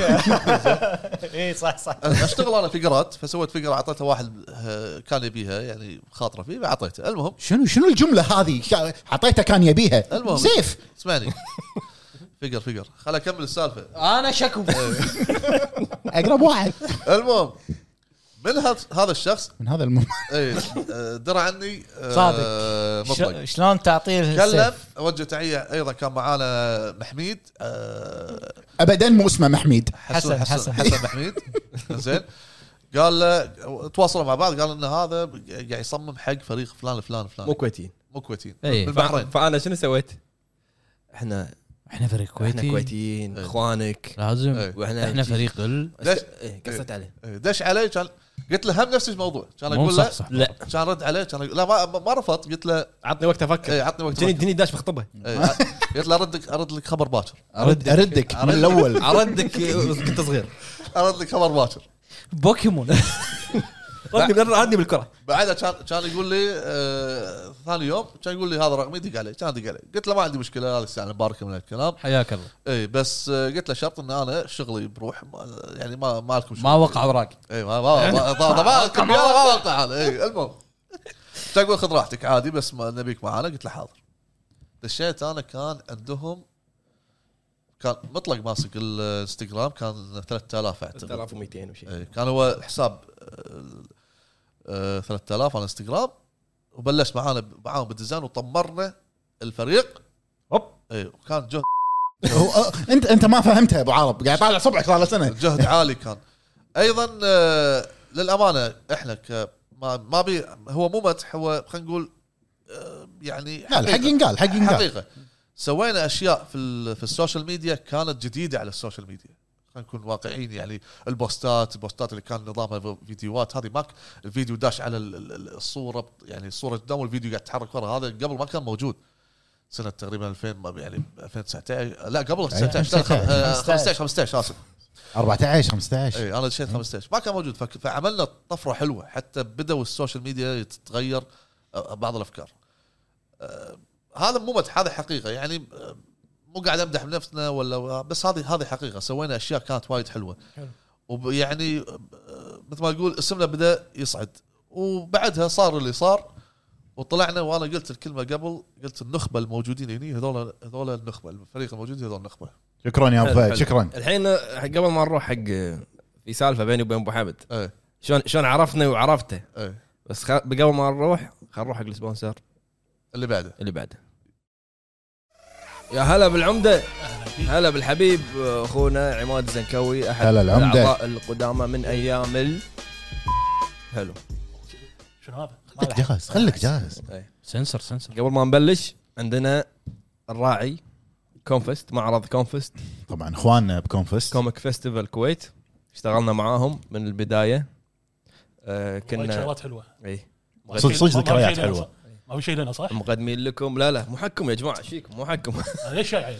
Speaker 5: اي صح
Speaker 1: اشتغل انا فقرات فسويت فقره اعطيتها واحد كان يبيها يعني خاطره فيه فاعطيته. المهم
Speaker 3: شنو الجمله هذه اعطيته كان يبيها سيف
Speaker 1: اسمعني فقر خل اكمل السالفه.
Speaker 4: انا شكو
Speaker 3: اقرب واحد.
Speaker 1: المهم من هذا الشخص
Speaker 3: من هذا
Speaker 1: درى عني
Speaker 5: صادق. شلون تعطيه
Speaker 1: كلم اوجه تحيه ايضا كان معانا محميد
Speaker 3: ابدا مو اسمه محميد
Speaker 1: حسن محميد زين. قال له تواصلوا مع بعض قال ان هذا قاعد يصمم حق فريق فلان
Speaker 2: مو كويتيين
Speaker 1: بالبحرين.
Speaker 2: فانا شنو سويت احنا
Speaker 4: فريق
Speaker 2: كويتيين اخوانك
Speaker 4: لازم احنا فريق
Speaker 2: قصت عليه
Speaker 1: دش عليه كان قلت له هم نفس الموضوع كان اقول له
Speaker 2: لا
Speaker 1: كان رد عليه كان لا ما رفضت قلت له
Speaker 2: عطني وقت افكر
Speaker 1: عطني وقت
Speaker 2: جني داش بخطبه
Speaker 1: قلت له ارد لك خبر باكر
Speaker 3: اردك من الاول
Speaker 2: اردك كنت صغير
Speaker 1: ارد لك خبر باكر
Speaker 4: بوكيمون
Speaker 2: ردني بالكره.
Speaker 1: بعدها كان يقول لي ثاني يوم كان يقول لي هذا رقمي دق عليه قلت له ما عندي مشكله هذا يعني بارك من الكلام
Speaker 4: حياك الله.
Speaker 1: اي بس قلت له شرط ان انا شغلي بروح يعني ما لكم
Speaker 4: ما وقع اوراق.
Speaker 1: اي ما وقع هذا. اي المهم تقول خذ راحتك عادي بس ما نبيك معانا. قلت له حاضر. دشيت انا كان عندهم كان مطلق ماسك الانستغرام كان 3000 اعتقد
Speaker 2: 3200 وشيء.
Speaker 1: كان هو حساب 3000 على انستغرام وبلش معاهم بالديزاين وطمرنا الفريق. اي وكان جهد
Speaker 3: انت ما فهمتها ابو عرب قاعد طالع صبعك صار له سنه.
Speaker 1: جهد عالي كان ايضا للامانه احنا ما بي هو مو مدح هو خلينا نقول يعني
Speaker 3: الحق ينقال
Speaker 1: حقيقه سوينا اشياء في السوشيال ميديا كانت جديده على السوشيال ميديا. خلينا نكون واقعيين يعني البوستات اللي كان نظامها فيديوهات هذه ماك الفيديو داش على الصوره يعني الصوره قدام والفيديو قاعد يتحرك ورا هذا قبل ما كان موجود. سنه تقريبا 2000 يعني 2019 لا قبل 19 15 اسف
Speaker 3: 14 15
Speaker 1: اي انا دشيت 15 ما كان موجود فعملنا طفره حلوه حتى بدأوا السوشيال ميديا تتغير بعض الافكار. هذا مو مدح هذا حقيقه يعني مو قاعد امدح بنفسنا ولا بس هذه حقيقه سوينا اشياء كانت وايد حلوه ويعني مثل ما تقول اسمنا بدا يصعد وبعدها صار اللي صار وطلعنا وانا قلت الكلمه قبل قلت النخبه الموجودين هنا هذول النخبه الفريق الموجود هذول النخبه.
Speaker 3: شكرا يا ابو فهد شكرا.
Speaker 2: الحين قبل ما نروح حق في سالفه بيني وبين ابو حمد شلون عرفنا وعرفته بس قبل ما نروح خلينا نروح حق السبونسر
Speaker 1: اللي بعده.
Speaker 2: يا هلا بالعمده هلا بالحبيب اخونا عماد الزنكوي احد
Speaker 3: الاعضاء
Speaker 2: القدامى من ايام حلو.
Speaker 19: شنو هذا؟
Speaker 3: جاهز خليك جاهز.
Speaker 4: سنسر
Speaker 2: قبل ما نبلش عندنا الراعي كونفست معرض كونفست
Speaker 3: طبعا اخواننا بكونفست
Speaker 2: كوميك فيستيفال الكويت اشتغلنا معاهم من البدايه. كنا
Speaker 19: شغلات حلوه
Speaker 2: اي
Speaker 3: صدق ذكريات حلوه
Speaker 19: ما في شيء لنا صح
Speaker 2: مقدمين لكم لا مو حقكم يا جماعه شيكم مو حقكم
Speaker 19: ليش شايع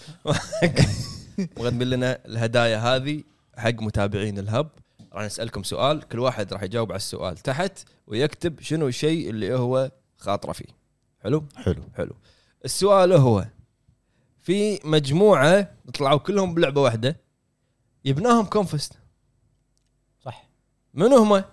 Speaker 2: مقدمين لنا الهدايا هذه حق متابعين الهب. راح نسالكم سؤال كل واحد راح يجاوب على السؤال تحت ويكتب شنو الشيء اللي هو خاطره فيه. حلو السؤال هو في مجموعه طلعوا كلهم بلعبه واحده يبناهم كونفست
Speaker 5: صح
Speaker 2: منو هم؟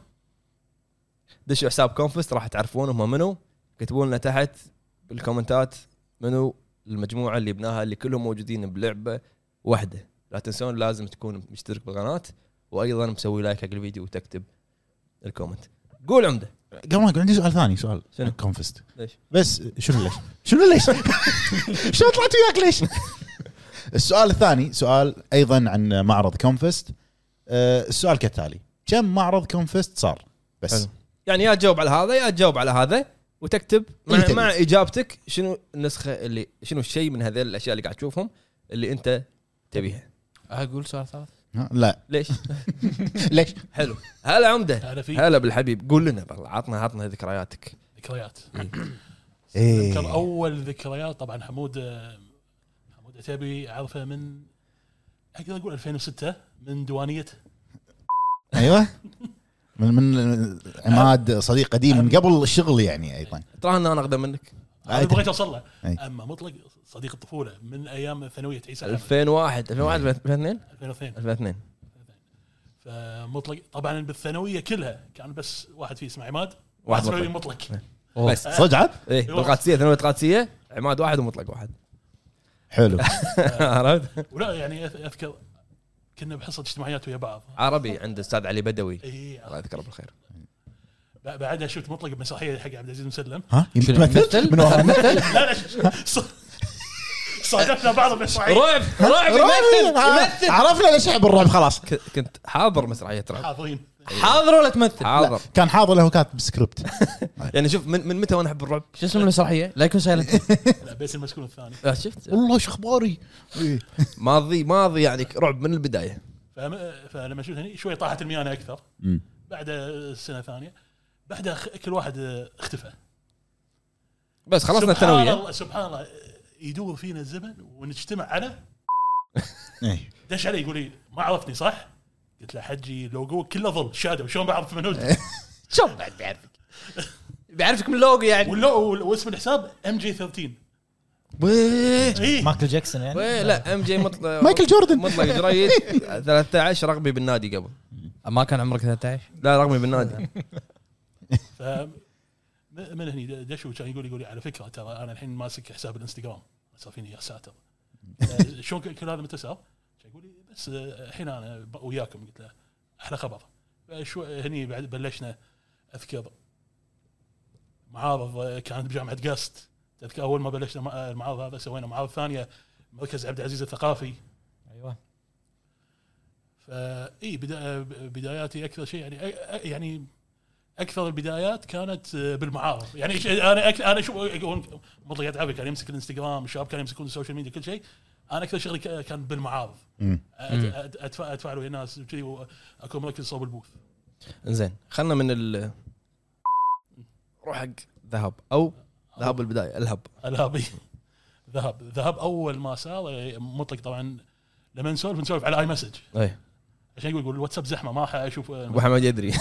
Speaker 2: دشوا حساب كونفست راح تعرفون هم منو. كتبوا لنا تحت بالكومنتات منو المجموعه اللي بناها اللي كلهم موجودين بلعبه واحده. لا تنسون لازم تكون مشترك بالقناه وايضا مسوي لايك حق الفيديو وتكتب الكومنت. قول عمده.
Speaker 3: قبل ما اقول عندي سؤال ثاني سؤال
Speaker 2: شنو
Speaker 3: كونفست
Speaker 2: ليش
Speaker 3: بس شنو ليش شو طلعت وياك ليش السؤال الثاني سؤال ايضا عن معرض كونفست. السؤال كالتالي كم معرض كونفست صار بس
Speaker 2: حلو. يعني يا تجاوب على هذا يا تجاوب على هذا وتكتب مع اجابتك شنو النسخه اللي شنو الشيء من هذه الاشياء اللي قاعد تشوفهم اللي انت تبيها.
Speaker 4: اقول سؤال ثالث
Speaker 3: لا
Speaker 2: ليش
Speaker 3: ليش
Speaker 2: حلو. هلا عمده هلا بالحبيب قول لنا عطنا ذكرياتك.
Speaker 19: ذكريات
Speaker 3: ايه
Speaker 19: اول ذكريات طبعا حمود عتيبي اعرفه من اقدر اقول 2006 من دوانيه
Speaker 3: ايوه من عماد صديق قديم من قبل الشغل يعني ايضا
Speaker 2: ترى انا اقدم منك
Speaker 19: انا بغيت اوصل له اما مطلق صديق الطفوله من ايام ثانويه عيسى
Speaker 2: 2001 2002
Speaker 19: فمطلق طبعا بالثانويه كلها كان بس واحد فيه اسمه عماد
Speaker 2: واحد
Speaker 19: مطلق
Speaker 2: بس
Speaker 3: صدق
Speaker 2: ايه بالقادسيه ثانويه قادسيه عماد واحد ومطلق واحد
Speaker 3: حلو
Speaker 2: عرفت
Speaker 19: ولا يعني اذكر كنا بحصه اجتماعيات ويا بعض
Speaker 2: عربي عند الاستاذ علي بدوي
Speaker 19: الله
Speaker 2: يذكره بالخير.
Speaker 19: بعدها شفت مطلق بمسرحيه حق عبد العزيز مسلم
Speaker 3: يمثل من وراء
Speaker 19: لا صادفنا بعض المسرحيات
Speaker 2: رعب يمثل
Speaker 3: عرفنا ليش يحب الرعب خلاص.
Speaker 2: كنت حاضر مسرحيه رعب
Speaker 19: حاضرين
Speaker 2: حاضر ولا تمثل
Speaker 3: حاضر كان حاضر له كاتب سكريبت
Speaker 2: يعني شوف من متى وانا احب الرعب
Speaker 4: شو اسم المسرحيه لا يكون سايلنت
Speaker 19: لا بس المسكون الثاني
Speaker 2: شفت
Speaker 3: والله شو اخباري
Speaker 2: ماضي يعني رعب من البدايه.
Speaker 19: فلما شفت هني شوي طاحت الميانه اكثر بعد السنه الثانيه بعد كل واحد اختفى
Speaker 2: بس خلصنا الثانويه.
Speaker 19: سبحان الله يدور فينا الزمن ونجتمع على دش علي يقول لي ما عرفتني صح؟ قلت له حجي لوجو كله ظل شادو شلون بعرف من هو
Speaker 2: شلون بعد بيعرفك من اللوجو يعني
Speaker 19: واسم الحساب MJ13
Speaker 5: مايكل جاكسون يعني
Speaker 2: لا MJ
Speaker 3: مايكل جوردن
Speaker 2: مطلق جريد 13 رقمي بالنادي قبل
Speaker 4: ما كان عمرك 13
Speaker 2: لا رقمي بالنادي.
Speaker 19: ف من هني دشوا كان يقول لي على فكره ترى انا الحين ماسك حساب الانستغرام صار فيني يا ساتر شلون كل هذا متى صار؟ يقول لي بس الحين انا وياكم. قلت له احلى خبر. شو هني بعد بلشنا اذكر معارض كانت بجامعه قاست. تذكر اول ما بلشنا المعارض هذا سوينا معارض ثانيه مركز عبد العزيز الثقافي.
Speaker 5: ايوه
Speaker 19: فاي بداياتي اكثر شيء يعني اكثر البدايات كانت بالمعارض. يعني انا شو مطلق اتعبك كان يمسك الانستغرام الشباب كانوا يمسكون السوشيال ميديا كل شيء. انا اكثر شغلي كان بالمعارض ادفع له الناس كذي واكون مركز صوب البوث.
Speaker 2: انزين خلنا من روح حق ذهب او ذهب البدايه الهبي
Speaker 19: ذهب اول ما صار مطلق طبعا لما نسولف على اي مسج
Speaker 2: اي
Speaker 19: عشان يقول الواتساب زحمه ما حاشوف
Speaker 2: ابو حمد يدري.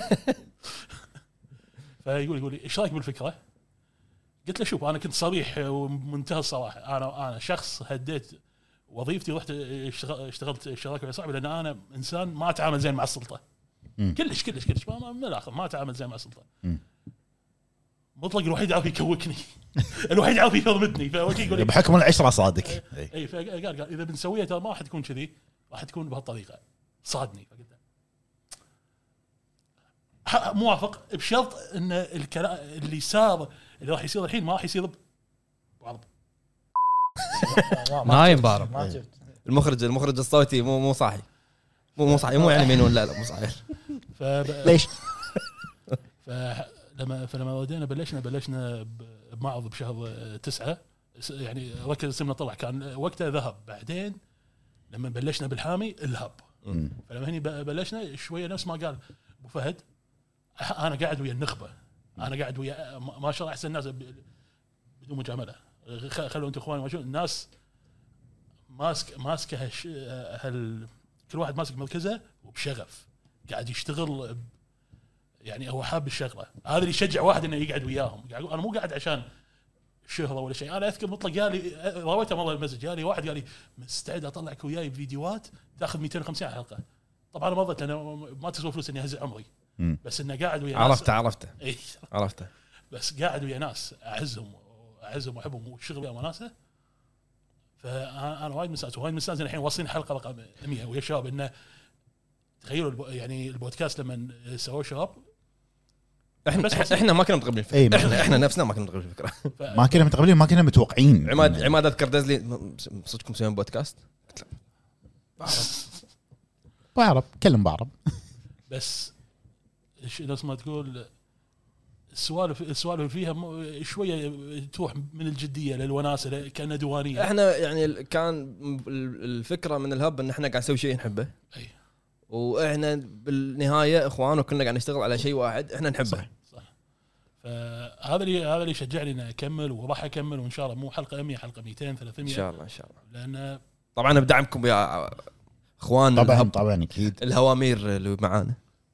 Speaker 19: فيقول لي ايش رايك بالفكره؟ قلت له شوف انا كنت صريح ومنتهى الصراحه، انا شخص هديت وظيفتي ورحت اشتغلت الشراكه ويا صاحبي لان انا انسان ما اتعامل زين مع السلطه. كلش من الاخر ما اتعامل زين مع السلطه. مطلق الوحيد عارف يكوكني الوحيد عارف يفرمتني. يقول
Speaker 3: بحكم العشره صادق.
Speaker 19: اي فقال اذا بنسويها ترى ما راح تكون كذي، راح تكون بهالطريقه. صادني فقلت موافق بشرط ان الكلام اللي صار اللي راح يصير الحين ما راح يصير بعرض.
Speaker 4: نايم بعرض.
Speaker 2: المخرج الصوتي مو صاحي، مو صاحي، مو يعني مين ولا لا مو صحيح.
Speaker 3: ليش؟
Speaker 19: فلما بلشنا بمعرض بشهر 9 يعني ركز اسمنا طلع كان وقتها ذهب. بعدين لما بلشنا بالحامي الهب. فلما هني بلشنا شويه نفس ما قال ابو فهد، انا قاعد ويا النخبه، انا قاعد ويا ما شاء الله احسن الناس بدون مجامله. خلوا انتم اخواني ما شو الناس ماسكه كل واحد ماسك مركزه وبشغف قاعد يشتغل. يعني هو حاب الشغله هذا اللي يشجع واحد انه يقعد وياهم. انا مو قاعد عشان شهره ولا شيء. انا اذكر مطلق قال لي رويته مره المسج، قال لي واحد قال لي مستعد اطلعك وياي بفيديوهات تاخذ 250 حلقه. طبعا انا مرضت لان ما تسوى فلوس اني اهز عمري، بس انه قاعد ويا ناس
Speaker 2: عرفته
Speaker 19: بس قاعد ويا ناس اعزهم واحبهم والشغل ويا وناسه. فانا وايد مستانس الحين واصلين حلقه رقم 100 ويا شباب. انه تخيلوا يعني البودكاست لما سووا شباب
Speaker 2: احنا ما كنا متقبلين الفكره. احنا نفسنا ما كنا متقبلين الفكره.
Speaker 3: ما كنا متقبلين، ما كنا متوقعين.
Speaker 2: عماد اذكر دزلي صدقكم مسوين بودكاست؟
Speaker 3: بعرب كلم بعرب
Speaker 19: بس نفس ما تقول السوالف فيها شويه تروح من الجديه للوناسه كانها دوانيه.
Speaker 2: احنا يعني كان الفكره من الهب ان احنا قاعد نسوي شيء نحبه، واحنا بالنهايه اخوان وكلنا قاعد نشتغل على شيء واحد احنا نحبه.
Speaker 19: صح. فهذا اللي شجعني اني اكمل وراح اكمل، وان شاء الله مو حلقه 100 حلقه 200 300
Speaker 2: ان شاء الله
Speaker 19: لان
Speaker 2: طبعا بدعمكم يا اخوان.
Speaker 3: طبعا اكيد
Speaker 2: الهوامير اللي معانا.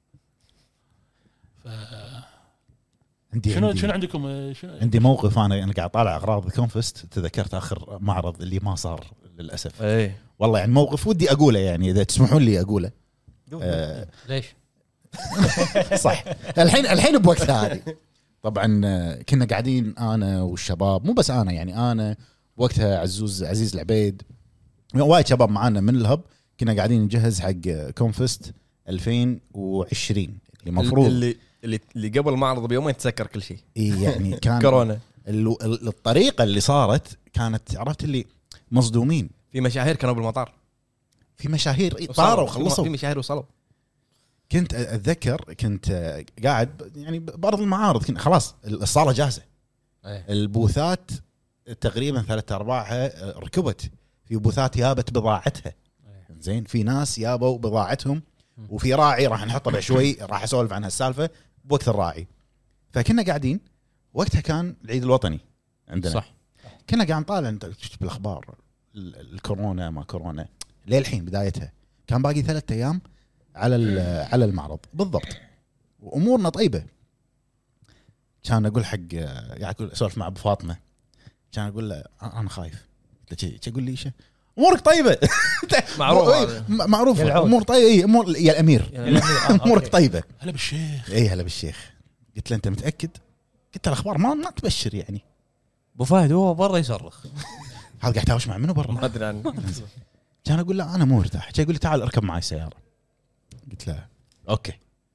Speaker 19: شنو عندكم؟
Speaker 3: عندي موقف. انا قاعد طالع اغراض الكونفست، تذكرت اخر معرض اللي ما صار للاسف. والله يعني موقف ودي اقوله، يعني اذا تسمحون لي اقوله.
Speaker 4: ليش؟
Speaker 3: صح. الحين بوقتها هذه طبعا كنا قاعدين انا والشباب، مو بس انا يعني انا وقتها عزيز العبيد وايد شباب معانا من الهب، كنا قاعدين نجهز حق كونفست 2020 اللي مفروض
Speaker 2: اللي قبل المعرض بيومين تسكر كل شيء.
Speaker 3: يعني كان
Speaker 2: كورونا.
Speaker 3: الطريقه اللي صارت كانت عرفت اللي مصدومين.
Speaker 2: في مشاهير كانوا بالمطار،
Speaker 3: في مشاهير طاروا وخلصوا،
Speaker 2: في مشاهير وصلوا.
Speaker 3: كنت اتذكر كنت قاعد يعني بعض المعارض كنت خلاص الصاله جاهزه. البوثات تقريبا 3/4 ركبت، في بوثات يابت بضاعتها. زين في ناس يابوا بضاعتهم، وفي راعي راح نحطه بعد شوي راح اسولف عن هالسالفه بوقت الراعي. فكنا قاعدين وقتها كان العيد الوطني عندنا، صح. كنا قاعد نطالع انت بالاخبار الكورونا ما كورونا للحين بدايتها، كان باقي 3 أيام على المعرض بالضبط وامورنا طيبه. كان اقول حق قاعد اقول اسولف مع ابو فاطمه، كان اقول له انا خايف. قلت يقول لي ايش امورك طيبه؟ معروف امور طيبه. اي امور يا الامير امورك طيبه.
Speaker 19: هلا بالشيخ.
Speaker 3: اي هلا بالشيخ. قلت له انت متاكد؟ قلت له الاخبار ما تبشر يعني.
Speaker 4: ابو فهد هو برا يصرخ.
Speaker 3: هذا قاعد يتهاوش مع منو برا؟
Speaker 2: ما ادري عنه.
Speaker 3: كان اقول له انا مو مرتاح. يقول لي تعال اركب معي السياره. قلت له اوكي.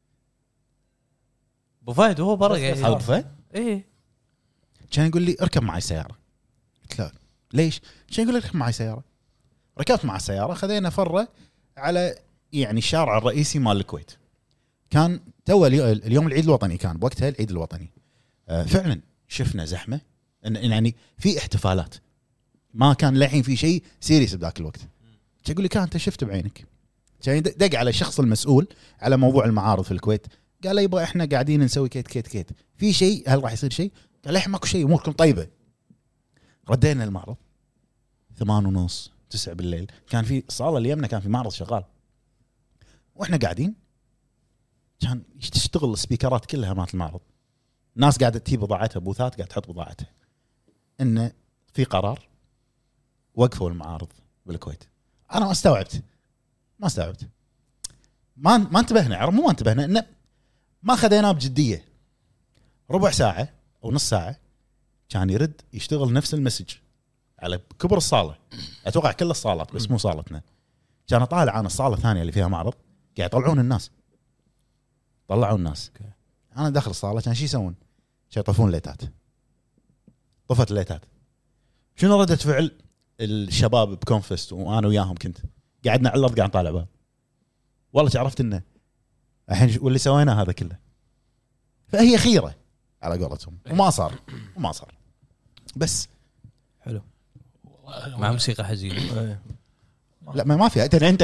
Speaker 4: ابو فهد هو برا قاعد
Speaker 3: ابو فهد
Speaker 4: ايه.
Speaker 3: كان يقول لي اركب معي السياره. قلت له ليش؟ كان يقول لي اركب معي السياره. ركبت مع السياره، خذينا فره على يعني الشارع الرئيسي مال الكويت. كان تو اليوم العيد الوطني، كان بوقتها العيد الوطني. فعلا شفنا زحمه، يعني في احتفالات، ما كان للحين في شيء سيريس بذاك الوقت. يقول لي كان انت شفت بعينك؟ كان دق على الشخص المسؤول على موضوع المعارض في الكويت، قال له يبغى احنا قاعدين نسوي كيت في شيء، هل راح يصير شيء؟ قال الحين ماكو شيء، اموركم طيبه. ردينا المعرض 8:30 9 بالليل كان في الصاله اللي يمنا كان في معرض شغال، واحنا قاعدين كان تشتغل السبيكرات كلها مالت المعرض، ناس قاعده تجيب بضاعتها، بوثات قاعده تحط بضاعتها، انه في قرار وقفوا المعارض بالكويت. انا ما استوعبت ما انتبهنا، عرفوا مو ما انتبهنا، انه ما خذيناه بجديه. ربع ساعه او نص ساعه كان يرد يشتغل نفس المسج على كبر الصاله، اتوقع كل الصالات بس مو صالتنا. كان طالع انا الصاله الثانيه اللي فيها معرض قاعد يطلعون الناس، طلعوا الناس. انا داخل الصاله كان شي يسوون؟ شي يطفون ليتات. طفت الليتات. شنو ردة فعل الشباب بكونفست وانا وياهم؟ كنت قعدنا على الارض قاعد نطالع باب. والله عرفت انه الحين واللي سوينا هذا كله. فهي خيره على قولتهم، وما صار بس
Speaker 4: حلو مع موسيقى حزينه.
Speaker 3: لا ما فيها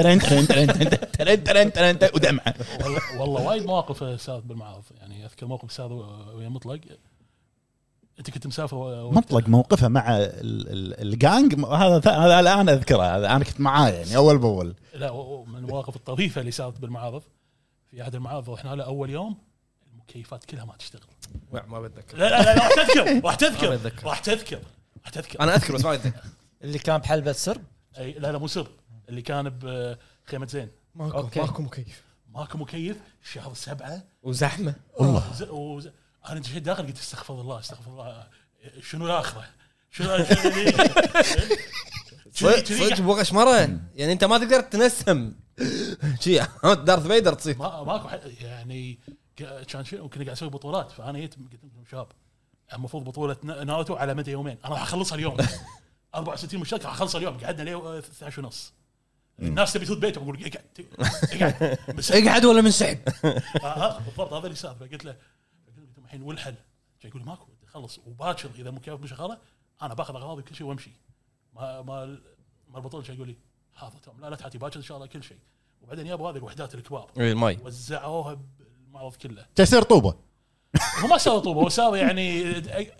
Speaker 3: انت ودمعه.
Speaker 19: والله وايد مواقف استاذ بالمعارض، يعني اذكر موقف استاذ ويا مطلق. انت كنت مسافر
Speaker 3: مطلق موقفه مع الجانج، هذا الان اذكره، هذا انا كنت معاه يعني اول باول.
Speaker 19: لا من المواقف الطريفه اللي صارت بالمعارض، في احد المعارض رحنا له اول يوم المكيفات كلها ما تشتغل.
Speaker 2: ما بتذكر.
Speaker 19: لا راح تذكر
Speaker 2: انا اذكر بس ما اتذكر.
Speaker 5: اللي كان بحلبة سرب.
Speaker 19: اي لا مو سرب، اللي كان بخيمه زين. ماكو مكيف شهر 7
Speaker 2: وزحمه
Speaker 19: والله. انا انت داخل قلت استغفر الله شنو الاخره
Speaker 2: صدق بوغش مره يعني انت ما تقدر تنسم شيء دارث فيدر تصير
Speaker 19: ماكو يعني كان شيء وكنا قاعد نسوي بطولات. فانا قلت لهم شباب المفروض بطوله ناروتو على مدى يومين، انا راح اخلصها اليوم 64 مشترك راح اخلصها اليوم. قعدنا ليه 12:30. الناس تبي تفوت بيتهم، اقول
Speaker 4: اقعد ولا منسحب.
Speaker 19: بالضبط هذا اللي صار. فقلت له الحين والحل يقول ماكو خلص وباكر اذا مكيف مش شغاله انا باخذ اغراضي كل شيء وامشي. ما البطل يقول لي حاضر تمام لا تحتي باكر ان شاء الله كل شيء. وبعدين يابوا هذه الوحدات الكبار
Speaker 2: الماء
Speaker 19: وزعوها بالمعرض كله.
Speaker 3: تسير طوبه
Speaker 19: هو ما صار طوبه، هو صار يعني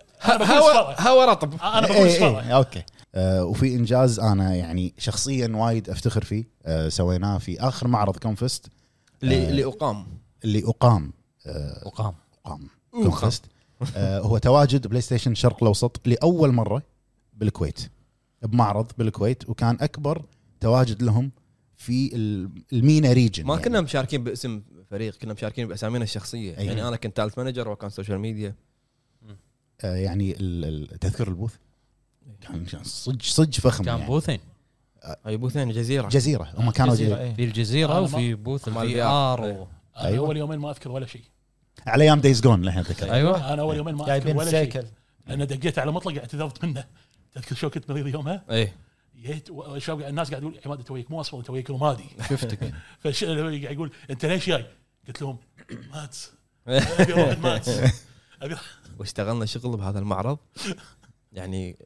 Speaker 2: هوا رطب.
Speaker 19: انا بقول صفاره.
Speaker 3: اوكي. وفي انجاز انا يعني شخصيا وايد افتخر فيه، سويناه في اخر معرض كونفست
Speaker 2: اللي اقام
Speaker 3: كونفست. هو تواجد بلاي ستيشن شرق الاوسط لاول مره بالكويت، بمعرض بالكويت، وكان اكبر تواجد لهم في المينا ريجن.
Speaker 2: ما يعني كنا مشاركين باسم فريق، كنا مشاركين باسامينا الشخصيه. يعني انا كنت تالت مانجر وكان سوشيال ميديا.
Speaker 3: يعني تذكر البوث كان صج فخم،
Speaker 4: كان
Speaker 3: يعني
Speaker 4: بوثين.
Speaker 2: اي بوثين
Speaker 3: جزيره هم كانوا
Speaker 4: في الجزيره وفي بوث الفي ار.
Speaker 19: أيوة. اول يومين ما اذكر ولا شيء
Speaker 3: على ايام دايز جون لحين ذكر.
Speaker 19: ايوه انا اول يومين ما اذكر ولا شيء لان دقيت على مطلق اعتذرت منه. تذكر شو كنت مريض يومها؟
Speaker 2: اي
Speaker 19: جيت الناس قاعد يقول عماد تويك مو اصفر تويك رمادي.
Speaker 2: شفتك
Speaker 19: قاعد يقول انت ليش جاي؟ قلت لهم مات ابي واحد مات.
Speaker 2: واشتغلنا شغل بهذا المعرض يعني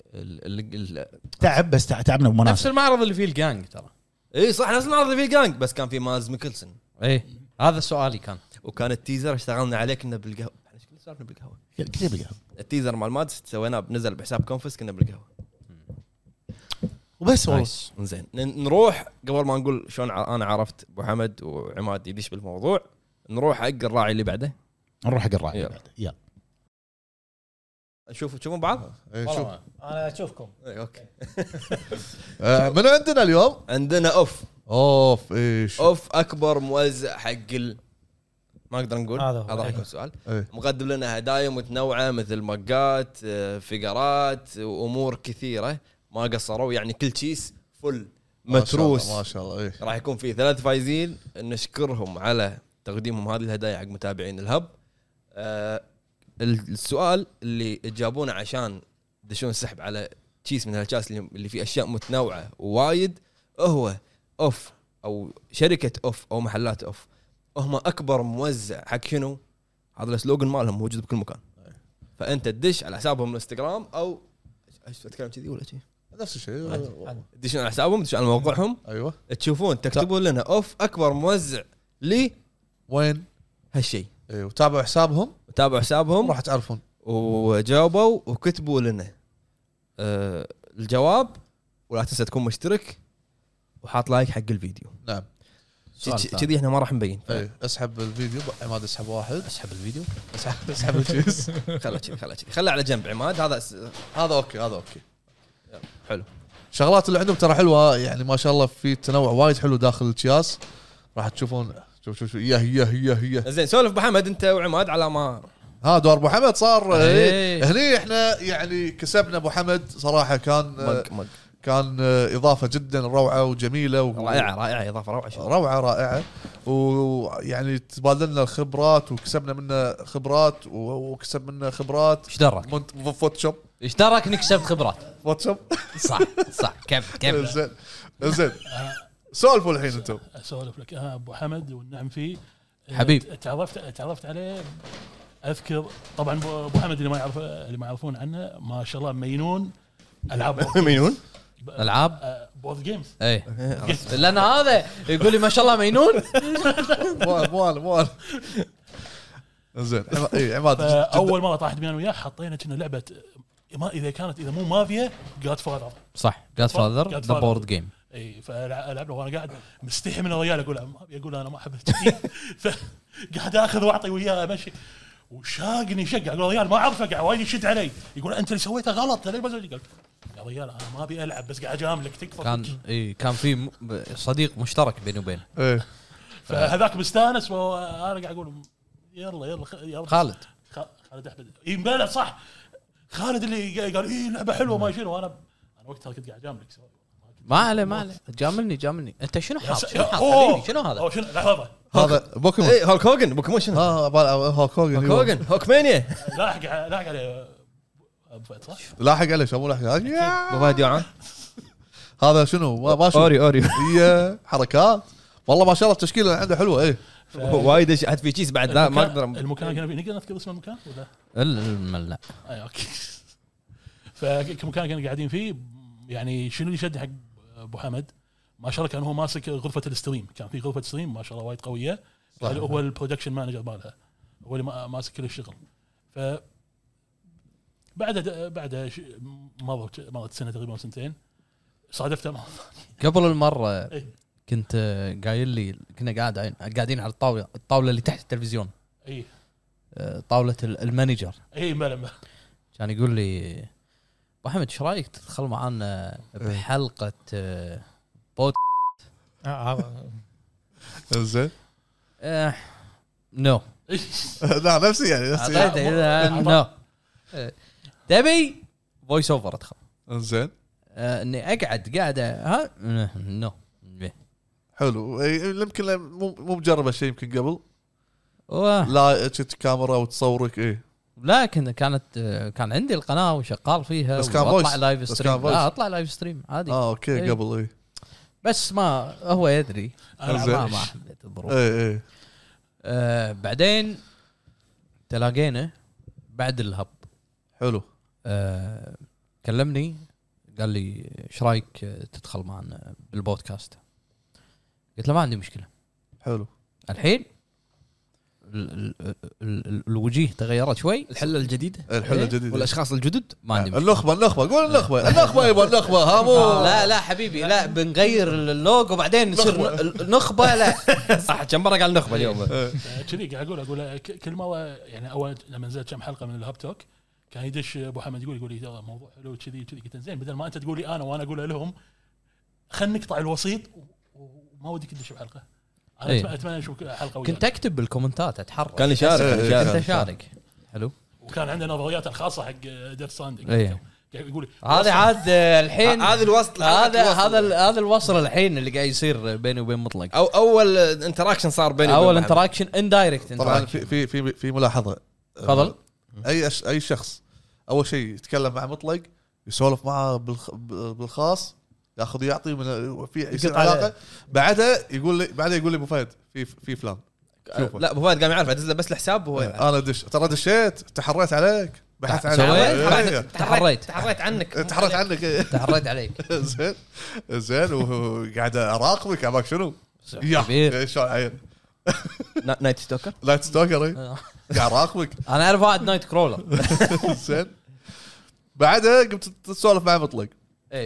Speaker 3: تعب، بس تعبنا بمناسبة
Speaker 4: نفس المعرض اللي فيه الجانج ترى.
Speaker 2: اي صح نفس المعرض اللي فيه الجانج، بس كان في ماز ميكلسون.
Speaker 4: اي هذا سؤالي كان.
Speaker 2: وكان التيزر اشتغلنا عليه كنا بالقهوه. احنا كنا سالفنا بالقهوه
Speaker 3: كثير بالقهوه.
Speaker 2: التيزر مال مادس سويناه بنزل بحساب كونفس كنا بالقهوه
Speaker 3: وبس. والله
Speaker 2: زين نروح قبل ما نقول شلون انا عرفت ابو حمد وعماد يدش بالموضوع. نروح حق الراعي اللي بعده.
Speaker 3: نروح حق الراعي اللي بعده. يلا
Speaker 2: تشوفون بعض.
Speaker 1: شوف
Speaker 5: انا اشوفكم.
Speaker 2: اوكي.
Speaker 1: من عندنا اليوم
Speaker 2: عندنا اوف
Speaker 1: ايش
Speaker 2: اوف اكبر موزع حق ما اقدر نقول هذا راح يكون سؤال. مقدم لنا هدايا متنوعه مثل مقات فيجرات وامور كثيره ما قصروا. يعني كل كيس فل متروس
Speaker 1: ما شاء الله.
Speaker 2: راح يكون فيه 3 فايزين نشكرهم على تقديمهم هذه الهدايا حق متابعين الهب. السؤال اللي جابونا عشان دشون السحب على كيس من هالكاس اللي فيه اشياء متنوعه ووايد هو اوف او شركه اوف او محلات اوف هم اكبر موزع حق شنو؟ هذا السلوغن مالهم موجود بكل مكان. فانت تدش على حسابهم الانستغرام او ايش اتكلم كذي ولا شيء
Speaker 1: نفس الشيء.
Speaker 2: تدشون على حسابهم تدشون على موقعهم.
Speaker 1: ايوه
Speaker 2: تشوفون تكتبون لنا اوف اكبر موزع لي
Speaker 1: وين
Speaker 2: هالشيء.
Speaker 1: ايوه تابعوا حسابهم
Speaker 2: راح
Speaker 1: تعرفون.
Speaker 2: وجاوبوا وكتبوا لنا الجواب ولا تنسى تكون مشترك وحاط لايك حق الفيديو.
Speaker 1: نعم
Speaker 2: كذي احنا ما راح نبين.
Speaker 1: ايه اسحب الفيديو عماد، اسحب واحد،
Speaker 2: اسحب الفيديو،
Speaker 1: اسحب الجيس.
Speaker 2: خله على جنب عماد.
Speaker 1: هذا اوكي
Speaker 2: حلو.
Speaker 1: الشغلات اللي عندهم ترى حلوه يعني ما شاء الله، في تنوع وايد حلو داخل الأكياس. راح تشوفون شوف هي
Speaker 2: زين. سولف ابو حمد انت وعماد على ما
Speaker 1: دور ابو حمد صار.
Speaker 2: إيه.
Speaker 1: هني احنا يعني كسبنا ابو حمد صراحه. كان اضافه جدا روعه وجميله
Speaker 2: رائعه اضافه
Speaker 1: رائعه ويعني تبادلنا الخبرات وكسبنا منه خبرات وكسب منه خبرات.
Speaker 4: ايش درك
Speaker 1: فوتوشوب؟
Speaker 4: ايش درك انك كسبت خبرات؟
Speaker 1: فوتوشوب
Speaker 4: صح كيف
Speaker 1: زين سولفوا الحين انتم.
Speaker 19: اسولف لك ابو حمد والنعم فيه
Speaker 4: حبيب.
Speaker 19: تعرفت عليه. اذكر طبعا ابو حمد اللي ما يعرفون عنه ما شاء الله مينون العاب
Speaker 2: مينون
Speaker 19: العاب بورد جيمز.
Speaker 4: اي لان هذا يقول لي ما شاء الله مينون.
Speaker 1: موال زين. اي عماد
Speaker 19: اول مره طاحت بي انا وياه حطينا كنا لعبه ما اذا مو مافيا جاد فاذر.
Speaker 4: صح جاد فاذر ذا بورد جيم.
Speaker 19: اي فلعبنا وانا قاعد مستحي من الرجال اقول انا ما احب فقاعد اخذ واعطي وياه ماشي وشاقني شق. اقول الرجال ما اعرف قاعد وايد يشد علي يقول انت اللي سويته غلط. ليش بزوج؟ قال يا رجال انا ما ابي العب بس قاعد اجاملك تكفى.
Speaker 4: كان في صديق مشترك بيني وبينه.
Speaker 1: ايه
Speaker 19: فهذاك مستانس وانا قاعد اقول يلا
Speaker 4: خالد
Speaker 19: احمد اي مبلغ صح. خالد اللي قال ايه لعبه حلوه ما شنو. انا وقتها كنت قاعد اجاملك.
Speaker 4: ما عليه جاملني انت شنو حاط حبيبي شنو هذا؟
Speaker 19: شنو لحظه
Speaker 1: هذا بوكيمون.
Speaker 2: اي هولك هوجن بوكيمون شنو؟
Speaker 1: هولك هوجن
Speaker 2: هوكمانيا.
Speaker 19: لاحق عليه ابو فهد صح؟
Speaker 1: لاحق عليه شو مو لاحق
Speaker 2: ابو فهد يا
Speaker 1: هذا شنو ما شو
Speaker 2: اوري
Speaker 1: هي حركات والله ما شاء الله التشكيله عنده حلوه. ايه
Speaker 2: وايد حد في كيس بعد. لا ما اقدر.
Speaker 19: المكان كان نقدر نذكر اسم المكان ولا
Speaker 4: لا
Speaker 19: اي اوكي. فالمكان كانوا قاعدين فيه يعني شنو اللي يشد حق ابو حمد ما شاء الله كان هو ماسك غرفه الاستريم. كان في غرفه ستريم ما شاء الله وايد قويه. هو البرودكشن مانجر مالها هو اللي ماسك كل الشغل. ف بعد مرت سنه تقريبا سنتين صادفته
Speaker 4: قبل المره كنت قايل لي كنا قاعدين على الطاوله اللي تحت التلفزيون.
Speaker 19: اي
Speaker 4: طاوله المانجر.
Speaker 19: اي ملما
Speaker 4: كان يقول لي ابو حمد ايش رايك تدخل معنا بحلقه بود
Speaker 1: زين
Speaker 4: نو
Speaker 1: لا نفسي يعني
Speaker 4: نو تبي فويس اوفر ادخل.
Speaker 1: زين
Speaker 4: اني اقعد قاعده ها نو
Speaker 1: حلو. يمكن مو مجربه شيء يمكن قبل لا تشت كاميرا وتصورك. ايه
Speaker 4: لكن كان عندي القناه وشغال فيها
Speaker 1: بس كان
Speaker 4: اطلع لايف ستريم. اطلع لايف ستريم عادي.
Speaker 1: اوكي
Speaker 4: إيه.
Speaker 1: قبل
Speaker 4: بس ما هو يدري ما حبيت الظروف.
Speaker 1: ايه
Speaker 4: بعدين تلاقينا بعد الهب.
Speaker 1: حلو.
Speaker 4: كلمني قال لي ايش رايك تدخل معنا بالبودكاست؟ قلت له ما عندي مشكله.
Speaker 1: حلو.
Speaker 4: الحين الوجيه تغيرت شوي.
Speaker 2: الحله الجديده
Speaker 4: والاشخاص الجدد ما عندي مشكله.
Speaker 1: النخبه قول النخبه يبا النخبه هامو.
Speaker 4: لا حبيبي لا بنغير اللوجو وبعدين نصير نخبه. لا
Speaker 2: صح كم مره قال نخبه اليوم.
Speaker 19: كذي قاعد اقول كل مره يعني اول لما نزلت كم حلقه من الهاب توك كان يدش ابو حمد يقول لي ترى موضوع حلو كذي قلت زين بدل ما انت تقول لي انا وانا اقول لهم خلينا نقطع الوسيط وما ودي تدش بحلقه. انا اتمنى اشوف حلقه وياك.
Speaker 4: كنت اكتب بالكومنتات اتحرك.
Speaker 2: كان يشارك.
Speaker 4: حلو.
Speaker 19: وكان عندنا نظريات الخاصه حق ديث ستراندنج. يقول
Speaker 4: هذا عاد الحين
Speaker 2: هذا الوصل.
Speaker 4: هذا الوصل الحين اللي قاعد يصير بيني وبين مطلق.
Speaker 2: اول انتراكشن صار بيني
Speaker 4: اول انتراكشن اندايركت.
Speaker 1: طبعا في ملاحظه.
Speaker 4: تفضل.
Speaker 1: اي شخص اول شيء يتكلم مع مطلق يسولف معه بالخاص ياخذ يعطي من في يصير علاقه. بعدها يقول لي ابو فهد في فلان.
Speaker 2: لا ابو فهد قام يعرف ادز له بس الحساب وهو
Speaker 1: انا ترى دشيت تحريت عليك بحثت عنك.
Speaker 4: تحريت
Speaker 2: عنك
Speaker 4: تحريت عليك.
Speaker 1: زين وقاعد اراقبك اباك شنو يا شلون عين
Speaker 2: نايت ستوكر
Speaker 1: قاعد اراقبك.
Speaker 4: انا اعرف واحد نايت كرولر.
Speaker 1: زين بعدها قمت تسولف مع مطلق.
Speaker 4: ايه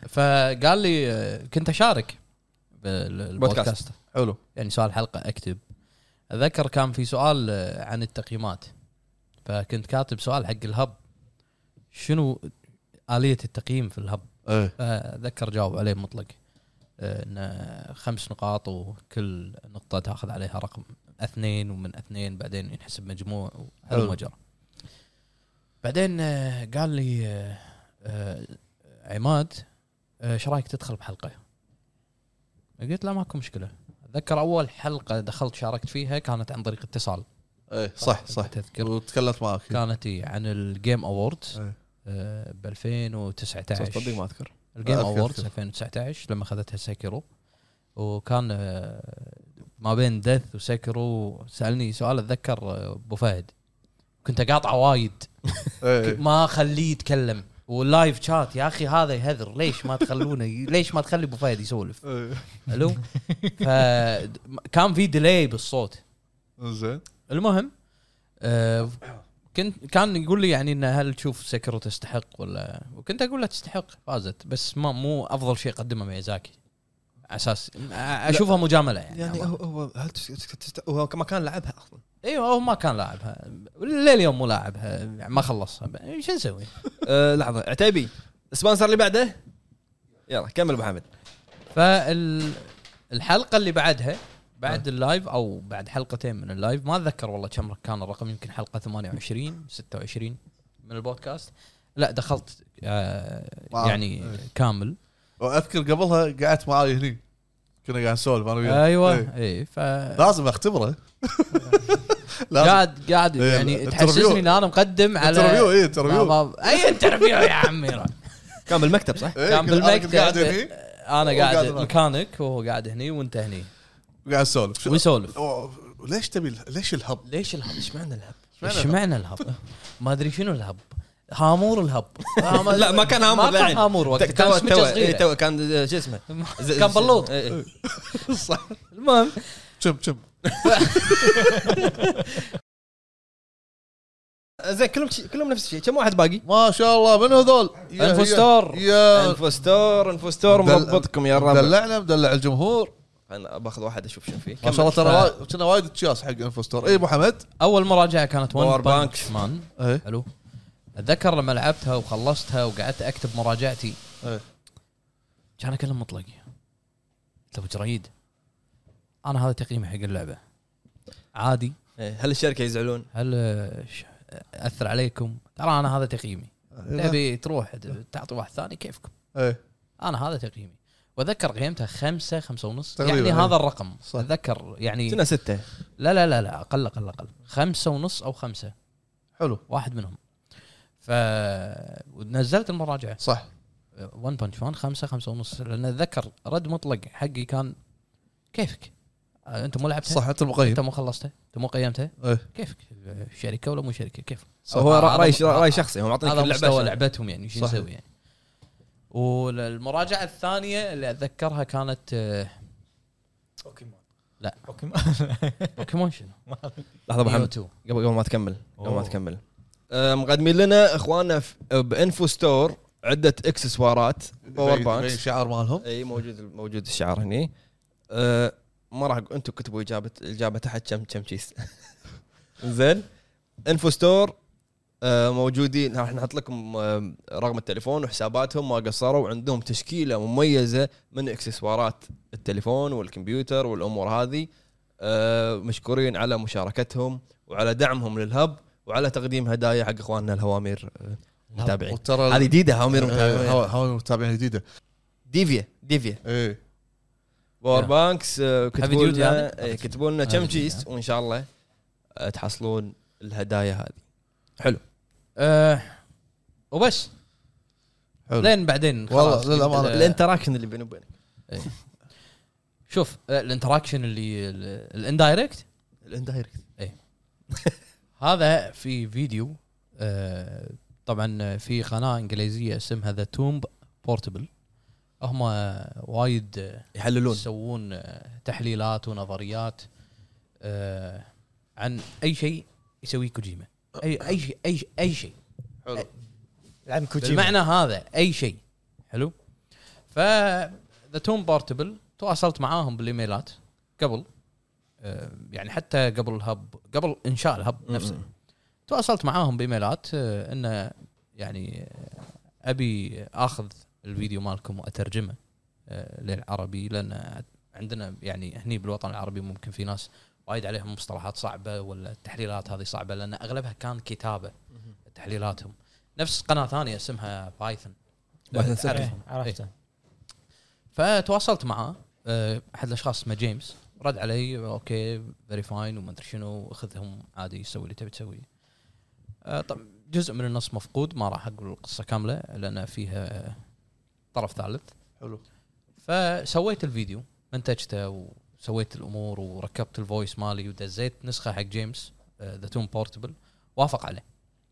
Speaker 4: فقال لي كنت اشارك بالبودكاست.
Speaker 1: حلو.
Speaker 4: يعني سؤال حلقه اكتب. اتذكر كان في سؤال عن التقييمات، فكنت كاتب سؤال حق الهب شنو آلية التقييم في الهب. فذكر جاوب عليه مطلق ان 5 نقاط وكل نقطة تاخذ عليها رقم 2 ومن 2 بعدين ينحسب مجموع وهالمجرى. بعدين قال لي عماد ايش رايك تدخل بحلقة؟ قلت لا ماكو مشكلة. اتذكر اول حلقة دخلت شاركت فيها كانت عن طريق اتصال.
Speaker 1: ايه صح تذكر وتكلمت معك.
Speaker 4: كانت عن الجيم اووردز ب 2019.
Speaker 2: صدق ما اذكر.
Speaker 4: الجيم اووردز 2019 لما اخذتها سيكيرو، وكان ما بين ديث وسيكيرو. سالني سؤال اتذكر ابو فهد، كنت اقاطع وايد ما خليه يتكلم واللايف شات. يا اخي هذا يهذر، ليش ما تخلونه؟ ليش ما تخلي ابو فهد يسولف؟ الو. فكان في ديلي بالصوت.
Speaker 1: زين.
Speaker 4: المهم كان يقول لي يعني ان هل تشوف سيكرو تستحق ولا، وكنت اقول له تستحق، فازت، بس ما مو افضل شيء قدمه ميازاكي على اساس اشوفها مجامله يعني
Speaker 2: هو هل هو ما كان لعبها اصلا.
Speaker 4: ايوه هو ما كان لاعبها لليوم، مو لاعبها يعني ما خلصها. شو نسوي؟
Speaker 2: لحظه عتيبي السبونسر اللي بعده يلا كمل ابو حمد.
Speaker 4: فالحلقه اللي بعدها بعد اللايف او بعد حلقتين من اللايف ما اتذكر والله كم كان الرقم، يمكن حلقه 28 26 من البودكاست. لا دخلت يعني كامل.
Speaker 1: واذكر قبلها قعدت معاي هني كنا قاعد نسولف انا وياه.
Speaker 4: ايوه اي
Speaker 1: لازم اختبره.
Speaker 4: قاعد يعني تحسسني ان انا مقدم على
Speaker 1: انترفيو.
Speaker 4: اي انترفيو يا عمي.
Speaker 2: كان بالمكتب صح؟
Speaker 4: كان بالمكتب. انا قاعد مكانك وهو قاعد هني وانت هني
Speaker 1: قاعد نسولف
Speaker 4: ويسولف.
Speaker 1: ليش تبي ليش الهب؟
Speaker 4: ايش معنى الهب؟ ما ادري شنو الهب. هامور الهب.
Speaker 2: لا ما كان هامور.
Speaker 4: كان هامور وقت
Speaker 2: تو كان شو اسمه
Speaker 4: كان بلوط.
Speaker 1: صح.
Speaker 4: المهم
Speaker 1: شم
Speaker 2: زين كلهم نفس الشيء. كم واحد باقي؟
Speaker 1: ما شاء الله من هذول؟
Speaker 2: انفوستور مربطكم يا رب.
Speaker 1: دلع الجمهور.
Speaker 2: انا باخذ واحد اشوف شنو فيه.
Speaker 1: ما شاء الله ترى كنا وايد تشياس حق انفوستور. اي ابو حمد
Speaker 4: اول مراجعه كانت
Speaker 2: باور بانك
Speaker 4: مان. حلو. اتذكر لما لعبتها وخلصتها وقعدت اكتب مراجعتي كان اكلم مطلق ابو جريد انا هذا تقييمي حق اللعبه عادي.
Speaker 2: هل الشركه يزعلون؟
Speaker 4: هل اثر عليكم؟ ترى انا هذا تقييمي. تبي تروح تعطي واحد ثاني كيفكم. انا هذا تقييمي. واذكر قيمتها 5.5 يعني هذا الرقم. اتذكر يعني
Speaker 2: كنا 6.
Speaker 4: لا اقل 5.5 او 5.
Speaker 1: حلو
Speaker 4: واحد منهم. ونزلت المراجعه
Speaker 1: صح.
Speaker 4: 1 بانش مان 5.5 لان اتذكر رد مطلق حقي كان كيفك انت مو لعبتها
Speaker 1: صح. انت مقيم،
Speaker 4: انت مو خلصتها، انت مو قيمتها. كيفك شركه ولا مو شركه كيف؟
Speaker 2: هو راي شخصي، هم معطينك
Speaker 4: اللعبه لعبتهم يعني شو نسوي يعني. والمراجعه الثانيه اللي اتذكرها كانت
Speaker 5: بوكيمون.
Speaker 4: لا بوكيمون شنو؟
Speaker 2: لحظه ابو حمد قبل ما تكمل مقدمين لنا اخواننا بانفو ستور عده اكسسوارات باور بانكس.
Speaker 1: الشعار مالهم
Speaker 2: اي موجود الشعار هني. ما راح انتم كتبوا اجابه تحت كم كيس. زين انفو ستور موجودين. راح نحط لكم رقم التليفون وحساباتهم، ما قصروا، وعندهم تشكيله مميزه من اكسسوارات التليفون والكمبيوتر والامور هذه. مشكورين على مشاركتهم وعلى دعمهم للهب وعلى تقديم هدايا حق اخواننا الهوامير متابعين. هذه جديده هوامير
Speaker 1: متابعين جديده.
Speaker 2: ديفيا
Speaker 1: ايه
Speaker 2: باور بانكس. كتبوا لنا كم كيس وان شاء الله تحصلون الهدايا هذه. حلو.
Speaker 4: وبس لين بعدين
Speaker 1: والله للامانه
Speaker 2: الانتراكشن اللي بيني وبينك.
Speaker 4: شوف الانتراكشن اللي الاندايركت اي هذا في فيديو. طبعا في قناه انجليزيه اسمها ذا تومب بورتبل. هم وايد
Speaker 2: يحللون
Speaker 4: يسوون تحليلات ونظريات عن اي شيء يسويه كوجيما. اي شيء
Speaker 5: لعب كوجيما
Speaker 4: بالمعنى هذا اي شيء. حلو. ف ذا توم بورتبل تواصلت معاهم بالايميلات قبل يعني حتى قبل الهب قبل انشاء الهب نفسه تواصلت معاهم بايميلات انه يعني ابي اخذ الفيديو مالكم واترجمه للعربي لان عندنا يعني هني بالوطن العربي ممكن في ناس وايد عليهم مصطلحات صعبه ولا التحليلات هذه صعبه لان اغلبها كان كتابه تحليلاتهم. نفس قناه ثانيه اسمها بايثون
Speaker 5: عرفته.
Speaker 4: فتواصلت معاه احد الاشخاص اسمه جيمس رد علي اوكي فيري فاين وما ادري شنو اخذهم عادي يسوي اللي تبي تسويه. طب جزء من النص مفقود ما راح اقول القصه كامله لان فيها طرف ثالث.
Speaker 1: حلو.
Speaker 4: فسويت الفيديو منتجته وسويت الامور وركبت الفويس مالي ودزيت نسخه حق جيمس ذا توم بورتبل وافق عليه.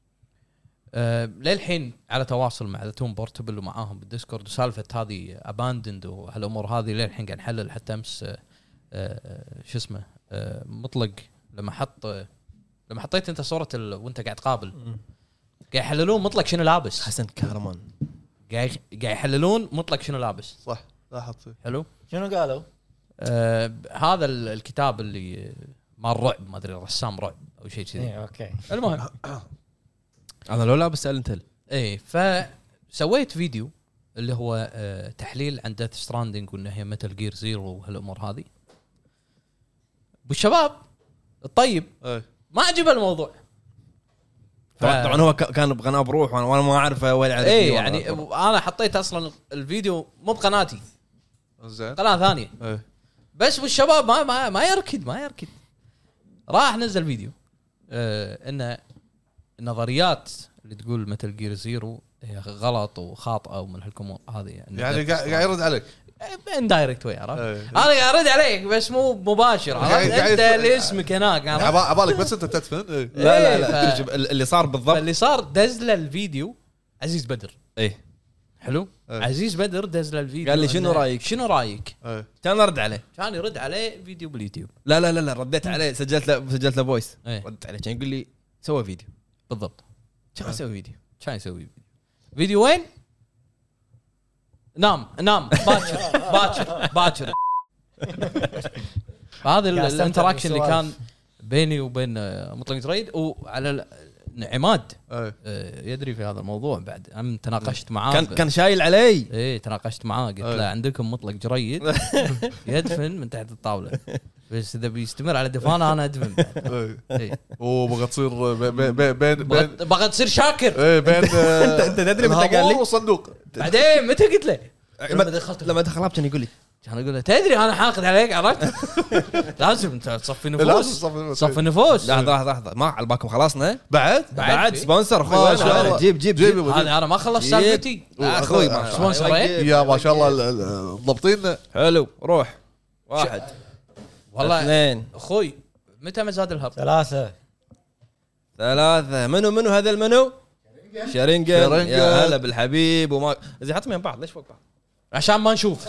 Speaker 4: للحين على تواصل مع ذا توم بورتبل ومعاهم بالديسكورد وسالفه هذه اباندند وهالامور هذه للحين قاعد نحلل. حتى امس شو اسمه مطلق لما حطيت انت صوره وانت قاعد تقابل قاعد يحللون مطلق شنو لابس.
Speaker 2: حسن كهرمان
Speaker 4: قاعد يحللون مطلق شنو لابس.
Speaker 1: صح لاحظت.
Speaker 4: حلو.
Speaker 5: شنو قالوا؟
Speaker 4: هذا الكتاب اللي مال رعب ما ادري رسام رعب او شيء كذي.
Speaker 5: اوكي.
Speaker 4: المهم
Speaker 2: انا لو لابس سايلنت هيل.
Speaker 4: ايه فسويت فيديو اللي هو تحليل عن ديث ستراندنج وانه هي متل جير زيرو وهالامور هذه. والشباب الطيب ما عجبه الموضوع.
Speaker 2: طبعا هو كان بقناه بروح وانا ما اعرفه ولا اعرف.
Speaker 4: ايه يعني انا حطيت اصلا الفيديو مو بقناتي
Speaker 1: زين
Speaker 4: قناه ثانيه بس والشباب ما يركض راح نزل فيديو انه النظريات اللي تقول متل جير زيرو هي غلط وخاطئه ومن هالكم هذه
Speaker 1: يعني قاعد يرد عليك
Speaker 4: ان دايركت ويا عرفت. انا قاعد ارد عليك بس مو مباشر عرفت. انت اللي اسمك هناك
Speaker 1: عبالك بس انت تدفن.
Speaker 2: لا اللي صار بالضبط
Speaker 4: اللي صار دزله الفيديو عزيز بدر.
Speaker 2: ايه
Speaker 4: حلو. عزيز بدر دزله الفيديو
Speaker 2: قال لي شنو رايك كان ارد عليه
Speaker 4: كان يرد عليه فيديو باليوتيوب.
Speaker 2: لا رديت عليه سجلت له فويس. ردت عليه كان يقول لي سوى فيديو
Speaker 4: بالضبط.
Speaker 2: كان اسوي
Speaker 4: فيديو وين نام باكر هذا الانتراكشن اللي كان بيني وبين مطلق جريد وعلى عماد يدري في هذا الموضوع. بعد أم تناقشت معاه
Speaker 2: كان شايل علي.
Speaker 4: ايه تناقشت معاه قلت له عندكم مطلق جريد يدفن من تحت الطاوله بس اذا بيستمر على دفانه انا ادفن.
Speaker 1: وبغى تصير
Speaker 4: بغى تصير شاكر.
Speaker 1: ايه بين
Speaker 2: انت تدري متى قال لي
Speaker 1: وصندوق.
Speaker 4: بعدين متى قلت له
Speaker 2: لما دخلت كان يقول لي
Speaker 4: تدري انا حاقد عليك عرفت. لازم انت تصفي نفوس. صفي نفوس.
Speaker 2: لحظه ما على بالكم خلصنا
Speaker 4: بعد
Speaker 2: سبونسر اخوي. جيب
Speaker 4: هذا انا ما خلص سالفتي
Speaker 2: اخوي
Speaker 4: سبونسر
Speaker 1: يا ما شاء الله ضبطين
Speaker 2: حلو. روح 1
Speaker 4: والله
Speaker 2: 2
Speaker 4: اخوي متى مزاد الهب
Speaker 2: 3 منو هذا المنو شرينجن يا هلا بالحبيب وما زي حطهم يم بعض ليش فوق بعض
Speaker 4: عشان ما نشوف.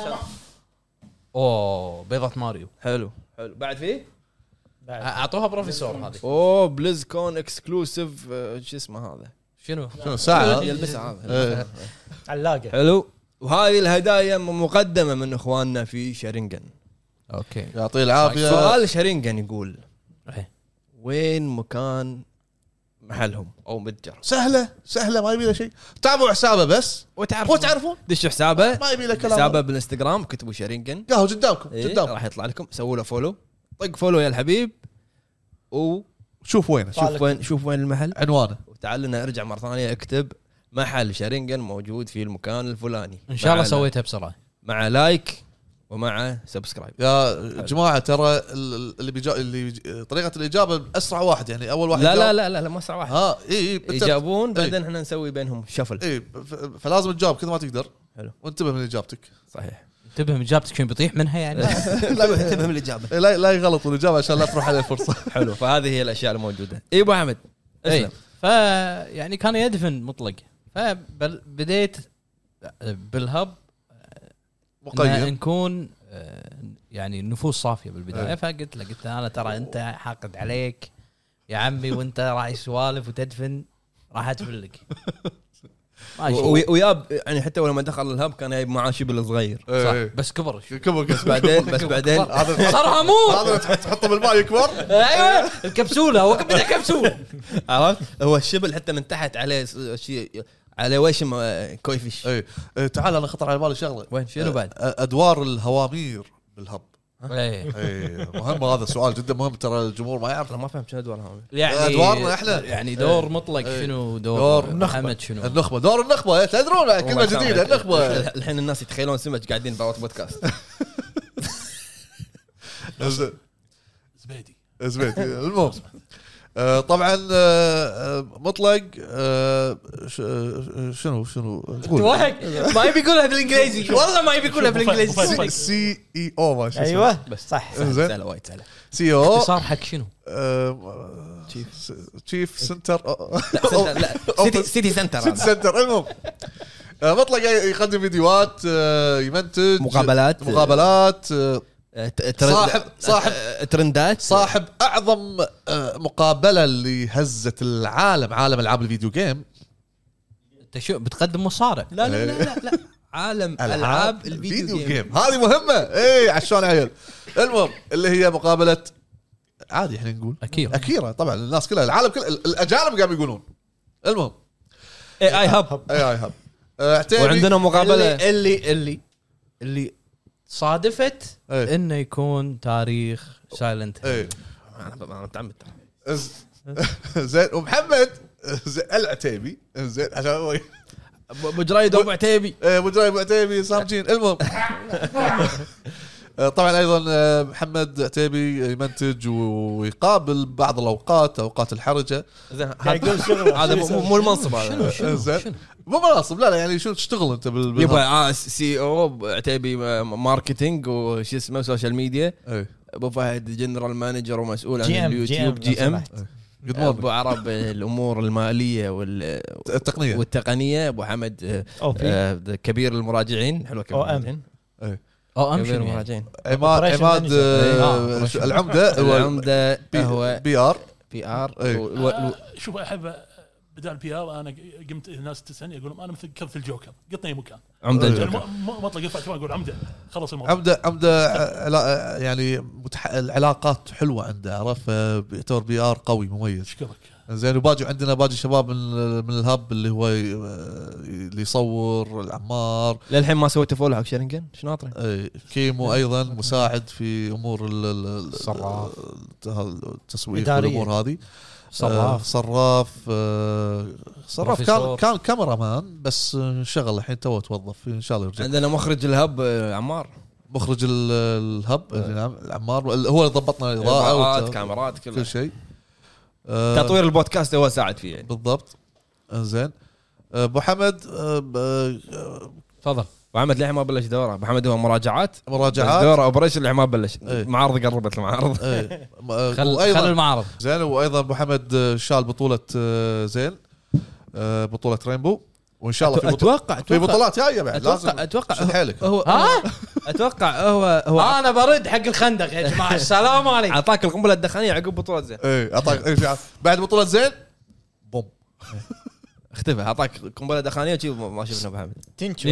Speaker 4: اوه بيضة ماريو
Speaker 2: حلو بعد فيه
Speaker 4: اعطوها بروفيسور هذه.
Speaker 2: بليز كون اكسكلوسيف شو اسمه هذا
Speaker 4: شنو
Speaker 2: ساعه يلبسها هذا
Speaker 5: علاقه
Speaker 2: حلو. وهذه الهدايا مقدمه من اخواننا في شرينجن.
Speaker 4: اوكي
Speaker 1: يعطيه العافيه.
Speaker 2: سؤال شرينجن يقول وين مكان محلهم او متجر؟
Speaker 1: سهله ما يبي له شيء. تابعوا حسابه بس وتعرفون
Speaker 2: دشوا حسابه
Speaker 1: ما يبي له كلام.
Speaker 2: حسابه بالانستغرام كتبوا شرينجن
Speaker 1: قهوه قدامكم
Speaker 2: راح يطلع لكم. سووا له فولو طق فولو يا الحبيب
Speaker 1: وشوف وين
Speaker 2: شوف وين المحل
Speaker 1: عنوانه
Speaker 2: وتعال لنا ارجع مره ثانيه اكتب محل شرينجن موجود في المكان الفلاني.
Speaker 4: ان شاء الله سويتها بسرعه
Speaker 2: مع لايك ومع سبسكرايب.
Speaker 1: يا جماعه ترى اللي طريقه الاجابه اسرع واحد يعني اول واحد
Speaker 2: لا ما اسرع واحد. يجاوبون بعدين احنا نسوي بينهم شفل.
Speaker 1: فلازم تجاوب كذا ما تقدر.
Speaker 2: حلو
Speaker 1: وانتبه من اجابتك.
Speaker 2: صحيح
Speaker 4: انتبه من اجابتك شو بيطيح منها يعني.
Speaker 2: لا انتبه من الاجابه
Speaker 1: لا يغلط الاجابه عشان لا تروح عليه الفرصه.
Speaker 2: حلو فهذه هي الاشياء الموجوده. ابو احمد
Speaker 4: اسلم. يعني كان يدفن مطلق فبديت بالهب مقيم نكون يعني النفوس صافيه بالبدايه. فقلت له انا ترى انت حاقد عليك يا عمي وانت راعي سوالف وتدفن راح ادفن لك.
Speaker 2: وياب يعني حتى لما دخل الهب كان جايب معاه شبل صغير
Speaker 1: صح
Speaker 4: بس كبر
Speaker 2: بس بعدين
Speaker 1: صار
Speaker 4: هموت
Speaker 1: هذا تحطه بالماء يكبر.
Speaker 4: ايوه الكبسوله هو كبده كبسوله
Speaker 2: عرفت هو الشبل حتى من تحت عليه شيء على وشم كويفش.
Speaker 1: اي تعال انا خطر على بالي شغله.
Speaker 2: وين شنو بعد؟
Speaker 1: ادوار الهوامير بالهب.
Speaker 4: اي
Speaker 1: مهم هذا السؤال جدا مهم ترى الجمهور ما يعرف.
Speaker 2: ما فهمت شنو ادوار الهوامير
Speaker 4: يعني
Speaker 1: ادوارنا احنا
Speaker 4: يعني دور مطلق شنو
Speaker 1: دور
Speaker 4: محمد شنو
Speaker 1: النخبه دور النخبه تدرون كلمه جديده النخبه.
Speaker 2: الحين الناس يتخيلون سمك قاعدين بروت بودكاست.
Speaker 1: زبيدي المهم طبعا مطلق شنو
Speaker 4: توهق ما يبي يقولها بالانجليزي والله ما يبي يقولها بالانجليزي.
Speaker 1: سي اي او ما شو
Speaker 5: ايوه
Speaker 2: بس صح
Speaker 1: سهله
Speaker 2: وايد سهله.
Speaker 1: سي او
Speaker 4: صار حق شنو
Speaker 1: تشيف سنتر
Speaker 2: لا سيتي سنتر.
Speaker 1: المهم مطلق يقدم فيديوهات يمنتج مقابلات صاحب
Speaker 2: ترندات
Speaker 1: صاحب اعظم مقابله اللي هزت العالم عالم العاب الفيديو جيم.
Speaker 4: انت شو بتقدم مصارع؟
Speaker 2: لا عالم العاب الفيديو
Speaker 1: جيم هذه مهمه ايه عشان عيل. المهم اللي هي مقابله عادي احنا نقول اكيرا طبعا الناس كلها العالم كله الاجانب قاموا يقولون. المهم
Speaker 2: اي هاب وعندنا مقابله
Speaker 4: اللي صادفت انه يكون تاريخ سايلنت
Speaker 2: انا متعمد
Speaker 1: زين. ومحمد العتيبي زين عشان هو
Speaker 2: ابو جرايد وابو عتيبي
Speaker 1: ابو جرايد وابو عتيبي صامجين. المهم طبعا ايضا محمد عتيبي يمنتج ويقابل بعض اوقات الحرجه.
Speaker 2: هذا مو المنصب هذا
Speaker 1: زين مو مناصب لا يعني شو تشتغل انت
Speaker 2: يبغى سي او عتيبي ماركتينج وش اسمه سوشيال ميديا. ابو فهد جنرال مانجر ومسؤول عن اليوتيوب جي ام. ابو عرب الامور الماليه والتقنيه. ابو حمد كبير المراجعين. حلوه كبير المراجعين. كبير المراجعين.
Speaker 1: عماد العمده هو بي ار.
Speaker 19: شوف احب بدال بي ار انا قمت الناس تسالني يقولون انا مثل كرت الجوكر قطني اي مكان
Speaker 2: عمده الجوكر
Speaker 19: مطلق يرفع كمان اقول عمده خلص الموضوع.
Speaker 1: عمده يعني العلاقات حلوه عنده عرف يعتبر بي ار قوي مميز.
Speaker 19: اشكرك
Speaker 1: زين. وباجي شباب من الهب اللي هو اللي يصور العمار
Speaker 2: للحين ما سويت فول حق شيرنجن شو ناطرين.
Speaker 1: كيمو ايضا مساعد في امور التسويق والامور هذه. صراف كان كاميرا مان بس انشغل الحين توظف ان شاء الله يرجع.
Speaker 2: عندنا مخرج الهب عمار
Speaker 1: مخرج الهب العمار هو اللي ضبطنا الاضاءه
Speaker 2: كاميرات
Speaker 1: كل شيء.
Speaker 2: تطوير البودكاست هو ساعد فيه يعني.
Speaker 1: بالضبط. زين. ابو حمد
Speaker 4: تفضل.
Speaker 2: محمد للحين ما بلش دوره. محمد هو مراجعات دوره اوبريشن اللي ما بلش. معارض قربت المعارض.
Speaker 4: خل المعارض.
Speaker 1: زين. وايضا ابو حمد شال بطوله زين بطوله رينبو وان شاء الله في بطولات جايه بعد. لازم
Speaker 2: اتوقع
Speaker 1: حيلك
Speaker 2: هو اتوقع هو
Speaker 4: انا برد حق الخندق يا جماعه. السلام عليكم.
Speaker 2: اعطاك القنبله الدخانيه عقب بطوله زين.
Speaker 1: اعطاك بعد بطوله زين بوم
Speaker 2: اختفى. اعطاك قنبله دخانيه ما شفنا ابو حمد.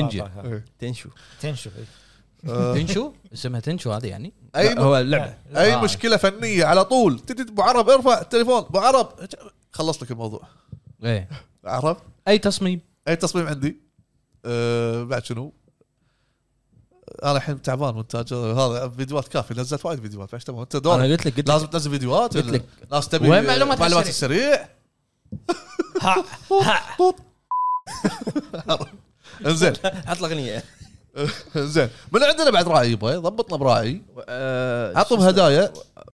Speaker 4: تنشو اسمها تنشو هذه يعني
Speaker 2: هو اللعبه.
Speaker 1: اي مشكله فنيه على طول ابو عرب ارفع التليفون ابو عرب خلص لك الموضوع.
Speaker 4: ايه
Speaker 1: عرفت.
Speaker 4: اي تصميم
Speaker 1: عندي بعد شنو انا الحين تعبان مونتاج هذا فيديوهات كافي. نزلت وايد فيديوهات فايش تبغى انت دور.
Speaker 2: انا قلت لك
Speaker 1: لازم تنزل فيديوهات. الناس تبي
Speaker 4: معلومات
Speaker 1: السريع. انزين
Speaker 2: حط اغنيه.
Speaker 1: زين. من عندنا بعد راعي يبغى ضبطنا براعي. عطهم هدايا.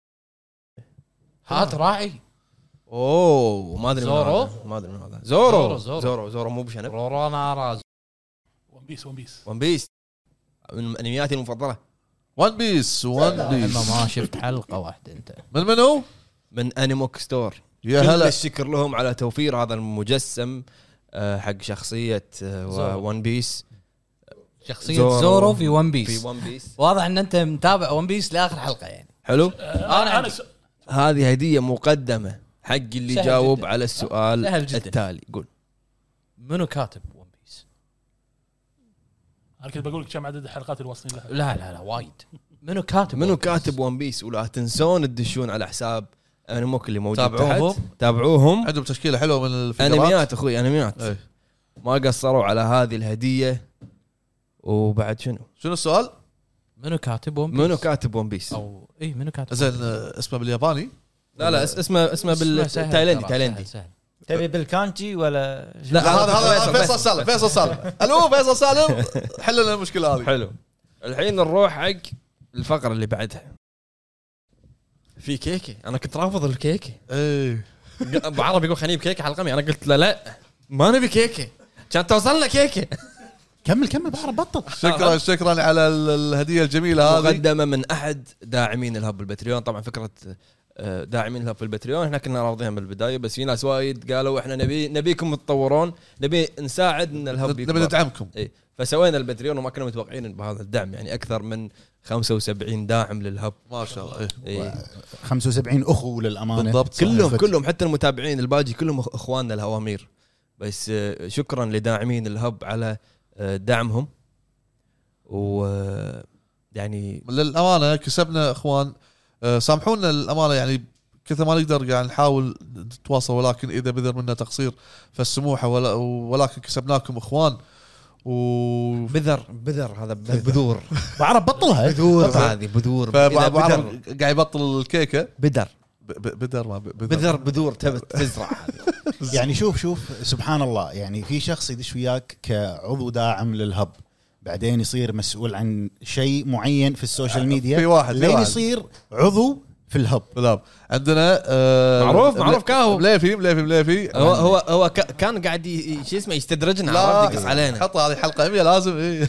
Speaker 4: هات راعي.
Speaker 2: اوه ما ادري
Speaker 4: ما
Speaker 2: ادري هذا زورو مو بشنب.
Speaker 4: رورانا
Speaker 19: ون بيس
Speaker 2: من انمياتي المفضله.
Speaker 1: ون بيس
Speaker 4: ما شفت حلقه واحده. انت
Speaker 1: من منو؟
Speaker 2: من انيموك ستور.
Speaker 1: يا هلا.
Speaker 2: الشكر لهم على توفير هذا المجسم حق شخصيه ون بيس.
Speaker 4: شخصيه زورو في ون بيس. واضح ان انت متابع ون بيس لاخر حلقه يعني.
Speaker 2: حلو. هذه هديه مقدمه حق اللي جاوب على السؤال التالي. قول
Speaker 4: منو كاتب ون
Speaker 19: انا كنت بقول لك كم عدد الحلقات اللي واصلين لها.
Speaker 4: لا وايد. منو كاتب
Speaker 2: ون بيس؟ ولا تنسون تدشون على حساب انموك اللي موجود
Speaker 1: تابعوهم.
Speaker 2: تحت، تابعوهم.
Speaker 1: عندهم تشكيله حلوه من الفيديوهات.
Speaker 2: انميات اخوي، انميات.
Speaker 1: ايه.
Speaker 2: ما قصروا على هذه الهديه. وبعد شنو
Speaker 1: السؤال؟
Speaker 2: منو كاتب ون بيس؟
Speaker 4: او اي منو كاتب؟
Speaker 1: زين اسمه بالياباني؟
Speaker 2: لا اسمه بالتايلندي.
Speaker 5: تبي بالكانجي ولا
Speaker 1: لا هذا فيصل سالم الو فيصل سالم حل لنا المشكله هذه.
Speaker 2: حلو. الحين نروح حق الفقره اللي بعدها. في كيكه. انا كنت رافض الكيكه.
Speaker 1: ايه
Speaker 2: ابو عربي يقول خليني بكيكه على القمي، انا قلت لا ما نبي كيكه، كان توصلنا كيكه.
Speaker 3: كمل بعرف بطل.
Speaker 1: شكرا على الهديه الجميله هذه،
Speaker 2: مقدمه من احد داعمين الهب البتريون. طبعا فكره داعمين الهب البتريون احنا كنا راضيين بالبدايه، بس في ناس وايد قالوا احنا نبيكم تتطورون، نبي نساعد ان الهب
Speaker 1: نبي ندعمكم.
Speaker 2: اي فسوينا البتريون، وما كنا متوقعين بهذا الدعم، يعني اكثر من 75 داعم للهب
Speaker 1: ما شاء الله.
Speaker 2: إيه.
Speaker 3: 75 اخو للامانه
Speaker 2: بالضبط. كلهم حتى المتابعين الباجي كلهم اخواننا الهوامير. بس شكرا لداعمين الهب على دعمهم. و يعني
Speaker 1: للامانه كسبنا اخوان، سامحونا للامانه، يعني كثر ما نقدر قاعد نحاول نتواصل، ولكن اذا بذر منا تقصير فالسموحه، ولكن كسبناكم اخوان.
Speaker 2: بذر هذا بذور
Speaker 3: بعرف بطلها
Speaker 2: بذور هذه بذور.
Speaker 1: قاعد يبطل الكيكه
Speaker 2: بدر
Speaker 1: بذور
Speaker 2: تبي تزرع.
Speaker 3: يعني شوف سبحان الله، يعني في شخص يدش وياك كعضو داعم للهب، بعدين يصير مسؤول عن شيء معين في السوشيال ميديا،
Speaker 1: في واحد
Speaker 3: يصير عضو في الهب.
Speaker 1: عندنا
Speaker 2: معروف كاهو
Speaker 1: مليفي
Speaker 2: هو كان قاعد شو اسمه يستدرجنا، عرفت يقص علينا.
Speaker 1: حط هذه حلقه 100 لازم.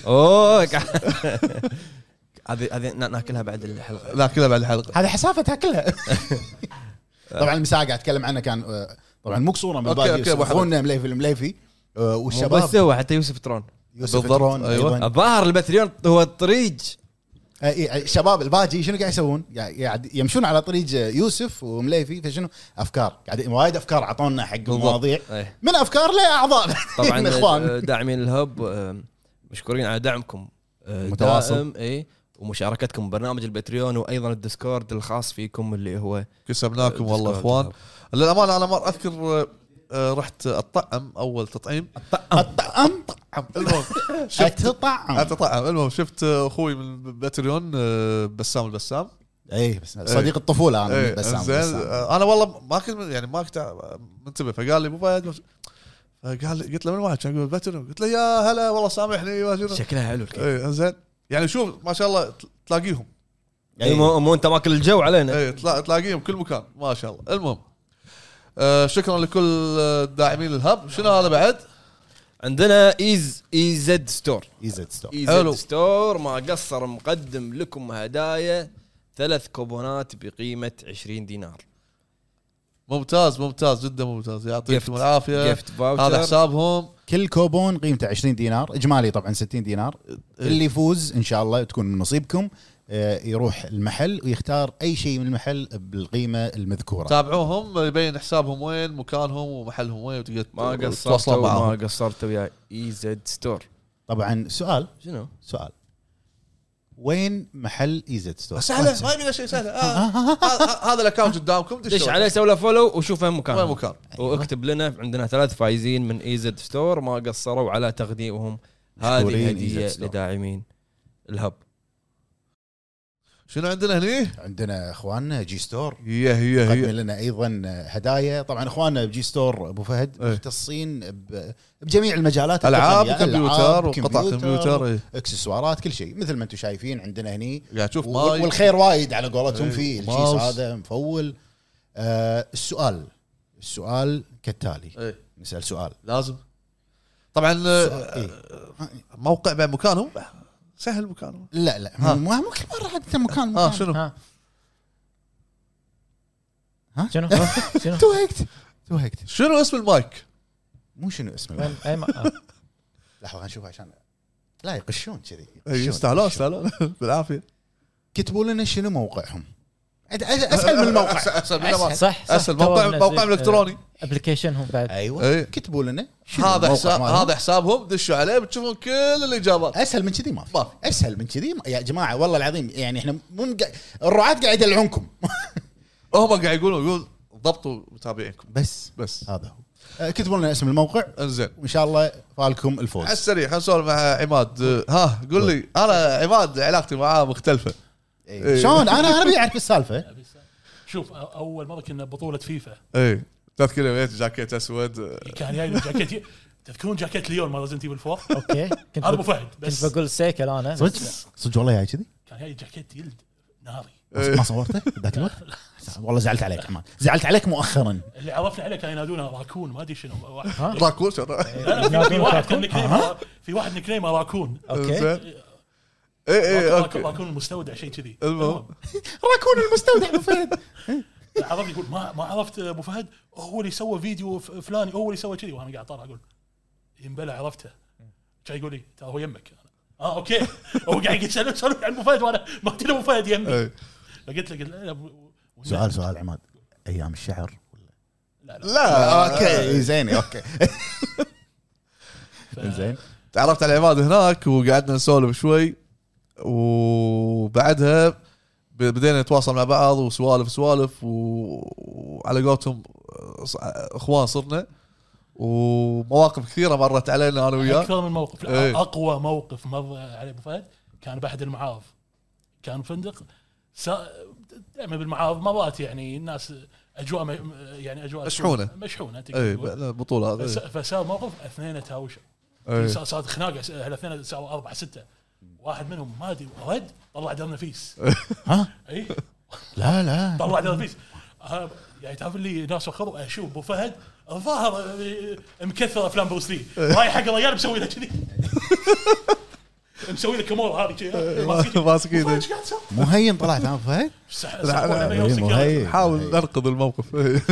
Speaker 2: هذه ناكلها بعد الحلقه.
Speaker 3: هذه حسافه تاكلها. طبعا المساء قاعد اتكلم عنه، كان طبعا مو قصوره من باقي اخونا مليفي والشباب،
Speaker 2: بس هو حتى يوسف ترون.
Speaker 3: أيوة.
Speaker 2: الظاهر البتريون هو الطريق.
Speaker 3: الشباب الباجي شنو قاعد يسوون؟ قاعد يمشون على طريق يوسف ومليفي، فشنو افكار قاعد وايد افكار عطونا حق المواضيع، من افكار لاعضاء.
Speaker 2: طبعا
Speaker 3: اخوان
Speaker 2: داعمين الهب مشكورين على دعمكم
Speaker 3: متواصل،
Speaker 2: ومشاركتكم ببرنامج البتريون، وايضا الديسكورد الخاص فيكم اللي هو
Speaker 1: كسبناكم والله اخوان. للامانه انا ما اذكر رحت الطعم اول تطعيم. المهم شفت اخوي من باتريون بسام البسام.
Speaker 3: اي بس صديق الطفوله انا. بسام
Speaker 1: انا والله ما كنت منتبه، فقال لي ابو فهد، قلت له من واحد كان يقول باتريون، قلت له يا هلا والله سامحني.
Speaker 2: شكلها حلو
Speaker 1: اي زين، يعني شوف ما شاء الله تلاقيهم،
Speaker 2: مو انت ماكل الجو علينا.
Speaker 1: اي تلاقيهم كل مكان ما شاء الله. المهم شكرا لكل الداعمين للهب. شنو هذا بعد؟
Speaker 2: عندنا ايزد ستور.
Speaker 1: حلو
Speaker 2: ستور ما قصر مقدم لكم هدايا 3 كوبونات بقيمه 20 دينار.
Speaker 1: ممتاز جدا ممتاز، يعطيكم العافيه. هذا حسابهم،
Speaker 3: كل كوبون قيمته 20 دينار اجمالي، طبعا 60 دينار. اللي يفوز ان شاء الله تكون من نصيبكم، يروح المحل ويختار اي شيء من المحل بالقيمه المذكوره.
Speaker 1: تابعوهم يبين حسابهم وين، مكانهم ومحلهم وين، وتقدر
Speaker 2: ما قصرتوا ويا ايزد ستور.
Speaker 3: طبعا سؤال،
Speaker 2: شنو
Speaker 3: سؤال؟ وين محل ايزد ستور؟
Speaker 1: سهله، ما يبي شيء سهله. هذا الاكونت قدامكم،
Speaker 2: دش عليه، سوي له فولو وشوف وين مكان، واكتب لنا. عندنا 3 فايزين من ايزد ستور ما قصروا على تقديمهم هذه الهديه لداعمين الهب.
Speaker 1: شنو عندنا هني؟
Speaker 3: عندنا اخواننا جي ستور،
Speaker 1: هي
Speaker 3: قدم لنا ايضا هدايا. طبعا اخواننا بجي ستور ابو فهد مختصين بجميع المجالات،
Speaker 1: العاب وكمبيوتر وقطع كمبيوتر،
Speaker 3: اكسسوارات، كل شيء مثل ما انتم شايفين عندنا هني.
Speaker 1: قاعد تشوف
Speaker 3: والخير وايد على قولتهم فيه. الجيس هذا مفول. السؤال كالتالي. نسأل سؤال
Speaker 1: لازم طبعا. موقع بمكانهم سهل مكانه.
Speaker 3: لا مو كل مره حتى مكان.
Speaker 1: شنو
Speaker 3: توهقت.
Speaker 1: شنو اسم المايك؟
Speaker 3: مو شنو اسم المايك. لحظه نشوف عشان لا يقشون كذي.
Speaker 1: يستاهلون بالعافيه.
Speaker 3: كتبوا لنا شنو موقعهم اسهل من الموقع
Speaker 1: اسهل موقع الكتروني
Speaker 5: ابلكيشنهم بعد.
Speaker 3: ايوه كتبوا لنا
Speaker 1: هذا حسابهم، دشوا عليه بتشوفون كل الاجابات.
Speaker 3: اسهل من كذي ما في. اسهل من كذي يا جماعه والله العظيم. يعني احنا الرعاة قاعد يدلعونكم.
Speaker 1: هم قاعد يقولون ضبطوا متابعينكم
Speaker 3: بس
Speaker 1: هذا هو.
Speaker 3: كتبوا لنا اسم الموقع
Speaker 1: انزين
Speaker 3: وان شاء الله فالكم الفوز.
Speaker 1: على السريع خلينا نسولف مع عماد. ها قول لي انا عماد علاقتي معاه مختلفه
Speaker 3: شلون؟ انا بيعرف السالفه.
Speaker 19: شوف اول مره كنا بطوله فيفا
Speaker 1: تذكر يوم جاكيت اسود
Speaker 19: كان جاي جاكيت تذكرون جاكيت ليون مال ريزنت ايفل 4
Speaker 5: اوكي
Speaker 19: هذا ابو فهد بس
Speaker 5: كنت بقول سيكل انا
Speaker 3: صدق والله جاي كذي
Speaker 19: كان جاي جاكيت جلد ناري
Speaker 3: ما صورته ذاك الوقت. والله زعلت عليك عمان، زعلت عليك مؤخرا.
Speaker 19: اللي عرفنا عليه كانوا ينادونه راكون ما ادري شنو
Speaker 1: راكون
Speaker 19: في واحد نكنيمه راكون
Speaker 1: اوكي
Speaker 19: راكون المستودع شيء كذي
Speaker 3: راكون المستودع ابو فهد
Speaker 19: عرف يقول ما عرفت ابو فهد هو اللي سوى فيديو فلاني هو اللي سوى كذي وانا قاعد طالع اقول ينبلع عرفته جاي يقول لي ترى هو يمك اوكي هو قاعد يسولف عن ابو فهد وانا ما قلت له ابو فهد يمي فقلت له
Speaker 3: سؤال عماد ايام الشعر
Speaker 1: لا
Speaker 3: اوكي زين اوكي زين.
Speaker 1: تعرفت على عماد هناك وقعدنا نسولف شوي وبعدها بدينا نتواصل مع بعض وسوالف وعلى قولتهم اخوان صرنا ومواقف كثيره مرت علينا انا وياه.
Speaker 19: اكثر من موقف اقوى موقف مر علي ابو فهد كان باحد المعارض. كان فندق دائما بالمعارض مرات يعني الناس اجواء يعني اجواء مشحونه
Speaker 1: تقول بطوله هذه
Speaker 19: فصار موقف اثنين تهاوشوا صارت خناقه الاثنين ساووا 4 6 واحد منهم ما ادري رد طلع دم نفيس
Speaker 3: ها
Speaker 19: اي
Speaker 3: لا
Speaker 19: طلع دم نفيس يعني تعرف اللي ناس وخروا اشوف ابو فهد الظاهر مكثر افلام بروسلي رايح حق الرجال مسوي له كذي مسوي له كامورا هذه كذي
Speaker 1: ماسك ايده
Speaker 3: مو هين طلعت ابو فهد
Speaker 1: حاول ننقذ الموقف.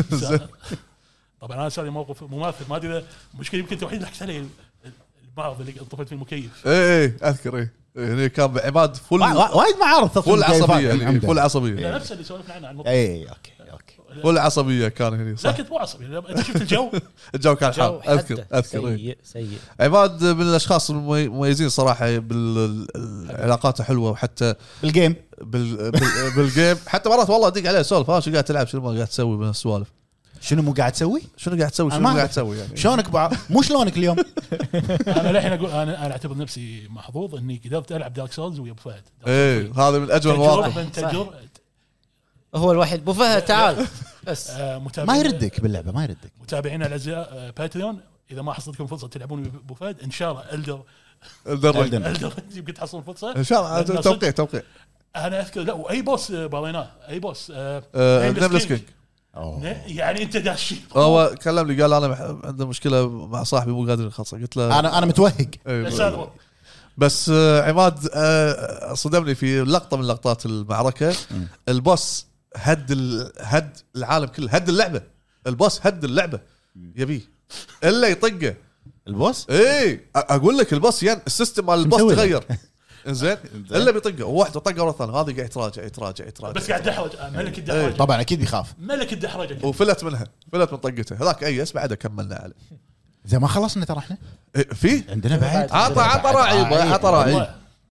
Speaker 19: طبعا انا صار لي موقف مماثل ما ادري مشكله يمكن الوحيد اللي حكيت عليه المعرض اللي طفيت في المكيف
Speaker 1: اذكر هنا كان بعماد
Speaker 3: وايد معارض
Speaker 1: فل عصبيه يعني فل عصبيه
Speaker 19: نفس اللي سولفنا عنه عن
Speaker 3: اوكي
Speaker 1: فل عصبيه كان هنا
Speaker 19: صح لكن مو عصبي انت شفت
Speaker 1: الجو كان حار اذكر
Speaker 5: سيء
Speaker 1: عماد من الاشخاص المميزين صراحه بالعلاقات حلوه وحتى
Speaker 3: بالجيم
Speaker 1: بالجيم حتى مرات والله ادق عليه سولف شو قاعد تلعب شنو ما قاعد تسوي من السوالف
Speaker 3: شنو مو قاعد تسوي
Speaker 1: يعني
Speaker 3: شلونك مو شلونك اليوم.
Speaker 19: انا الحين اقول انا اعتبر نفسي محظوظ اني قدرت العب دارك سولز ويا ابو فهد.
Speaker 1: هذا من اجمل المواقف.
Speaker 5: هو الوحيد ابو فهد تعال بس
Speaker 3: ما يردك باللعبه ما يردك.
Speaker 19: متابعينا الاعزاء باتريون اذا ما حصلتكم فرصه تلعبون ابو فهد ان شاء الله الدر يمكن تحصلون فرصه
Speaker 1: ان شاء الله. توقيع
Speaker 19: انا اذكر لا واي بوس باريناه اي بوس
Speaker 1: نيمليس كينج
Speaker 19: يعني انت داشي
Speaker 1: هو كلمني قال انا عنده مشكله مع صاحبي مو قادر يخلصه. قلت له
Speaker 3: انا متوهق
Speaker 1: بس عماد صدمني في لقطه من لقطات المعركه. البوس هد العالم كله هد اللعبه. البوس هد اللعبه يبيه الا يطقه
Speaker 3: البوس.
Speaker 1: اقول لك البوس يعني السيستم مال البوس تغير زين الا بيطقه واحده طقه ورا الثانيه هذه قاعد يتراجع
Speaker 19: بس قاعد يحرج ملك الدحرجه
Speaker 3: طبعا اكيد يخاف
Speaker 19: ملك الدحرجه
Speaker 1: وفلت من طقته هذاك ايس بعده كملنا عليه
Speaker 3: زي ما خلصنا ترى احنا
Speaker 1: في
Speaker 3: عندنا بعد
Speaker 1: عطى راعي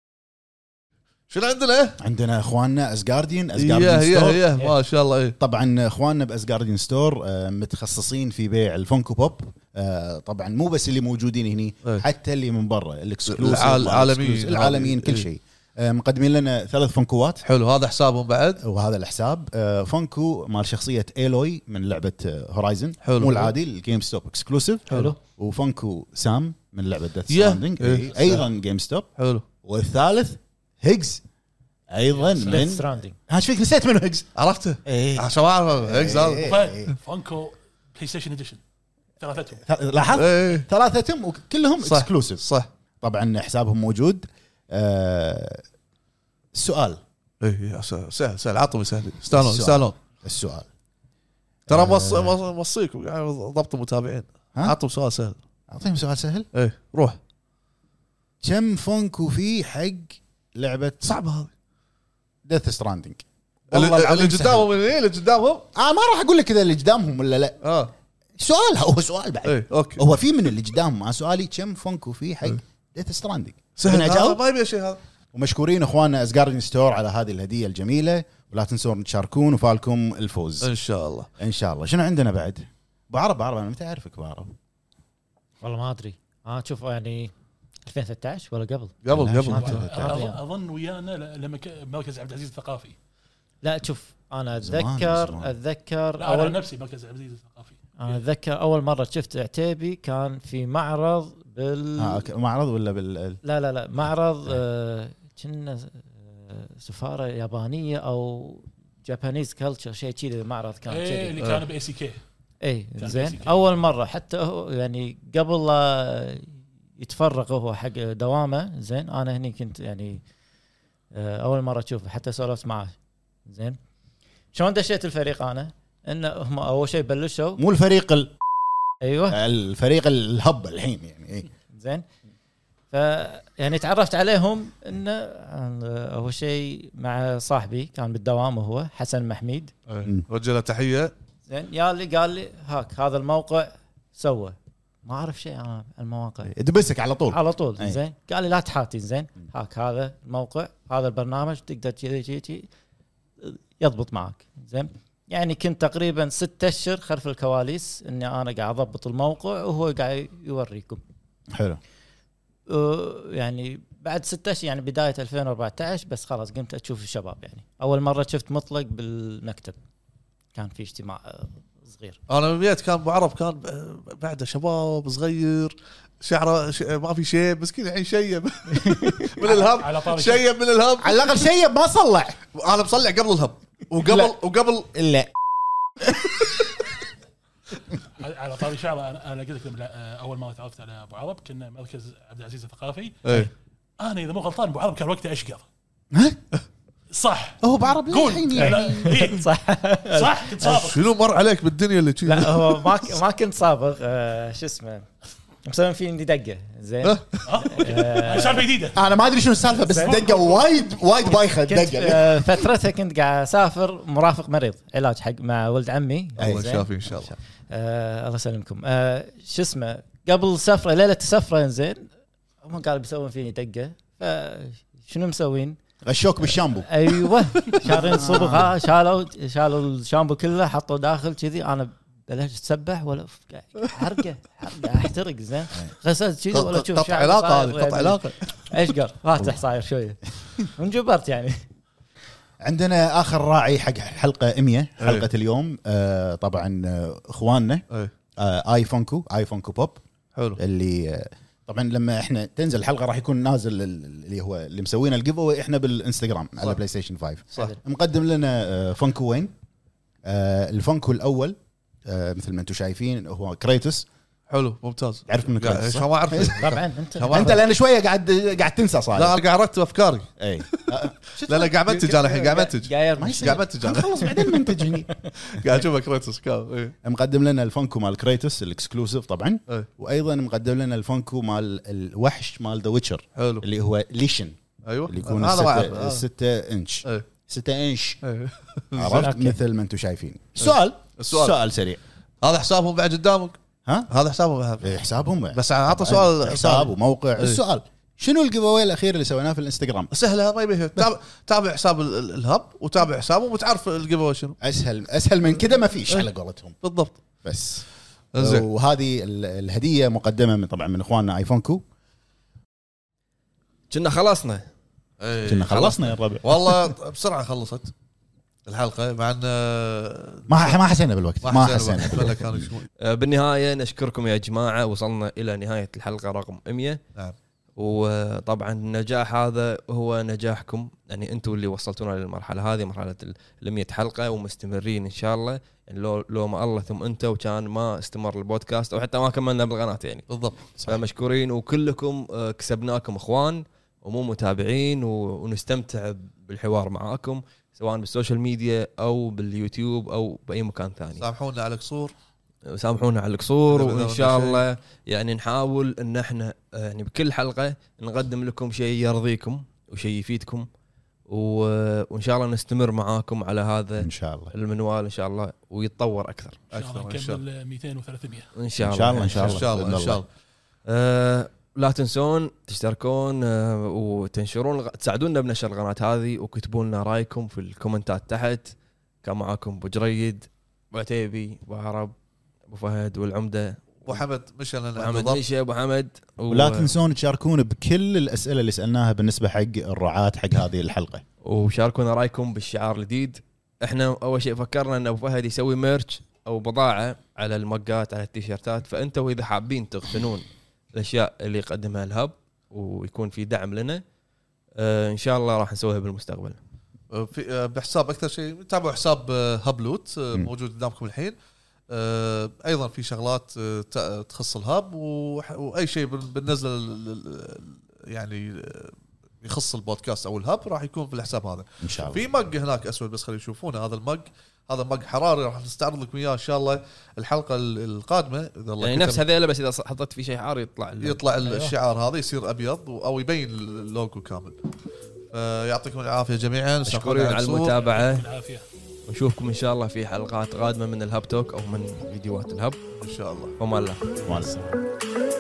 Speaker 1: شنو عندنا
Speaker 3: اخواننا اسغارديان
Speaker 1: ستور ما شاء الله
Speaker 3: طبعا اخواننا باسغارديان ستور متخصصين في بيع الفونكو بوب. طبعا مو بس اللي موجودين هني حتى اللي من برا الاكسكلوسيف العالميين كل شيء. مقدمين لنا 3 فونكوات.
Speaker 1: حلو هذا حسابهم بعد
Speaker 3: وهذا الحساب فونكو مال شخصية ايلوي من لعبة هورايزن مو العادي الجيم ستوب اكسكلوسيف.
Speaker 5: حلو
Speaker 3: وفونكو سام من لعبة ديث ستراندينج ايضا جيم ستوب.
Speaker 1: حلو
Speaker 3: والثالث هيجز ايضا من
Speaker 5: ستراندينج.
Speaker 3: ايش فيك نسيت منه هيجز
Speaker 1: عرفته عشان ما اعرف هيجز
Speaker 19: فونكو بلاي ستيشن اديشن ثلاثتهم
Speaker 3: لاحظت ثلاثتهم وكلهم اكسكلوسيف
Speaker 1: صح.
Speaker 3: طبعا حسابهم موجود. السؤال
Speaker 1: سهل عطوا سهل استانون
Speaker 3: السؤال
Speaker 1: ترى موصيكم يعني ضبط المتابعين عطوا سؤال سهل.
Speaker 3: اعطيهم سؤال سهل
Speaker 1: روح
Speaker 3: كم فونكو في حق لعبة
Speaker 1: صعبة هذه
Speaker 3: ديث ستراندينج والله
Speaker 1: اللي
Speaker 3: العظيم
Speaker 1: قدامهم اللي قدامهم
Speaker 3: ما راح اقول لك اذا اللي قدامهم ولا لا. سؤال، هو سؤال بعد.
Speaker 1: ايه اوكي.
Speaker 3: هو في من اللي قدامهم سؤالي كم فانكو في حق ديث ستراندنج.
Speaker 1: سهل هذا ما يبي شيء هذا.
Speaker 3: ومشكورين اخواننا ازجاردن ستور على هذه الهديه الجميله، ولا تنسون تشاركون وفالكم الفوز
Speaker 1: ان شاء الله.
Speaker 3: ان شاء الله. شنو عندنا بعد؟ بعرب انا متى اعرفك بعرب؟
Speaker 5: والله ما ادري. شوف يعني 2013 ولا قبل
Speaker 19: اظن ويانا لما مركز عبد العزيز الثقافي.
Speaker 5: لا شوف انا اتذكر
Speaker 19: لا اول نفسي مركز عبد العزيز الثقافي.
Speaker 5: انا اتذكر اول مره شفت عتيبي كان في معرض
Speaker 3: معرض ولا
Speaker 5: لا معرض كنا سفاره يابانيه او جابانيز كلتشر شيء كذا. معرض كان
Speaker 19: كذي اللي كان باي سي كي.
Speaker 5: اي زين اول مره حتى هو يعني قبل لا يتفرغ هو حق دوامه. زين انا هني كنت يعني اول مره اشوفه حتى سولفت معاه. زين شلون دشيت الفريق انا انه هم اول شيء بلشوا
Speaker 3: مو الفريق
Speaker 5: ايوه
Speaker 3: الفريق الهب الحين يعني
Speaker 5: زين يعني تعرفت عليهم انه اول شيء مع صاحبي كان بالدوام وهو حسن محميد.
Speaker 1: رجله تحيه.
Speaker 5: زين يالي قال لي هاك هذا الموقع سوى ما اعرف شيء عن المواقع
Speaker 3: دبسك على طول.
Speaker 5: زين قال لي لا تحاتي. زين هاك هذا الموقع هذا البرنامج تقدر كذي يضبط معك. زين يعني كنت تقريبا 6 أشهر خلف الكواليس اني انا قاعد اضبط الموقع وهو قاعد يوريكم.
Speaker 3: حلو.
Speaker 5: يعني بعد 6 أشهر يعني بدايه 2014 بس خلاص قمت اشوف الشباب. يعني اول مره شفت مطلق بالمكتب كان في اجتماع صغير.
Speaker 1: انا من بيت كان ابو عرب كان بعده شباب صغير شعره ما في شيء مسكين الحين شيب من الهب. شيب من الهب
Speaker 3: على الاقل شيب ما صلع.
Speaker 1: انا مصلع قبل الهب وقبل
Speaker 3: لا
Speaker 19: على طاري شعره. انا قلت لكم اول ما تعرفت على ابو عرب كنا مركز عبد العزيز الثقافي. انا اذا مو غلطان ابو عرب كان وقتها اشقر. صح
Speaker 3: هو بعرب
Speaker 19: الحين يعني
Speaker 5: صح
Speaker 19: كنت صابغ.
Speaker 1: شنو مر عليك بالدنيا اللي كذي؟
Speaker 5: لا هو ما كنت صابغ. شو اسمه مسوين فيني دقه. زين
Speaker 19: سالفه جديده
Speaker 3: انا ما ادري شنو السالفه بس دقه وايد بايخه دقه.
Speaker 5: فترتها كنت قاعد اسافر مرافق مريض علاج حق مع ولد عمي.
Speaker 1: الله يشافيه ان شاء الله.
Speaker 5: الله يسلمكم. شو اسمه قبل سفره ليله السفره زين هم قالوا بيسوون فيني دقه. فشنو مسوين؟
Speaker 3: غشوك بالشامبو.
Speaker 5: ايوه شارين صبغه شالوا الشامبو كله حطوا داخل كذي. انا بلشت اتسبح ولا حرقه احترق. زين غسلت كذي ولا تشوف
Speaker 1: قطع علاقه هذه قطع علاقه
Speaker 5: اشقر فاتح صاير شويه انجبرت يعني.
Speaker 3: عندنا اخر راعي حق حلقه 100 حلقه اليوم. طبعا اخواننا اي فانكو بوب.
Speaker 1: حلو.
Speaker 3: اللي طبعا لما احنا تنزل الحلقه راح يكون نازل اللي هو اللي مسوينا الجيف اوي احنا بالانستغرام على بلاي ستيشن 5.
Speaker 1: صح.
Speaker 3: مقدم لنا فانكو وين. الفانكو الاول مثل ما انتم شايفين هو كريتوس.
Speaker 1: حلو ممتاز.
Speaker 3: تعرف من كريتوس
Speaker 1: ما اعرف
Speaker 5: طبعا
Speaker 3: انت لان شويه قاعد تنسى صار.
Speaker 1: لا قاعد ارتب افكاري.
Speaker 3: اي
Speaker 1: لا قاعد منتج انا الحين قاعد منتج انا
Speaker 3: خلص بعدين منتج هني.
Speaker 1: قاعد اشوف كريتوس كام.
Speaker 3: مقدم لنا الفانكو مال كريتوس الاكسكلوسيف طبعا. وايضا مقدم لنا الفانكو مال الوحش مال ذا ويتشر اللي هو ليشن.
Speaker 1: ايوه
Speaker 3: اللي يكون 6 انش 6 انش. عرفت مثل ما انتم شايفين. سؤال سريع.
Speaker 1: هذا حسابهم بعد قدامك؟ هذا
Speaker 3: حسابهم
Speaker 1: بس عطى سؤال
Speaker 3: حساب وموقع. السؤال شنو الجيف اوي الاخير اللي سويناه في الانستغرام؟
Speaker 1: سهله ما يبيه. تابع حساب الهب وتابع حسابه وتعرف الجيف اوي شنو.
Speaker 3: اسهل من كذا ما فيش على قولتهم.
Speaker 1: بالضبط.
Speaker 3: بس وهذه الهديه مقدمه من طبعا من اخواننا ايفونكو.
Speaker 2: كنا خلصنا
Speaker 3: يا الربع.
Speaker 1: والله بسرعه خلصت الحلقه مع ان
Speaker 3: ما حسينا بالوقت. ما حسينا
Speaker 2: بالنهايه نشكركم يا جماعه. وصلنا الى نهايه الحلقه رقم 100.
Speaker 1: نعم.
Speaker 2: وطبعا النجاح هذا هو نجاحكم. يعني انتم اللي وصلتونا للمرحله هذه مرحله 100 حلقه ومستمرين ان شاء الله. يعني لو ما الله ثم انتم وكان ما استمر البودكاست او حتى ما كملنا بالقناه يعني.
Speaker 1: بالضبط.
Speaker 2: فمشكورين وكلكم كسبناكم اخوان ومو متابعين ونستمتع بالحوار معاكم سواء بالسوشيال ميديا او باليوتيوب او باي مكان ثاني.
Speaker 1: سامحونا على
Speaker 2: القصور وان شاء الله يعني نحاول ان احنا يعني بكل حلقه نقدم لكم شيء يرضيكم وشيء يفيدكم وان شاء الله نستمر معاكم على هذا
Speaker 3: ان شاء الله
Speaker 2: المنوال ان شاء الله ويتطور اكثر
Speaker 19: ان شاء الله نكمل 200 و300
Speaker 2: ان شاء الله
Speaker 3: ان شاء الله ان شاء الله ان شاء
Speaker 2: الله. لا تنسون تشتركون وتنشرون تساعدونا بنشر القناه هذه وكتبوا لنا رايكم في الكومنتات تحت. كان معاكم ابو جريد ابو عتيبي ابو عرب ابو فهد والعمده
Speaker 1: ابو حمد مشى
Speaker 2: محمد مشى ابو حمد
Speaker 3: ولا تنسون تشاركون بكل الاسئله اللي سالناها بالنسبه حق الرعاة حق هذه الحلقه
Speaker 2: وشاركونا رايكم بالشعار الجديد. احنا اول شيء فكرنا ان ابو فهد يسوي ميرش او بضاعه على المقات على التيشيرتات، فانتوا اذا حابين تقتنون الاشياء اللي يقدمها الهب ويكون في دعم لنا ان شاء الله راح نسويها بالمستقبل.
Speaker 1: في بحساب اكثر شيء تابعوا حساب هبلوت موجود قدامكم الحين. ايضا في شغلات تخص الهب واي شيء بننزل يعني يخص البودكاست او الهب راح يكون في الحساب هذا
Speaker 3: ان شاء الله.
Speaker 1: في مج هناك اسود بس خلينا يشوفونه. هذا مج حراري راح نستعرض لكم اياه ان شاء الله الحلقه القادمه اذا الله
Speaker 2: يعني نفس هذيله بس اذا حطيت فيه شيء حار يطلع
Speaker 1: الشعار هذا يصير ابيض او يبين اللوجو كامل. يعطيكم العافيه جميعا،
Speaker 2: مشكورين على المتابعه ونشوفكم ان شاء الله في حلقات قادمه من الهب توك او من فيديوهات الهب
Speaker 1: ان شاء الله.
Speaker 2: وما الله
Speaker 3: مع السلامه.